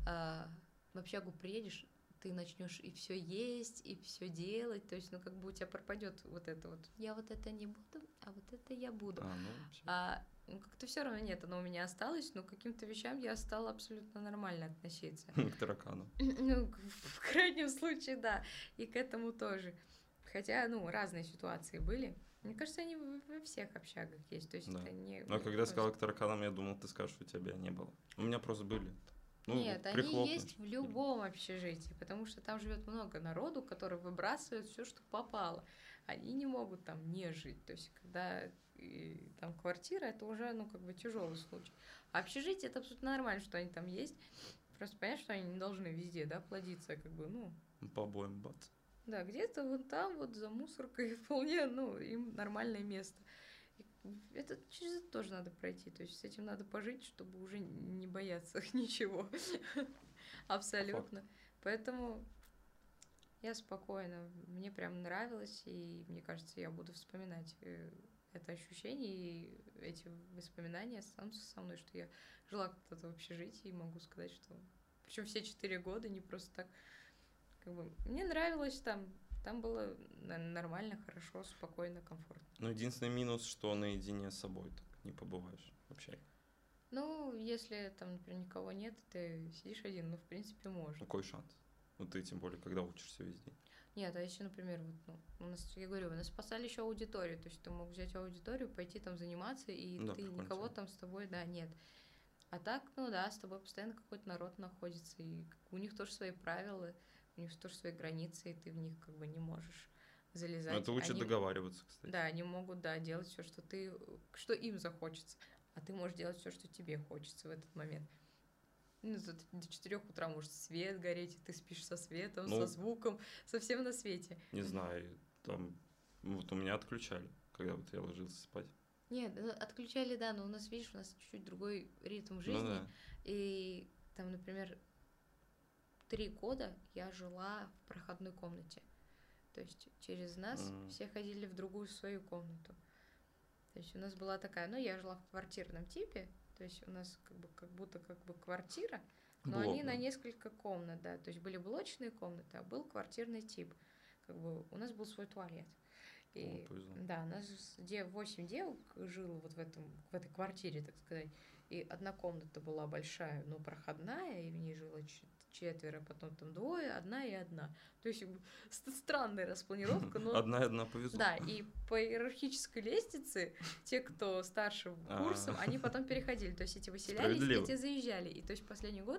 в общагу приедешь, ты начнешь и все есть, и все делать, то есть, ну, как бы у тебя пропадет вот это вот. Я вот это не буду, а вот это я буду. А, ну, а ну, как-то все равно нет, оно у меня осталось, но к каким-то вещам я стала абсолютно нормально относиться. К таракану. Ну, в крайнем случае, да, и к этому тоже. Хотя, ну, разные ситуации были. Мне кажется, они во всех общагах есть, то есть да. это не... Но когда я сказала к тараканам, я думал, ты скажешь, что у тебя не было. У меня просто были. Ну, нет, они есть в любом общежитии, потому что там живет много народу, которые выбрасывают все, что попало. Они не могут там не жить. То есть, когда и, там квартира, это уже, ну, как бы тяжелый случай. А общежитие это абсолютно нормально, что они там есть. Просто понятно, что они не должны везде, да, плодиться, как бы, ну. По обоим бац. Да, где-то вон там, вот за мусоркой, вполне, ну, им нормальное место. Это через это тоже надо пройти, то есть с этим надо пожить, чтобы уже не бояться ничего. Абсолютно. Факт. Поэтому я спокойна, мне прям нравилось, и мне кажется, я буду вспоминать это ощущение и эти воспоминания со мной, что я жила когда-то в общежитии, и могу сказать, что... Причем все четыре года, не просто так. Как бы, мне нравилось там. Там было нормально, хорошо, спокойно, комфортно. Ну, единственный минус, что наедине с собой так не побываешь вообще. Ну, если там, например, никого нет, ты сидишь один, ну, в принципе, можно. Какой шанс? Ну, ты тем более, когда учишься весь день. Нет, а если, например, вот, ну, у нас, я говорю, у нас спасали еще аудиторию, то есть ты мог взять аудиторию, пойти там заниматься, и да, ты никого там с тобой, да, нет. А так, ну да, с тобой постоянно какой-то народ находится, и у них тоже свои правила, у них тоже свои границы, и ты в них как бы не можешь залезать. Но это учит они, договариваться, кстати. Да, они могут, да, делать все, что ты, что им захочется, а ты можешь делать все, что тебе хочется в этот момент. Ну, до четырех утра может свет гореть, и ты спишь со светом, ну, со звуком, со всем на свете. Не знаю, там, вот у меня отключали, когда вот я ложился спать. Нет, отключали, да, но у нас, видишь, у нас чуть-чуть другой ритм жизни, ну, да. И там, например, три года я жила в проходной комнате. То есть через нас mm. все ходили в другую свою комнату. То есть у нас была такая, ну, я жила в квартирном типе, то есть у нас как бы как будто как бы квартира, но Блок, они да. на несколько комнат, да. То есть были блочные комнаты, а был квартирный тип. Как бы у нас был свой туалет. И, О, да, у нас восемь девок жило вот в, этом, в этой квартире, так сказать. И одна комната была большая, но проходная, и в ней жило четверо, потом там двое, одна и одна. То есть странная распланировка, но... Одна и одна повезло. Да, и по иерархической лестнице те, кто старше курсом, они потом переходили. То есть эти выселялись, эти заезжали. И то есть последний год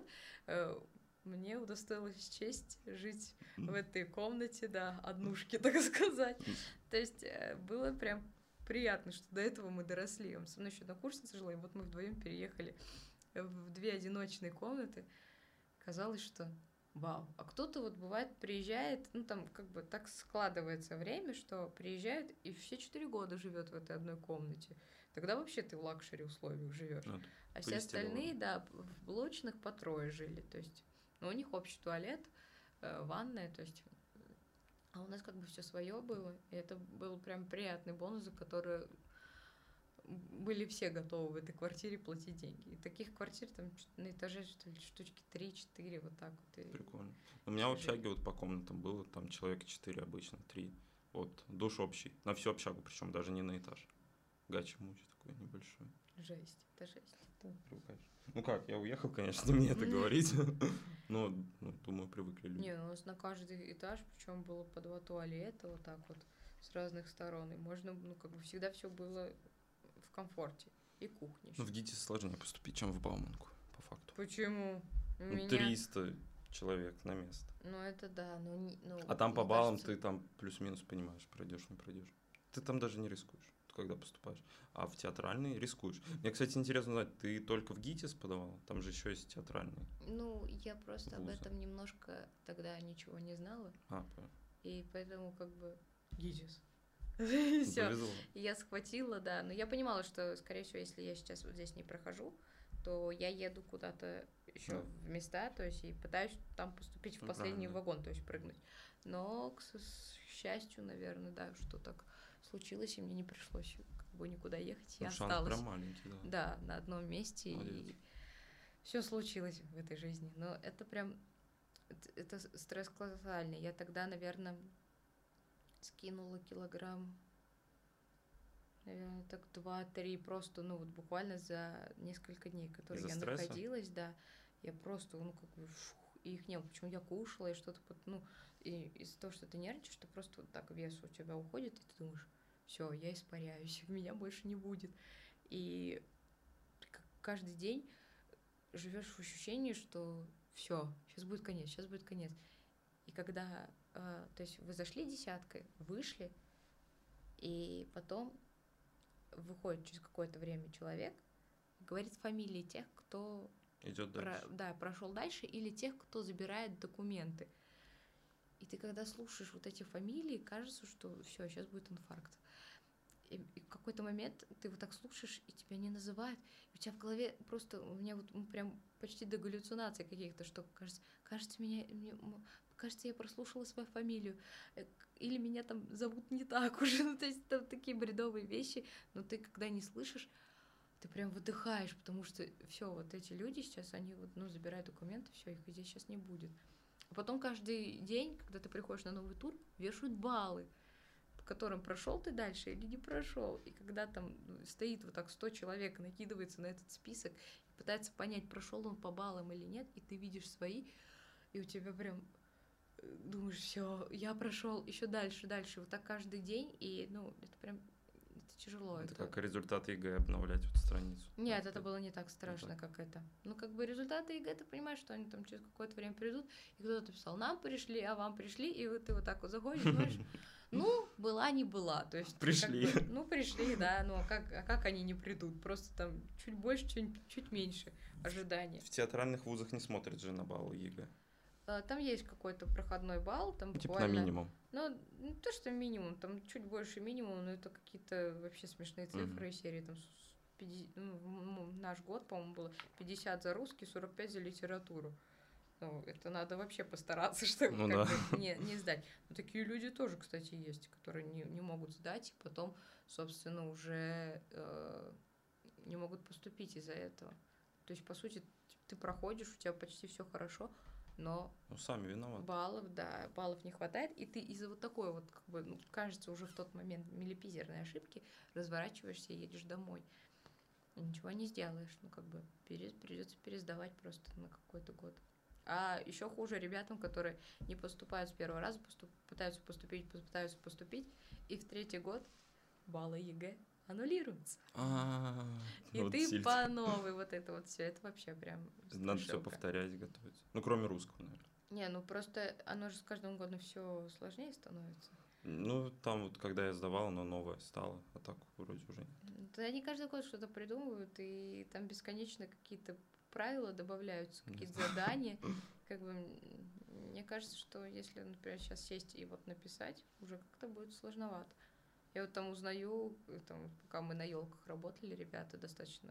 мне удостоилась честь жить в этой комнате, да, однушки, так сказать. То есть было прям приятно, что до этого мы доросли. Со мной еще одна курсница жила, и вот мы вдвоем переехали в две одиночные комнаты. Казалось, что вау. А кто-то вот бывает приезжает, ну там как бы так складывается время, что приезжает и все четыре года живет в этой одной комнате. Тогда вообще ты в лакшери условиях живешь. Ну, а все остальные, да, в блочных по трое жили. То есть, ну, у них общий туалет, э, ванная, то есть. А у нас как бы все свое было. И это был прям приятный бонус, за который были все готовы в этой квартире платить деньги. И таких квартир там на этаже, что ли, штучки три-четыре, вот так вот. И... Прикольно. У меня в общаге вот по комнатам было, там человек четыре обычно, три. Вот, душ общий, на всю общагу, причем даже не на этаж. Гачи-мучи такой небольшой. Жесть, это жесть. Привыкаешь. Ну как, я уехал, конечно, мне это говорить, но, думаю, привыкли люди. Не, у нас на каждый этаж, причем было по два туалета, вот так вот, с разных сторон. И можно, ну, как бы всегда все было в комфорте. И кухня. Ну, в ГИТИС сложнее поступить, чем в Бауманку, по факту. Почему? У ну, меня... триста человек на место. Ну, это да, но... Не, ну, а там по баллам кажется... ты там плюс-минус понимаешь, пройдешь, не пройдешь. ты там даже не рискуешь, когда поступаешь. А в театральный рискуешь. Мне, кстати, интересно знать, ты только в ГИТИС подавал? Там же еще есть театральный. Ну, я просто об Вузы. этом немножко тогда ничего не знала. А, понятно. И поэтому как бы ГИТИС. Ну, Все. повезло. Я схватила, да. Но я понимала, что, скорее всего, если я сейчас вот здесь не прохожу, то я еду куда-то еще Да. в места, то есть и пытаюсь там поступить в Ну, последний правильно. вагон, то есть прыгнуть. Но, к с- счастью, наверное, да, что так случилось, и мне не пришлось как бы никуда ехать. Я Ну, шанс осталась, прям маленький, да. да, на одном месте, Молодец. и все случилось в этой жизни. Но это прям, это, это с- стресс колоссальный. Я тогда, наверное, скинула килограмм, наверное, так два-три просто, ну вот буквально за несколько дней, которые Из-за я стресса? находилась, да, я просто, ну как бы, фух, и их не было. Почему я кушала и что-то, под- ну, и из-за того, что ты нервничаешь, что просто вот так вес у тебя уходит, и ты думаешь, все, я испаряюсь, меня больше не будет. И к- каждый день живешь в ощущении, что все, сейчас будет конец, сейчас будет конец. И когда, э, то есть вы зашли десяткой, вышли, и потом выходит через какое-то время человек, говорит фамилии тех, кто Идет про- дальше. да, прошел дальше, или тех, кто забирает документы. И ты когда слушаешь вот эти фамилии, кажется, что все, сейчас будет инфаркт. И, и в какой-то момент ты вот так слушаешь, и тебя не называют. И у тебя в голове просто, у меня вот ну, прям почти до галлюцинаций каких-то, что кажется, кажется, меня, мне, м, кажется, я прослушала свою фамилию. Э, к- Или меня там зовут не так уже. Ну, то есть там такие бредовые вещи. Но ты когда не слышишь, ты прям выдыхаешь, потому что все, вот эти люди сейчас, они вот, ну, забирают документы, все, их здесь сейчас не будет. А потом каждый день, когда ты приходишь на новый тур, вешают баллы, по которым прошел ты дальше или не прошел. И когда там ну, стоит вот так сто человек, накидывается на этот список и пытается понять, прошел он по баллам или нет, и ты видишь свои, и у тебя прям э, думаешь, все, я прошел еще дальше, дальше, вот так каждый день, и ну, это прям это тяжело. Это Это... как результаты ЕГЭ обновлять вот страницу. Нет, Да, это было не так страшно, так. как это. Ну, как бы результаты ЕГЭ, ты понимаешь, что они там через какое-то время придут, и кто-то писал, нам пришли, а вам пришли, и вот ты вот так вот заходишь, думаешь, ну, была, не была, то есть... Пришли. как бы, ну, пришли, да, ну, а как, а как они не придут? Просто там чуть больше, чуть, чуть меньше ожиданий. В театральных вузах не смотрят же на баллы ЕГЭ. А, Там есть какой-то проходной балл, там Типа буквально... на минимум. Ну, не то, что минимум, там чуть больше минимум, но это какие-то вообще смешные цифры Мгм. из серии, там, с- пятьдесят ну, в- м, наш год, по-моему, было пятьдесят за русский, сорок пять за литературу. Ну, это надо вообще постараться, чтобы Ну как да. бы не, не сдать. Но такие люди тоже, кстати, есть, которые не, не могут сдать, и потом, собственно, уже э, не могут поступить из-за этого. То есть, по сути, ты проходишь, у тебя почти все хорошо, но Ну, сами виноваты. баллов, да, баллов не хватает, и ты из-за вот такой вот, как бы, ну, кажется, уже в тот момент миллипизерной ошибки разворачиваешься и едешь домой. И ничего не сделаешь, ну, как бы, пере- придется пересдавать просто на какой-то год. А еще хуже ребятам, которые не поступают с первого раза, поступ- пытаются поступить, пытаются поступить, и в третий год баллы ЕГЭ аннулируются. А, И вот ты сильно. по новой вот это вот все, это вообще прям Надо все страшилка. повторять, готовить. Ну, кроме русского, наверное. Не, ну просто оно же с каждым годом все сложнее становится. Ну, там вот, когда я сдавал, оно новое стало, а так вроде уже нет. Да они каждый год что-то придумывают, и там бесконечно какие-то правила добавляются, Не какие-то знаю. задания. Как бы м, мне кажется, что если, например, сейчас сесть и вот написать, уже как-то будет сложновато. Я вот там узнаю, э, там, пока мы на елках работали, ребята достаточно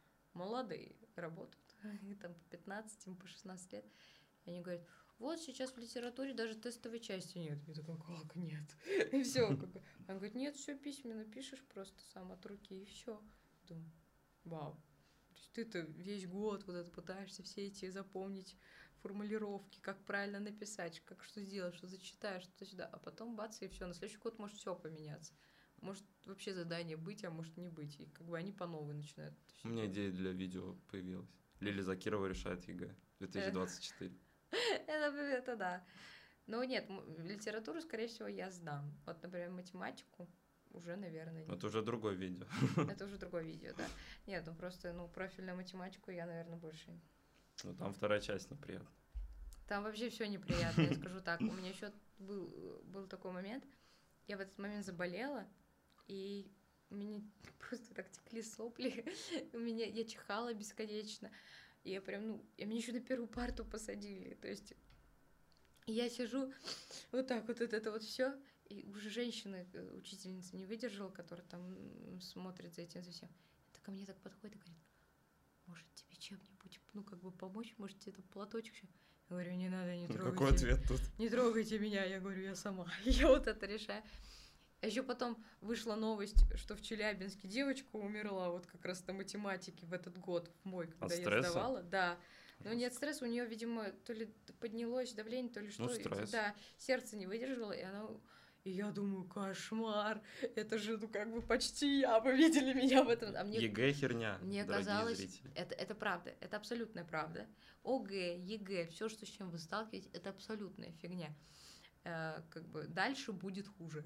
молодые работают, и там по пятнадцать, им по шестнадцать лет. И они говорят, вот сейчас в литературе даже тестовой части нет. Я такая, как нет? И все. Он говорит, нет, все письменно пишешь просто сам от руки, и все. Думаю, вау. То есть ты-то весь год вот это пытаешься все эти запомнить формулировки, как правильно написать, как что сделать, что зачитаешь, что сюда, а потом бац, и все. На следующий год может все поменяться. Может вообще задание быть, а может не быть. И как бы они по новой начинают. это всё У меня делать. идея для видео появилась. Лили Закирова решает ЕГЭ две тысячи двадцать четыре. Это, это да. Но нет, м- литературу, скорее всего, я сдам. Вот, например, математику уже, наверное, нет. Это уже другое видео. Это уже другое видео, да. Нет, ну просто, ну, профильную математику я, наверное, больше... Ну, там вторая часть неприятная. Там вообще все неприятно, я скажу так. У меня еще был, был такой момент, я в этот момент заболела, и у меня просто так текли сопли, у меня, я чихала бесконечно, и я прям, ну, и меня еще на первую парту посадили, то есть я сижу вот так вот, вот это вот все, и уже женщина, учительница не выдержала, которая там смотрит за этим, за всем, это ко мне так подходит и говорит: может, тебе чем-нибудь, ну, как бы помочь, может, тебе там платочек еще? Я говорю: не надо, не трогайте. Какой ответ тут? Не трогайте меня, я говорю, я сама. Я вот это решаю. А еще потом вышла новость, что в Челябинске девочка умерла вот как раз на математике в этот год, в мой, когда от я стресса? сдавала. Да. Но нет стресса, у нее, видимо, то ли поднялось давление, то ли что. Ну, стресс. Да, сердце не выдержало, и она... И я думаю, кошмар, это же, ну, как бы почти я, вы видели меня в этом. А мне, ЕГЭ херня, мне дорогие казалось, зрители. это, это правда, это абсолютная правда. ОГЭ, ЕГЭ, все, что, с чем вы сталкиваетесь, это абсолютная фигня. Э, как бы дальше будет хуже.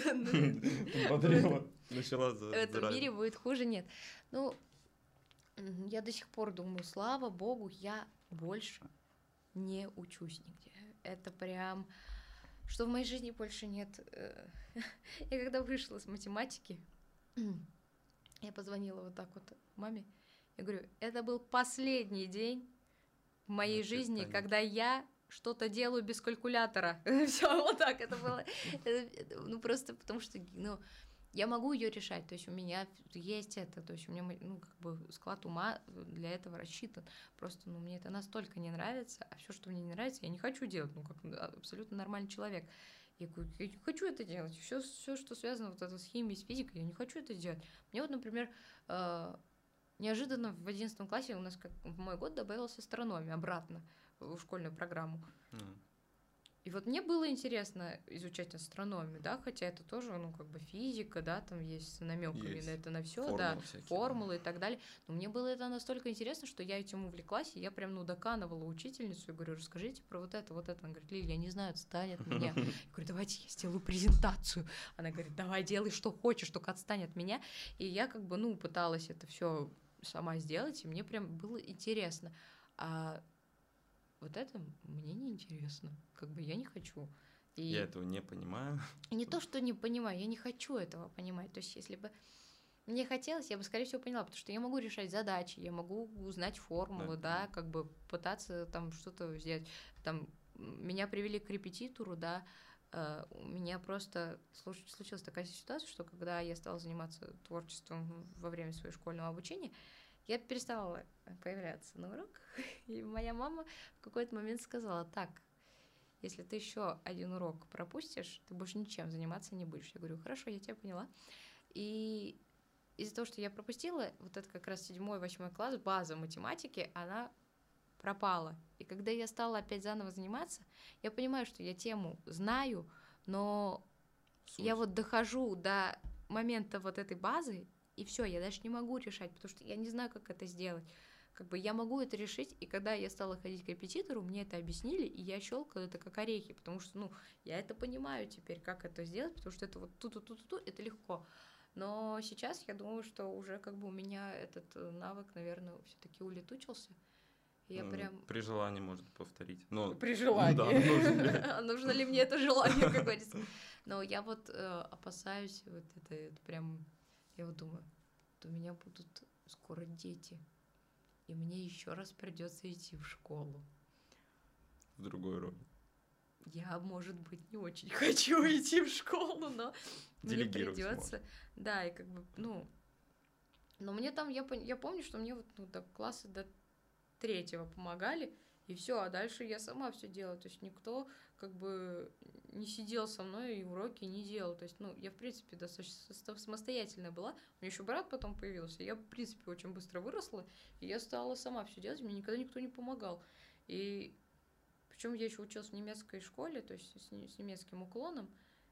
Бодрила. Начала В этом мире будет хуже, нет. Ну, я до сих пор думаю, слава богу, я больше не учусь нигде. Это прям... Что в моей жизни больше нет. Я когда вышла с математики, я позвонила вот так вот маме. Я говорю, это был последний день в моей жизни, когда я что-то делаю без калькулятора. Все, вот так это было. Ну, просто потому что, ну, я могу ее решать, то есть у меня есть это, то есть у меня, ну, как бы склад ума для этого рассчитан. Просто, ну, мне это настолько не нравится, а все, что мне не нравится, я не хочу делать, ну, как абсолютно нормальный человек. Я говорю, я не хочу это делать. Все, все, что связано вот это с химией, с физикой, я не хочу это делать. Мне вот, например, неожиданно в одиннадцатом классе у нас как в мой год добавилась астрономия обратно в школьную программу. Mm. И вот мне было интересно изучать астрономию, да, хотя это тоже, ну, как бы физика, да, там есть намеками на это, на все, да, всякие, формулы да. и так далее. Но мне было это настолько интересно, что я этим увлеклась, и я прям, ну, доканывала учительницу и говорю, расскажите про вот это, вот это. Она говорит, Лилия, я не знаю, отстань от меня. Я говорю, давайте я сделаю презентацию. Она говорит, давай делай, что хочешь, только отстань от меня. И я как бы, ну, пыталась это все сама сделать, и мне прям было интересно. А вот это мне не интересно, как бы я не хочу. И я этого не понимаю. Не то, что не понимаю, я не хочу этого понимать. То есть, если бы мне хотелось, я бы, скорее всего, поняла, потому что я могу решать задачи, я могу узнать формулы, да, да как бы пытаться там что-то сделать. Там меня привели к репетитору, да, э, у меня просто случилась такая ситуация, что когда я стала заниматься творчеством во время своего школьного обучения, я перестала появляться на уроках, и моя мама в какой-то момент сказала, так, если ты еще один урок пропустишь, ты больше ничем заниматься не будешь. Я говорю, хорошо, я тебя поняла. И из-за того, что я пропустила, вот это как раз седьмой, восьмой класс, база математики, она пропала. И когда я стала опять заново заниматься, я понимаю, что я тему знаю, но Суть. я вот дохожу до момента вот этой базы, и все, я даже не могу решать, потому что я не знаю, как это сделать. Как бы я могу это решить, и когда я стала ходить к репетитору, мне это объяснили, и я щелкала это как орехи, потому что, ну, я это понимаю теперь, как это сделать, потому что это вот тут-тут-тут-тут, это легко. Но сейчас я думаю, что уже как бы у меня этот навык, наверное, все-таки улетучился. И я прям... При желании может повторить. Но... При желании. Да, нужно. Нужно ли мне это желание, как говорится. Но я вот опасаюсь, вот это прям... Я вот думаю, у меня будут скоро дети, и мне еще раз придется идти в школу. В другой роли. Я, может быть, не очень хочу идти в школу, но мне придется. Да, и как бы, ну, но мне там, я, я помню, что мне вот ну, до класса до третьего помогали, и все, а дальше я сама все делала, то есть никто как бы не сидел со мной и уроки не делал, то есть, ну, я, в принципе, достаточно самостоятельная была, у меня еще брат потом появился, я, в принципе, очень быстро выросла, и я стала сама все делать, мне никогда никто не помогал, и причем я еще училась в немецкой школе, то есть с, с немецким уклоном,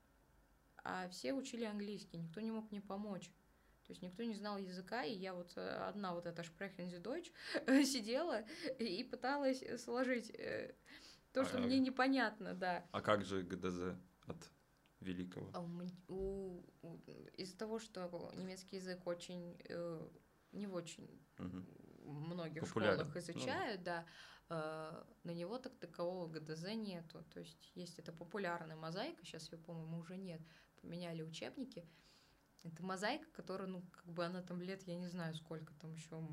а все учили английский, никто не мог мне помочь. То есть никто не знал языка, и я вот одна вот эта Sprechen Sie Deutsch сидела и пыталась сложить то, что а, мне непонятно, да. А как же ГДЗ от великого? А у, у, у, из-за того, что немецкий язык очень, э, не в очень угу. многих Популярен. школах изучают, ну. да, э, на него так такового ГДЗ нету. То есть есть это популярная мозаика, сейчас ее, по-моему, уже нет, поменяли учебники. Это мозаика, которая, ну, как бы она там лет, я не знаю, сколько там еще,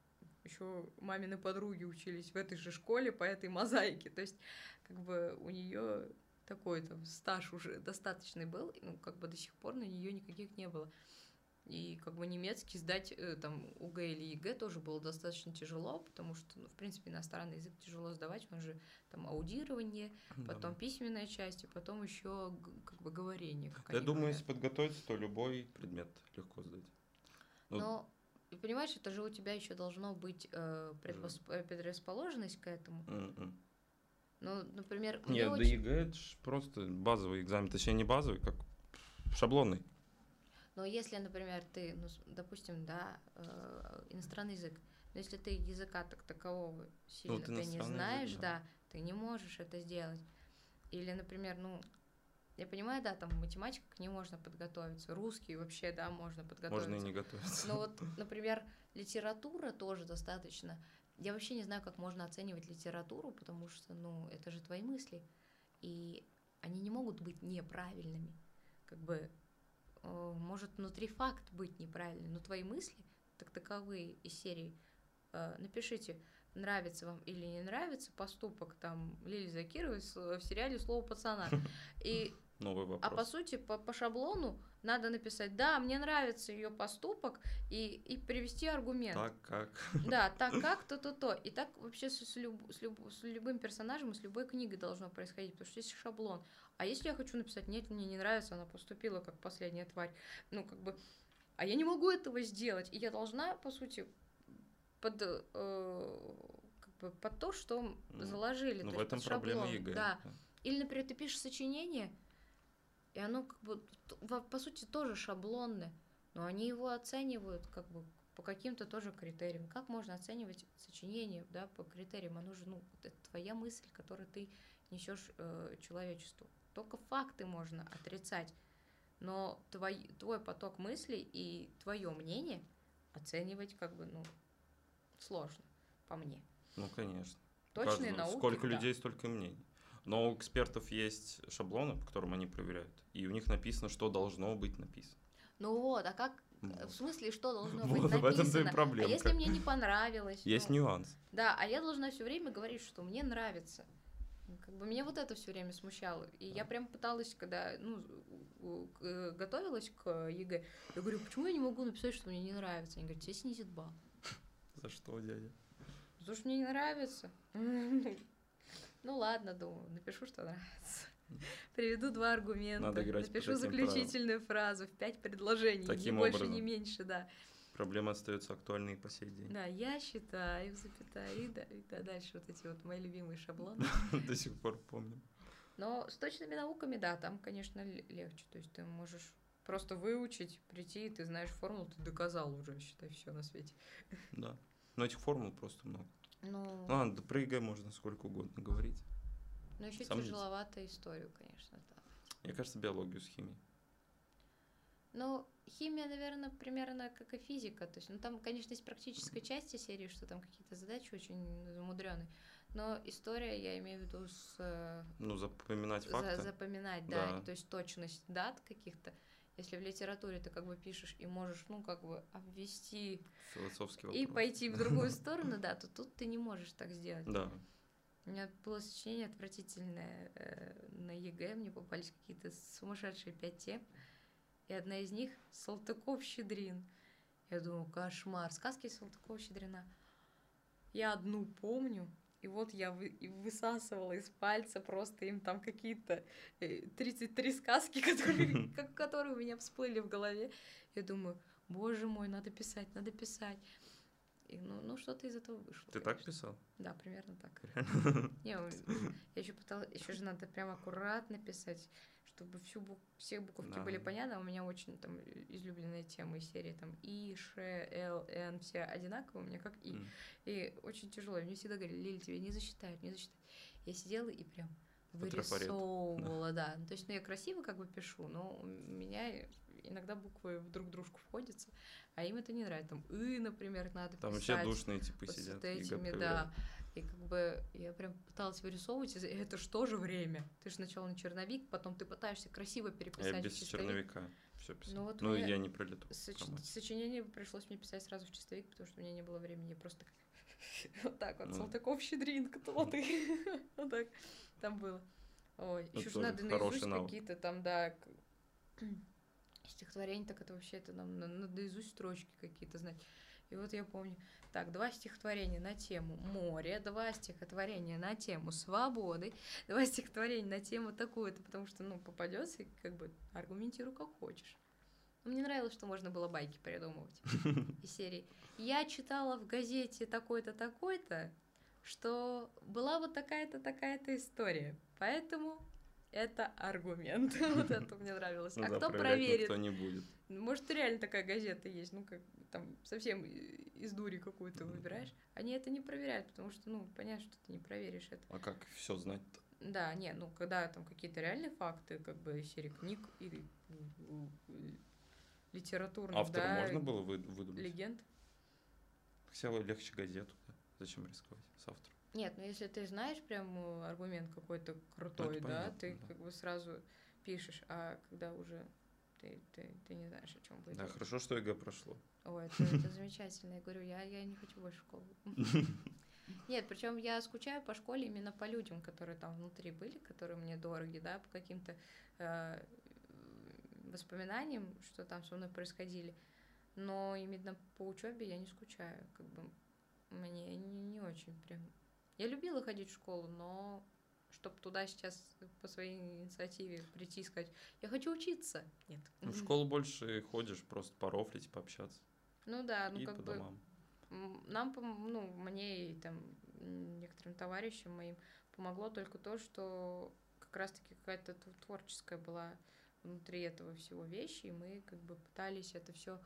еще мамины подруги учились в этой же школе по этой мозаике. То есть, как бы у нее такой там стаж уже достаточный был, ну, как бы до сих пор на нее никаких не было. И как бы немецкий сдать э, там УГЭ или ЕГЭ тоже было достаточно тяжело, потому что, ну, в принципе, иностранный язык тяжело сдавать, он же там аудирование, потом да. письменная часть, и потом еще как бы говорение. Как Я думаю, говорят. Если подготовиться, то любой предмет легко сдать. Ну, но, понимаешь, это же у тебя еще должно быть э, предпос... предрасположенность к этому. Mm-mm. Ну, например... Нет, да очень... ЕГЭ это же просто базовый экзамен, точнее не базовый, как шаблонный. Но если, например, ты, ну, допустим, да, э, иностранный язык, но если ты языка так такового сильно ну, ты не знаешь, язык, да. да, ты не можешь это сделать. Или, например, ну, я понимаю, да, там математика, к ней можно подготовиться, русский вообще, да, можно подготовиться. Можно и не готовиться. Но вот, например, литература тоже достаточно. Я вообще не знаю, как можно оценивать литературу, потому что, ну, это же твои мысли, и они не могут быть неправильными, как бы. Может внутри факт быть неправильный, но твои мысли, так таковые из серии, э, напишите, нравится вам или не нравится поступок там Лили Закировой в сериале «Слово пацана». И, новый вопрос. А по сути, по, по шаблону надо написать, да, мне нравится ее поступок, и, и привести аргумент. Так как. Да, так как, то-то-то. И так вообще с, с, люб, с, люб, с любым персонажем и с любой книгой должно происходить, потому что есть шаблон. А если я хочу написать, нет, мне не нравится, она поступила как последняя тварь, ну, как бы, а я не могу этого сделать, и я должна, по сути, под, э, как бы, под то, что заложили. Ну, то в этом проблема ЕГЭ. Да. Или, например, ты пишешь сочинение, и оно, как бы, по сути, тоже шаблонное, но они его оценивают, как бы, по каким-то тоже критериям. Как можно оценивать сочинение, да, по критериям? Оно же, ну, это твоя мысль, которую ты несешь э, человечеству. Только факты можно отрицать, но твой, твой поток мыслей и твое мнение оценивать как бы, ну, сложно, по мне. Ну, конечно. Точные науки, сколько да. людей, столько мнений. Но у экспертов есть шаблоны, по которым они проверяют, и у них написано, что должно быть написано. Ну вот, а как, в смысле, что должно вот, быть написано? В этом-то и проблема. А если мне не понравилось? Есть ну, нюанс. Да, а я должна все время говорить, что мне нравится. Как бы меня вот это все время смущало. И я прям пыталась, когда ну, готовилась к ЕГЭ, я говорю, почему я не могу написать, что мне не нравится? Они говорят, тебе снизит балл. За что, дядя? Потому что мне не нравится. Ну ладно, думаю, напишу, что нравится. Приведу два аргумента. Надо играть напишу заключительную фразу в пять предложений. Таким ни больше, образом. ни меньше, да. Проблема остается актуальной и по сей день. Да, я считаю, запятая, и, да, и да, дальше вот эти вот мои любимые шаблоны. До сих пор помню. Но с точными науками, да, там, конечно, легче. То есть ты можешь просто выучить, прийти, ты знаешь формулу, ты доказал уже, считай, все на свете. Да. Но этих формул просто много. Ну, ну ладно, про ЕГЭ можно сколько угодно говорить. Но еще тяжеловато историю, конечно, да. Мне кажется, биологию с химией. Ну, химия, наверное, примерно как и физика. То есть, ну, там, конечно, есть практическая часть серии, что там какие-то задачи очень замудренные. Но история, я имею в виду с... Ну, запоминать факты. За, запоминать, да. да. То есть точность дат каких-то. Если в литературе ты как бы пишешь и можешь, ну, как бы обвести... Философский вопрос. И пойти в другую сторону, да, то тут ты не можешь так сделать. Да. У меня было сочинение отвратительное э, на ЕГЭ, мне попались какие-то сумасшедшие пять тем, и одна из них — Салтыков-Щедрин. Я думаю, кошмар, сказки Салтыкова-Щедрина. Я одну помню, и вот я вы, высасывала из пальца просто им там какие-то тридцать три сказки, которые, которые у меня всплыли в голове. Я думаю, боже мой, надо писать, надо писать. И, ну, ну, что-то из этого вышло. Ты конечно. Так писал? Да, примерно так. Не, я еще пыталась, еще же надо прям аккуратно писать, чтобы всю бук... все буковки да. были понятны. У меня очень там излюбленные темы из серии там И, Ш, Л, Н, все одинаковые у меня как И. Mm. И очень тяжело. Мне всегда говорили, Лили, тебе не засчитают, не засчитают. Я сидела и прям вырисовывала, да. да. Ну, то есть, ну, я красиво как бы пишу, но у меня иногда буквы друг в дружку входятся, а им это не нравится. Там «ы», например, надо Там писать. Там вообще душные типы вот сидят. с этими, да. И как бы я прям пыталась вырисовывать, и это же тоже время. Ты же сначала на черновик, потом ты пытаешься красиво переписать. Я без в чистовик. черновика все писал. Ну, вот ну я не пролету. Соч... Сочинение пришлось мне писать сразу в чистовик, потому что у меня не было времени. Я просто вот так вот, Салтыков-Щедрин, кто ты? Вот так там было. Ой, еще же надо наизусть какие-то там, да, стихотворение, так это вообще, это нам надо наизусть строчки какие-то знать. И вот я помню, так, два стихотворения на тему море, два стихотворения на тему свободы, два стихотворения на тему такую-то, потому что, ну, попадется, и как бы аргументируй как хочешь. Мне нравилось, что можно было байки придумывать из серии. Я читала в газете такой-то, такой-то, что была вот такая-то, такая-то история, поэтому это аргумент. Вот это мне нравилось. А кто проверит? Никто не будет. Может, реально такая газета есть, ну, как там совсем из дури какую-то выбираешь. Они это не проверяют, потому что, ну, понятно, что ты не проверишь это. А как все знать-то? Да, не, ну, когда там какие-то реальные факты, как бы серии книг или литературных, Автора да, можно было выдумать? Легенд. Хотя легче газету, да? Зачем рисковать с автором? Нет, ну если ты знаешь прям аргумент какой-то крутой, ну, да, понятно, ты да. как бы сразу пишешь, а когда уже ты, ты, ты не знаешь, о чем будет. Да, хорошо, что ЕГЭ прошло. Ой, это, это замечательно. Я говорю, я, я не хочу больше школу. Нет, причем я скучаю по школе именно по людям, которые там внутри были, которые мне дороги, да, по каким-то э, воспоминаниям, что там со мной происходили. Но именно по учебе я не скучаю, как бы мне не, не очень прям. Я любила ходить в школу, но чтобы туда сейчас по своей инициативе прийти и сказать, я хочу учиться, нет. Ну, в школу больше ходишь, просто порофлить, пообщаться. Ну да, ну и как по бы домам. Нам, ну, мне и там некоторым товарищам моим помогло только то, что как раз-таки какая-то творческая была внутри этого всего вещи, и мы как бы пытались это все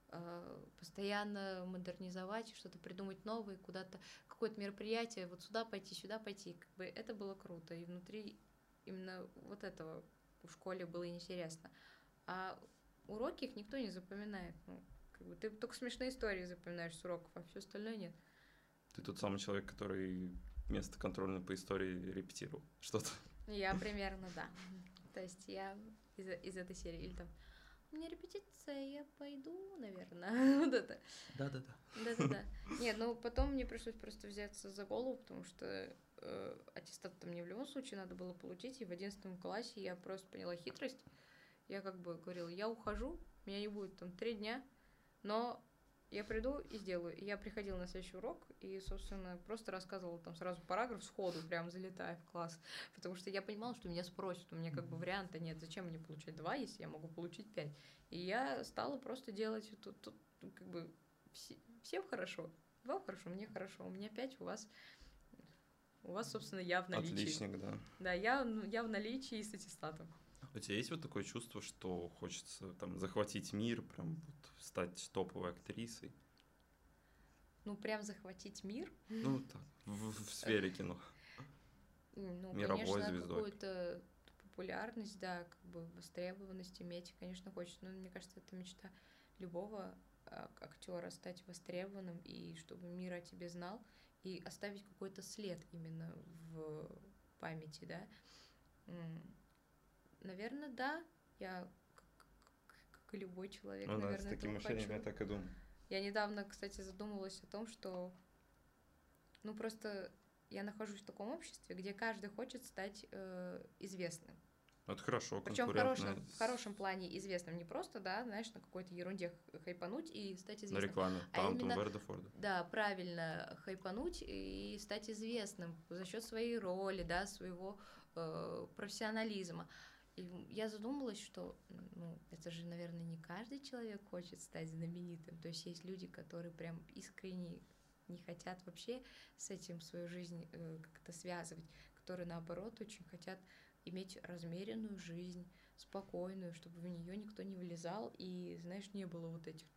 постоянно модернизовать, что-то придумать новое, куда-то, какое-то мероприятие, вот сюда пойти, сюда пойти. Как бы это было круто. И внутри именно вот этого в школе было интересно. А уроки их никто не запоминает. Ну, как бы ты только смешные истории запоминаешь с уроков, а все остальное нет. Ты тот самый человек, который вместо контрольной по истории репетировал что-то. Я примерно, да. То есть я из, из этой серии. Или там у меня репетиция, я пойду, наверное. Вот это. Да-да-да. Да-да-да. Нет, ну потом мне пришлось просто взяться за голову, потому что э, аттестат там мне в любом случае надо было получить, и в одиннадцатом классе я просто поняла хитрость. Я как бы говорила, я ухожу, меня не будет там три дня, но я приду и сделаю. И я приходила на следующий урок и, собственно, просто рассказывала там сразу параграф сходу, прям залетая в класс. Потому что я понимала, что меня спросят. У меня как бы варианта нет. Зачем мне получать два, если я могу получить пять? И я стала просто делать тут, тут как бы все, всем хорошо. Вам хорошо, мне хорошо. У меня пять, у вас... У вас, собственно, я в наличии. Отличник, да. Да, я, я в наличии и с аттестатом. У тебя есть вот такое чувство, что хочется там захватить мир, прям вот стать топовой актрисой? Ну, прям захватить мир? Ну, так, в, в сфере кино. Ну, мировой конечно, звездой. Какую-то популярность, да, как бы востребованность иметь, конечно, хочется. Но мне кажется, это мечта любого актера стать востребованным, и чтобы мир о тебе знал, и оставить какой-то след именно в памяти, да. Наверное, да. Я, как, как, как и любой человек, ну, наверное, да, с таким мышлением хочу. я так и думаю. Я недавно, кстати, задумалась о том, что, ну, просто я нахожусь в таком обществе, где каждый хочет стать э, известным. Это хорошо, причем в хорошем, в хорошем плане известным. Не просто, да, знаешь, на какой-то ерунде хайпануть и стать известным. На рекламе. А Там, именно, Верда Форда. Да, правильно, хайпануть и стать известным за счет своей роли, да, своего э, профессионализма. И я задумалась, что, ну, это же, наверное, не каждый человек хочет стать знаменитым. То есть есть люди, которые прям искренне не хотят вообще с этим свою жизнь э, как-то связывать, которые, наоборот, очень хотят иметь размеренную жизнь, спокойную, чтобы в нее никто не влезал и, знаешь, не было вот этих...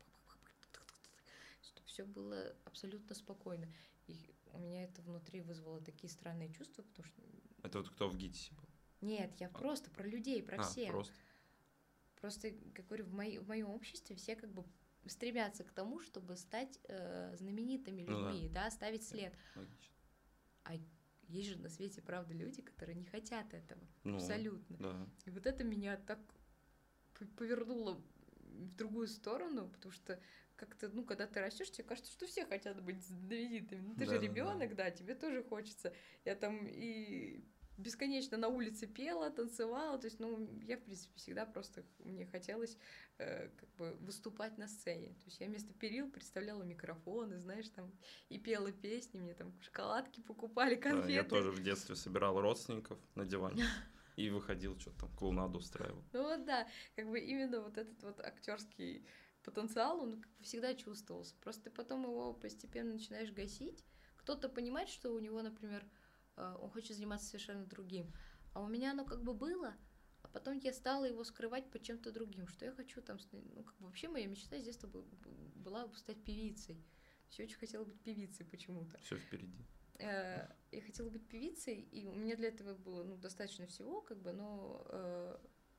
Чтобы все было абсолютно спокойно. И у меня это внутри вызвало такие странные чувства, потому что Это вот кто в ГИТИСе был? Нет, я просто про людей, про А, всех. просто. Просто, как говорю, в, моей, в моем обществе все как бы стремятся к тому, чтобы стать э, знаменитыми Ну да. людьми, да, оставить след. Логично. А есть же на свете, правда, люди, которые не хотят этого. Ну, Абсолютно. Да. И вот это меня так п- повернуло в другую сторону, потому что как-то, ну, когда ты растешь, тебе кажется, что все хотят быть знаменитыми. Ну, ты же Да-да-да. ребенок, да, тебе тоже хочется. Я там и бесконечно на улице пела, танцевала, то есть, ну, я, в принципе, всегда просто, мне хотелось э, как бы выступать на сцене. То есть я вместо перил представляла микрофоны, знаешь, там, и пела песни, мне там шоколадки покупали, Да, конфеты. я тоже в детстве собирал родственников на диване и выходил, что-то там клоунаду устраивал. Ну вот да, как бы именно вот этот вот актерский потенциал, он как бы всегда чувствовался. Просто ты потом его постепенно начинаешь гасить. Кто-то понимает, что у него, например, э, он хочет заниматься совершенно другим. А у меня оно как бы было, а потом я стала его скрывать под чем-то другим, что я хочу там... с- Ну, как бы вообще моя мечта с детства бу- бу- была стать певицей. Я очень хотела быть певицей почему-то. Все впереди. Э, я хотела быть певицей, и у меня для этого было, ну, достаточно всего, как бы, но э,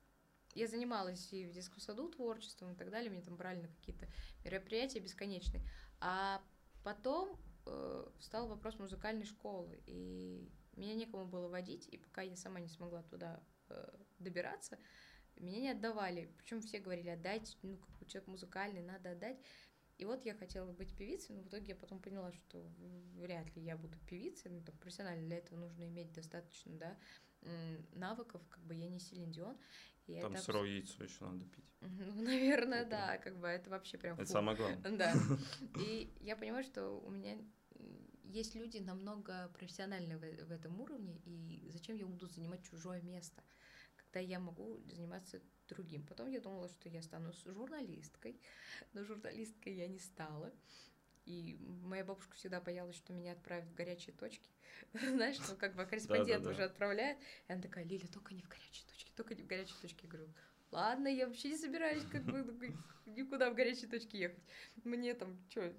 я занималась и в детском саду творчеством и так далее, мне там брали на какие-то мероприятия бесконечные. А потом э, встал вопрос музыкальной школы, и меня некому было водить, и пока я сама не смогла туда э, добираться, меня не отдавали. Причем все говорили, отдайте, ну, как бы человек музыкальный, надо отдать. И вот я хотела быть певицей, но в итоге я потом поняла, что вряд ли я буду певицей, ну, так профессионально для этого нужно иметь достаточно, да, м, навыков, как бы я не Селин Дион. И Там это сырое яйцо еще надо пить. абс- Ну, наверное, Утром. да, как бы это вообще прям Это фу. самое главное. Да. И я понимаю, что у меня м, есть люди намного профессиональные в, в этом уровне, и зачем я буду занимать чужое место, когда я могу заниматься другим. Потом я думала, что я стану с- журналисткой, но журналисткой я не стала. И моя бабушка всегда боялась, что меня отправят в горячие точки. Знаешь, ну как бы корреспондент Да-да-да. уже отправляет. И она такая, Лиля, только не в горячие точки, только не в горячие точки. Я говорю, ладно, я вообще не собираюсь как бы ну, никуда в горячие точки ехать. Мне там, что,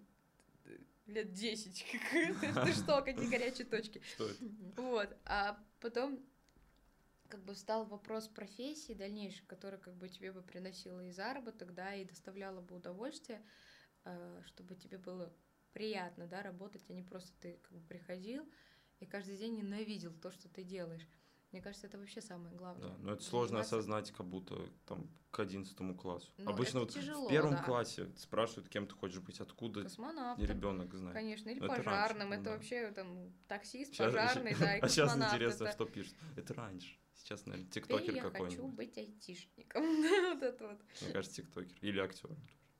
лет десять. Ты что, какие горячие точки? Что это? Вот. А потом как бы встал вопрос профессии дальнейшей, которая как бы тебе бы приносила и заработок, да, и доставляла бы удовольствие, э, чтобы тебе было приятно, да, работать, а не просто ты как бы приходил и каждый день ненавидел то, что ты делаешь. Мне кажется, это вообще самое главное. Да, но это сложно Заниматься- осознать, как будто там к одиннадцатому классу. Ну, Обычно это вот тяжело, в первом да. классе спрашивают, кем ты хочешь быть, откуда Космонавтом, ребенок знает. конечно, или Но это раньше, пожарным, ну это да. вообще там таксист, Щас- пожарный, да, и а сейчас космонавт. интересно, это... что пишут. Это раньше. Сейчас, наверное, Теперь тиктокер я хочу какой-нибудь. быть айтишником. Вот это вот. Мне кажется, тиктокер. Или актер.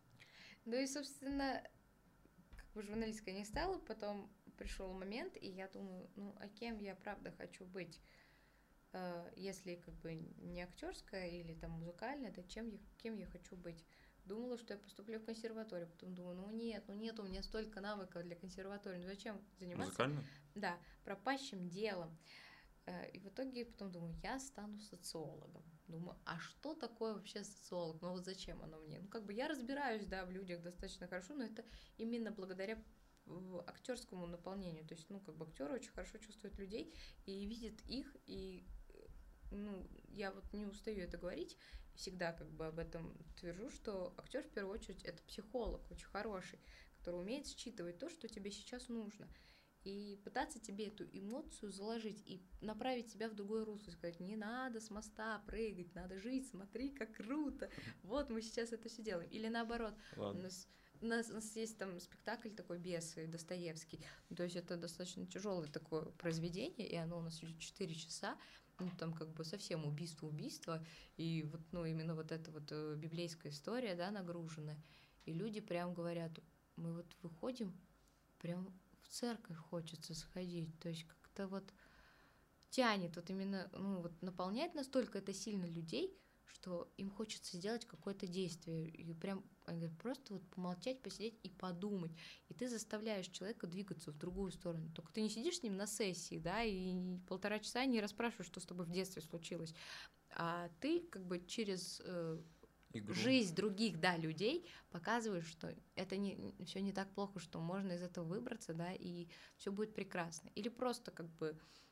Ну и, собственно, как бы журналисткой не стала, потом пришел момент, и я думаю, ну, а кем я правда хочу быть? Э, Если как бы не актерская или там музыкальная, да чем я, кем я хочу быть? Думала, что я поступлю в консерваторию, потом думаю, ну нет, ну нет у меня столько навыков для консерватории, ну зачем заниматься? Музыкально? Да, пропащим делом. Э, И в итоге потом думаю, я стану социологом. Думаю, а что такое вообще социолог? Ну вот зачем оно мне? Ну как бы я разбираюсь, да, в людях достаточно хорошо, но это именно благодаря в- актерскому наполнению. То есть, ну как бы актеры очень хорошо чувствуют людей и видят их, и э, ну, я вот не устаю это говорить, всегда как бы об этом твержу, что актер в первую очередь это психолог очень хороший, который умеет считывать то, что тебе сейчас нужно и пытаться тебе эту эмоцию заложить и направить тебя в другое русло, сказать, не надо с моста прыгать, надо жить, смотри, как круто, вот мы сейчас это все делаем. Или наоборот, у Ладно. нас, у нас, у нас есть там спектакль такой «Бесы» Достоевский, ну, то есть это достаточно тяжелое такое произведение, и оно у нас идет четыре часа, ну, там как бы совсем убийство-убийство, и вот, ну, именно вот эта вот э, библейская история, да, нагруженная, и люди прям говорят, мы вот выходим, прям в церковь хочется сходить, то есть как-то вот тянет, вот именно, ну, вот наполняет настолько это сильно людей, что им хочется сделать какое-то действие, и прям, они говорят, просто вот помолчать, посидеть и подумать, и ты заставляешь человека двигаться в другую сторону, только ты не сидишь с ним на сессии, да, и полтора часа не расспрашиваешь, что с тобой в детстве случилось, а ты как бы через э, Игру. жизнь других, да, людей показываешь, что это не, все не так плохо, что можно из этого выбраться, да, и все будет прекрасно. Или просто как бы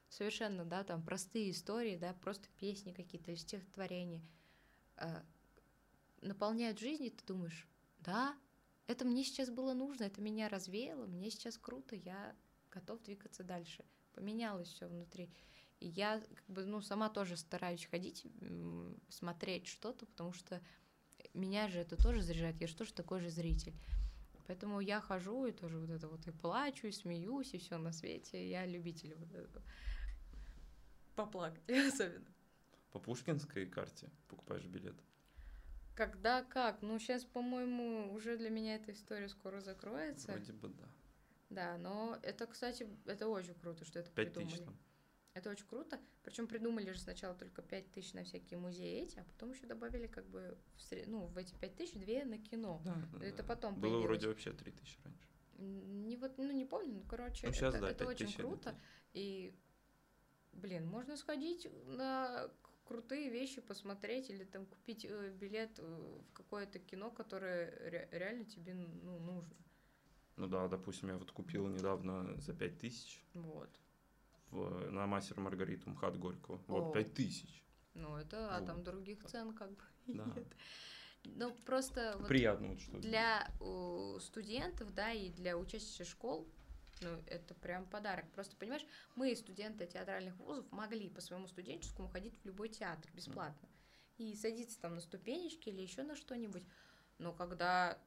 совершенно, да, там простые истории, да, просто песни какие-то или стихотворения э, наполняют жизнь, и ты думаешь, да, это мне сейчас было нужно, это меня развеяло, мне сейчас круто, я готов двигаться дальше. Поменялось все внутри. И я как бы, ну, сама тоже стараюсь ходить, смотреть что-то, потому что меня же это тоже заряжает, я же тоже такой же зритель. Поэтому я хожу и тоже вот это вот и плачу, и смеюсь, и все на свете. Я любитель вот этого. Поплакать особенно. По Пушкинской карте покупаешь билет? Когда как? Ну, сейчас, по-моему, уже для меня эта история скоро закроется. Вроде бы да. Да, но это, кстати, это очень круто, что это Пять придумали. тысяч там. Это очень круто. Причем придумали же сначала только пять тысяч на всякие музеи эти, а потом еще добавили как бы в, сред... ну, в эти пять тысяч две на кино. Да, да, Это да. потом Было появилось. вроде вообще три тысячи раньше. Не вот, ну не помню, ну короче, Ну, сейчас, это, да, это пять очень тысяч круто. это- И, блин, можно сходить на к- крутые вещи посмотреть или там купить э, билет э, в какое-то кино, которое ре- реально тебе ну, нужно. Ну да, допустим, я вот купил недавно за пять тысяч Вот. в, на Мастер Маргариту МХАТ Горького. О. Вот пять тысяч. Ну это, а там Вот. других цен как бы и Да. нет. Ну просто вот Приятно вот что. для э, студентов, да, и для учащихся школ, ну, это прям подарок. Просто, понимаешь, мы, студенты театральных вузов, могли по своему студенческому ходить в любой театр бесплатно. И садиться там на ступенечки или еще на что-нибудь. Но когда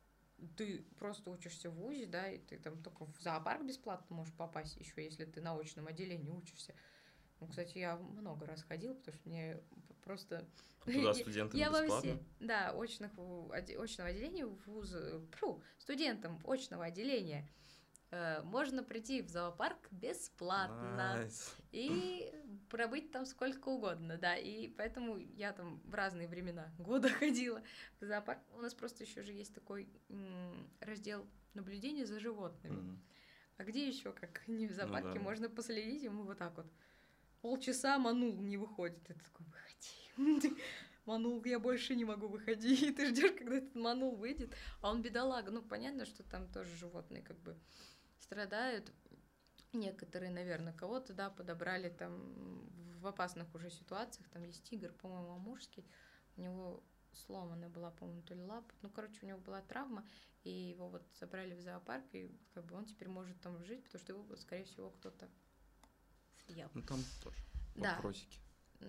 ты просто учишься в вузе, да, и ты там только в зоопарк бесплатно можешь попасть, еще если ты на очном отделении учишься. Ну, кстати, я много раз ходила, потому что мне просто... Туда студентам Я во бесплатно? все, да, очных, в- оде- очного отделения вуза, фу, студентам очного отделения э, можно прийти в зоопарк бесплатно Найс. и пробыть там сколько угодно, да, и поэтому я там в разные времена года ходила в зоопарк. У нас просто еще же есть такой м, раздел наблюдения за животными. Мгм. А где еще, как не в зоопарке, да. можно последить, и мы вот так вот полчаса манул не выходит. И ты такой, выходи. Манул, я больше не могу выходить. И ты ждешь, когда этот манул выйдет. А он бедолага. Ну, понятно, что там тоже животные как бы страдают. Некоторые, наверное, кого-то, да, подобрали там в опасных уже ситуациях. Там есть тигр, по-моему, амурский. У него сломана была, по-моему, то ли лапа. Ну, короче, у него была травма, и его вот забрали в зоопарк, и как бы он теперь может там жить, потому что его, скорее всего, кто-то съел. Ну там тоже Да. вопросики.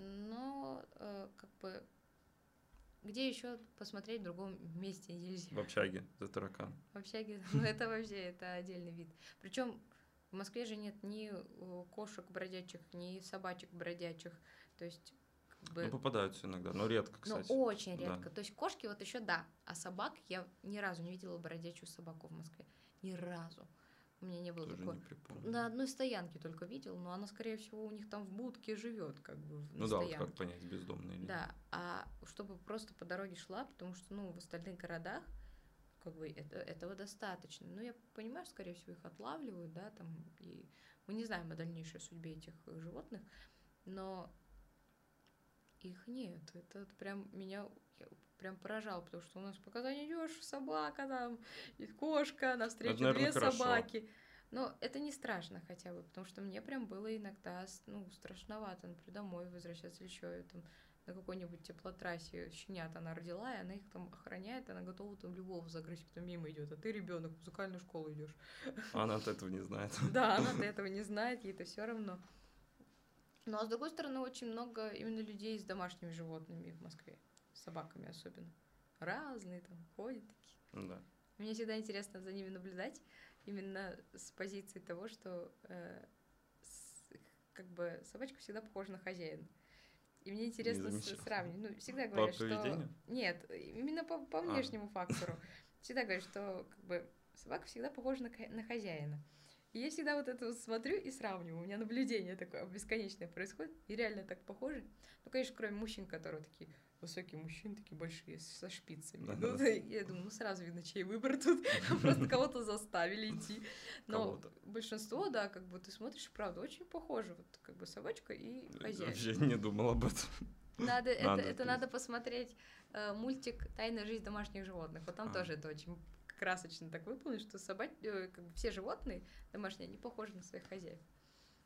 Но э, как бы где еще посмотреть в другом месте нельзя? В общаге за таракан. В общаге, ну это вообще это отдельный вид. Причем в Москве же нет ни э, кошек бродячих, ни собачек бродячих. То есть как бы... Ну, попадаются иногда, но редко, Ну, кстати. очень Да. редко. То есть кошки вот еще да, а собак я ни разу не видела бродячую собаку в Москве. Ни разу. У меня не было Тоже такого. не припомню. На одной стоянке только видел, но она, скорее всего, у них там в будке живет, как бы на Ну да, вот стоянке. как понять, бездомные или нет. Да, а чтобы просто по дороге шла, потому что, ну, в остальных городах, как бы, это, этого достаточно. Ну, я понимаю, скорее всего, их отлавливают, да, там, и мы не знаем о дальнейшей судьбе этих животных, но их нет. Это вот прям меня прям поражало, потому что у нас пока идешь, собака там, и кошка, навстречу Это, наверное, две хорошо. собаки. Но это не страшно хотя бы, потому что мне прям было иногда, ну, страшновато, например, домой возвращаться или еще там на какой-нибудь теплотрассе щенят она родила, и она их там охраняет, она готова там любого загрызть, кто мимо идет, а ты ребенок в музыкальную школу идешь. А она от этого не знает. Да, она этого не знает, ей это все равно. Ну, а с другой стороны, очень много именно людей с домашними животными в Москве, с собаками особенно. Разные там ходят такие. Да. Мне всегда интересно за ними наблюдать, именно с позиции того, что э, с, как бы собачка всегда похожа на хозяина. И мне интересно с- сравнивать. Ну, всегда говорят, что... поведению? Нет, именно по, по А. внешнему фактору. Всегда говорят, что как бы собака всегда похожа на, ко- на хозяина. И я всегда вот это вот смотрю и сравниваю. У меня наблюдение такое бесконечное происходит. И реально так похоже. Ну, конечно, кроме мужчин, которые такие высокие мужчины, такие большие, со шпицами. Да, Ну, да. я думаю, ну, сразу видно, чей выбор тут. Просто кого-то заставили идти. Но Кого-то. большинство, да, как бы ты смотришь, правда, очень похоже. Вот как бы собачка и хозяин. Вообще не думал об этом. Надо, это, Надо, это в надо посмотреть э, мультик «Тайная жизнь домашних животных». Вот там А. тоже это очень красочно так выполнено, что собаки, э, как бы все животные домашние, они похожи на своих хозяев.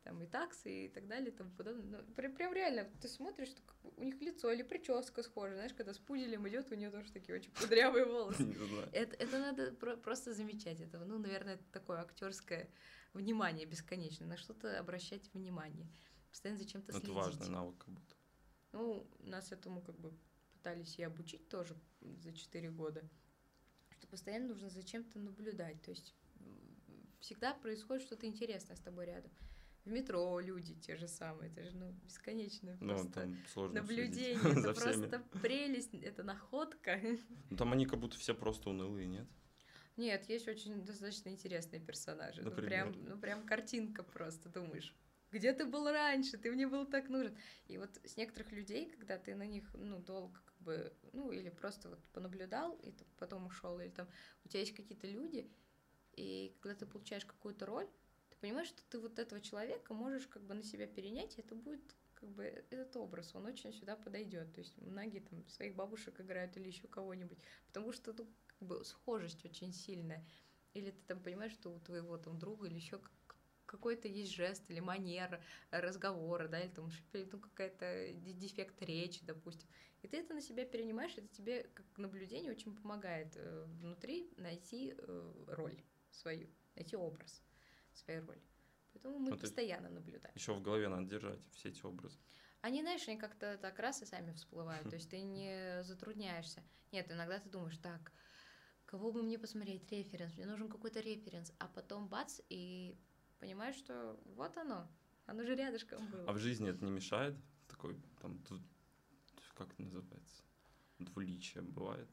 там и таксы, и так далее, и тому подобное. Ну, прям, прям реально, ты смотришь, что как бы у них лицо или прическа схожа, знаешь, когда с пуделем идет, у нее тоже такие очень кудрявые волосы. Это, это надо про- просто замечать этого. Ну, наверное, это такое актерское внимание бесконечное, на что-то обращать внимание, постоянно за чем-то следить. Это важный навык как будто. Ну, нас этому как бы пытались и обучить тоже за четыре года, что постоянно нужно за чем-то наблюдать, то есть всегда происходит что-то интересное с тобой рядом. В метро люди те же самые, это же, ну, бесконечное просто ну, там сложно наблюдение, следить это за всеми. просто прелесть, это находка. Ну, там они как будто все просто унылые, нет? Нет, есть очень достаточно интересные персонажи, ну Например? прям, ну прям картинка просто, думаешь, где ты был раньше, ты мне был так нужен. И вот с некоторых людей, когда ты на них, ну, долго как бы, ну, или просто вот понаблюдал, и потом ушел, или там у тебя есть какие-то люди, и когда ты получаешь какую-то роль, ты понимаешь, что ты вот этого человека можешь как бы на себя перенять, и это будет как бы этот образ, он очень сюда подойдет. То есть многие там своих бабушек играют или еще кого-нибудь, потому что ну, как бы схожесть очень сильная. Или ты там понимаешь, что у твоего там друга или еще какой-то есть жест или манера разговора, да, или там ну, какая-то дефект речи, допустим. И ты это на себя перенимаешь, это тебе как наблюдение очень помогает э, внутри найти э, роль свою, найти образ своей роли. Поэтому мы вот постоянно наблюдаем. Еще в голове надо держать все эти образы. Они, знаешь, они как-то так раз и сами всплывают, то есть ты не затрудняешься. Нет, иногда ты думаешь, так, кого бы мне посмотреть, референс, мне нужен какой-то референс, а потом бац, и понимаешь, что вот оно, оно же рядышком было. А в жизни это не мешает? Такой, там, как это называется? Двуличие бывает?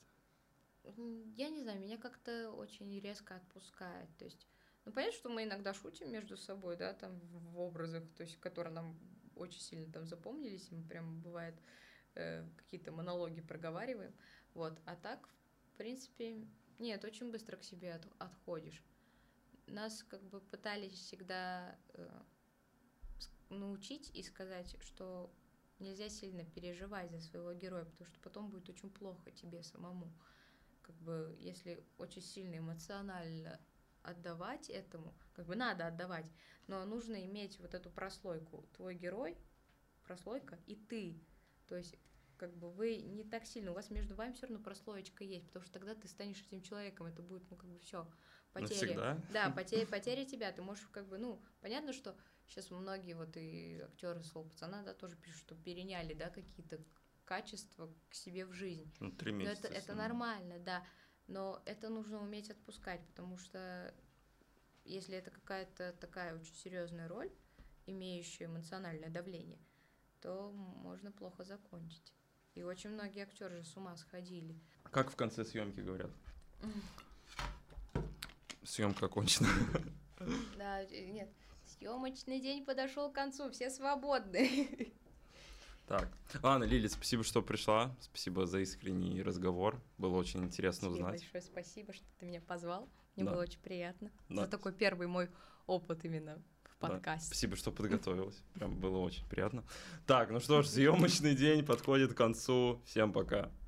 Я не знаю, меня как-то очень резко отпускает, то есть, ну, понятно, что мы иногда шутим между собой, да, там, в образах, то есть, которые нам очень сильно там запомнились, и мы прям, бывает, э, какие-то монологи проговариваем, вот, а так, в принципе, нет, очень быстро к себе от, отходишь. Нас как бы пытались всегда э, научить и сказать, что нельзя сильно переживать за своего героя, потому что потом будет очень плохо тебе самому. Как бы, если очень сильно эмоционально отдавать этому, как бы надо отдавать, но нужно иметь вот эту прослойку. Твой герой, прослойка, и ты. То есть, как бы вы не так сильно, у вас между вами все равно прослоечка есть, потому что тогда ты станешь этим человеком, это будет, ну, как бы все. Потеря. Навсегда? Да, потеря, потеря тебя. Ты можешь, как бы, ну, понятно, что сейчас многие вот и актеры Сол пацана, да, тоже пишут, что переняли, да, какие-то качества к себе в жизнь. Ну, три месяца. Но это, это нормально, да. Но это нужно уметь отпускать, потому что если это какая-то такая очень серьезная роль, имеющая эмоциональное давление, то можно плохо закончить. И очень многие актеры же с ума сходили. Как в конце съемки говорят? Съемка окончена. Да, нет. Съемочный день подошел к концу, все свободны. Так, ладно, Лили, спасибо, что пришла, спасибо за искренний разговор, было очень интересно Тебе узнать. большое спасибо, что ты меня позвал, мне да. было очень приятно. Да. За такой первый мой опыт именно в подкасте. Да. Спасибо, что подготовилась, прям было очень приятно. Так, ну что ж, съемочный день подходит к концу, всем пока.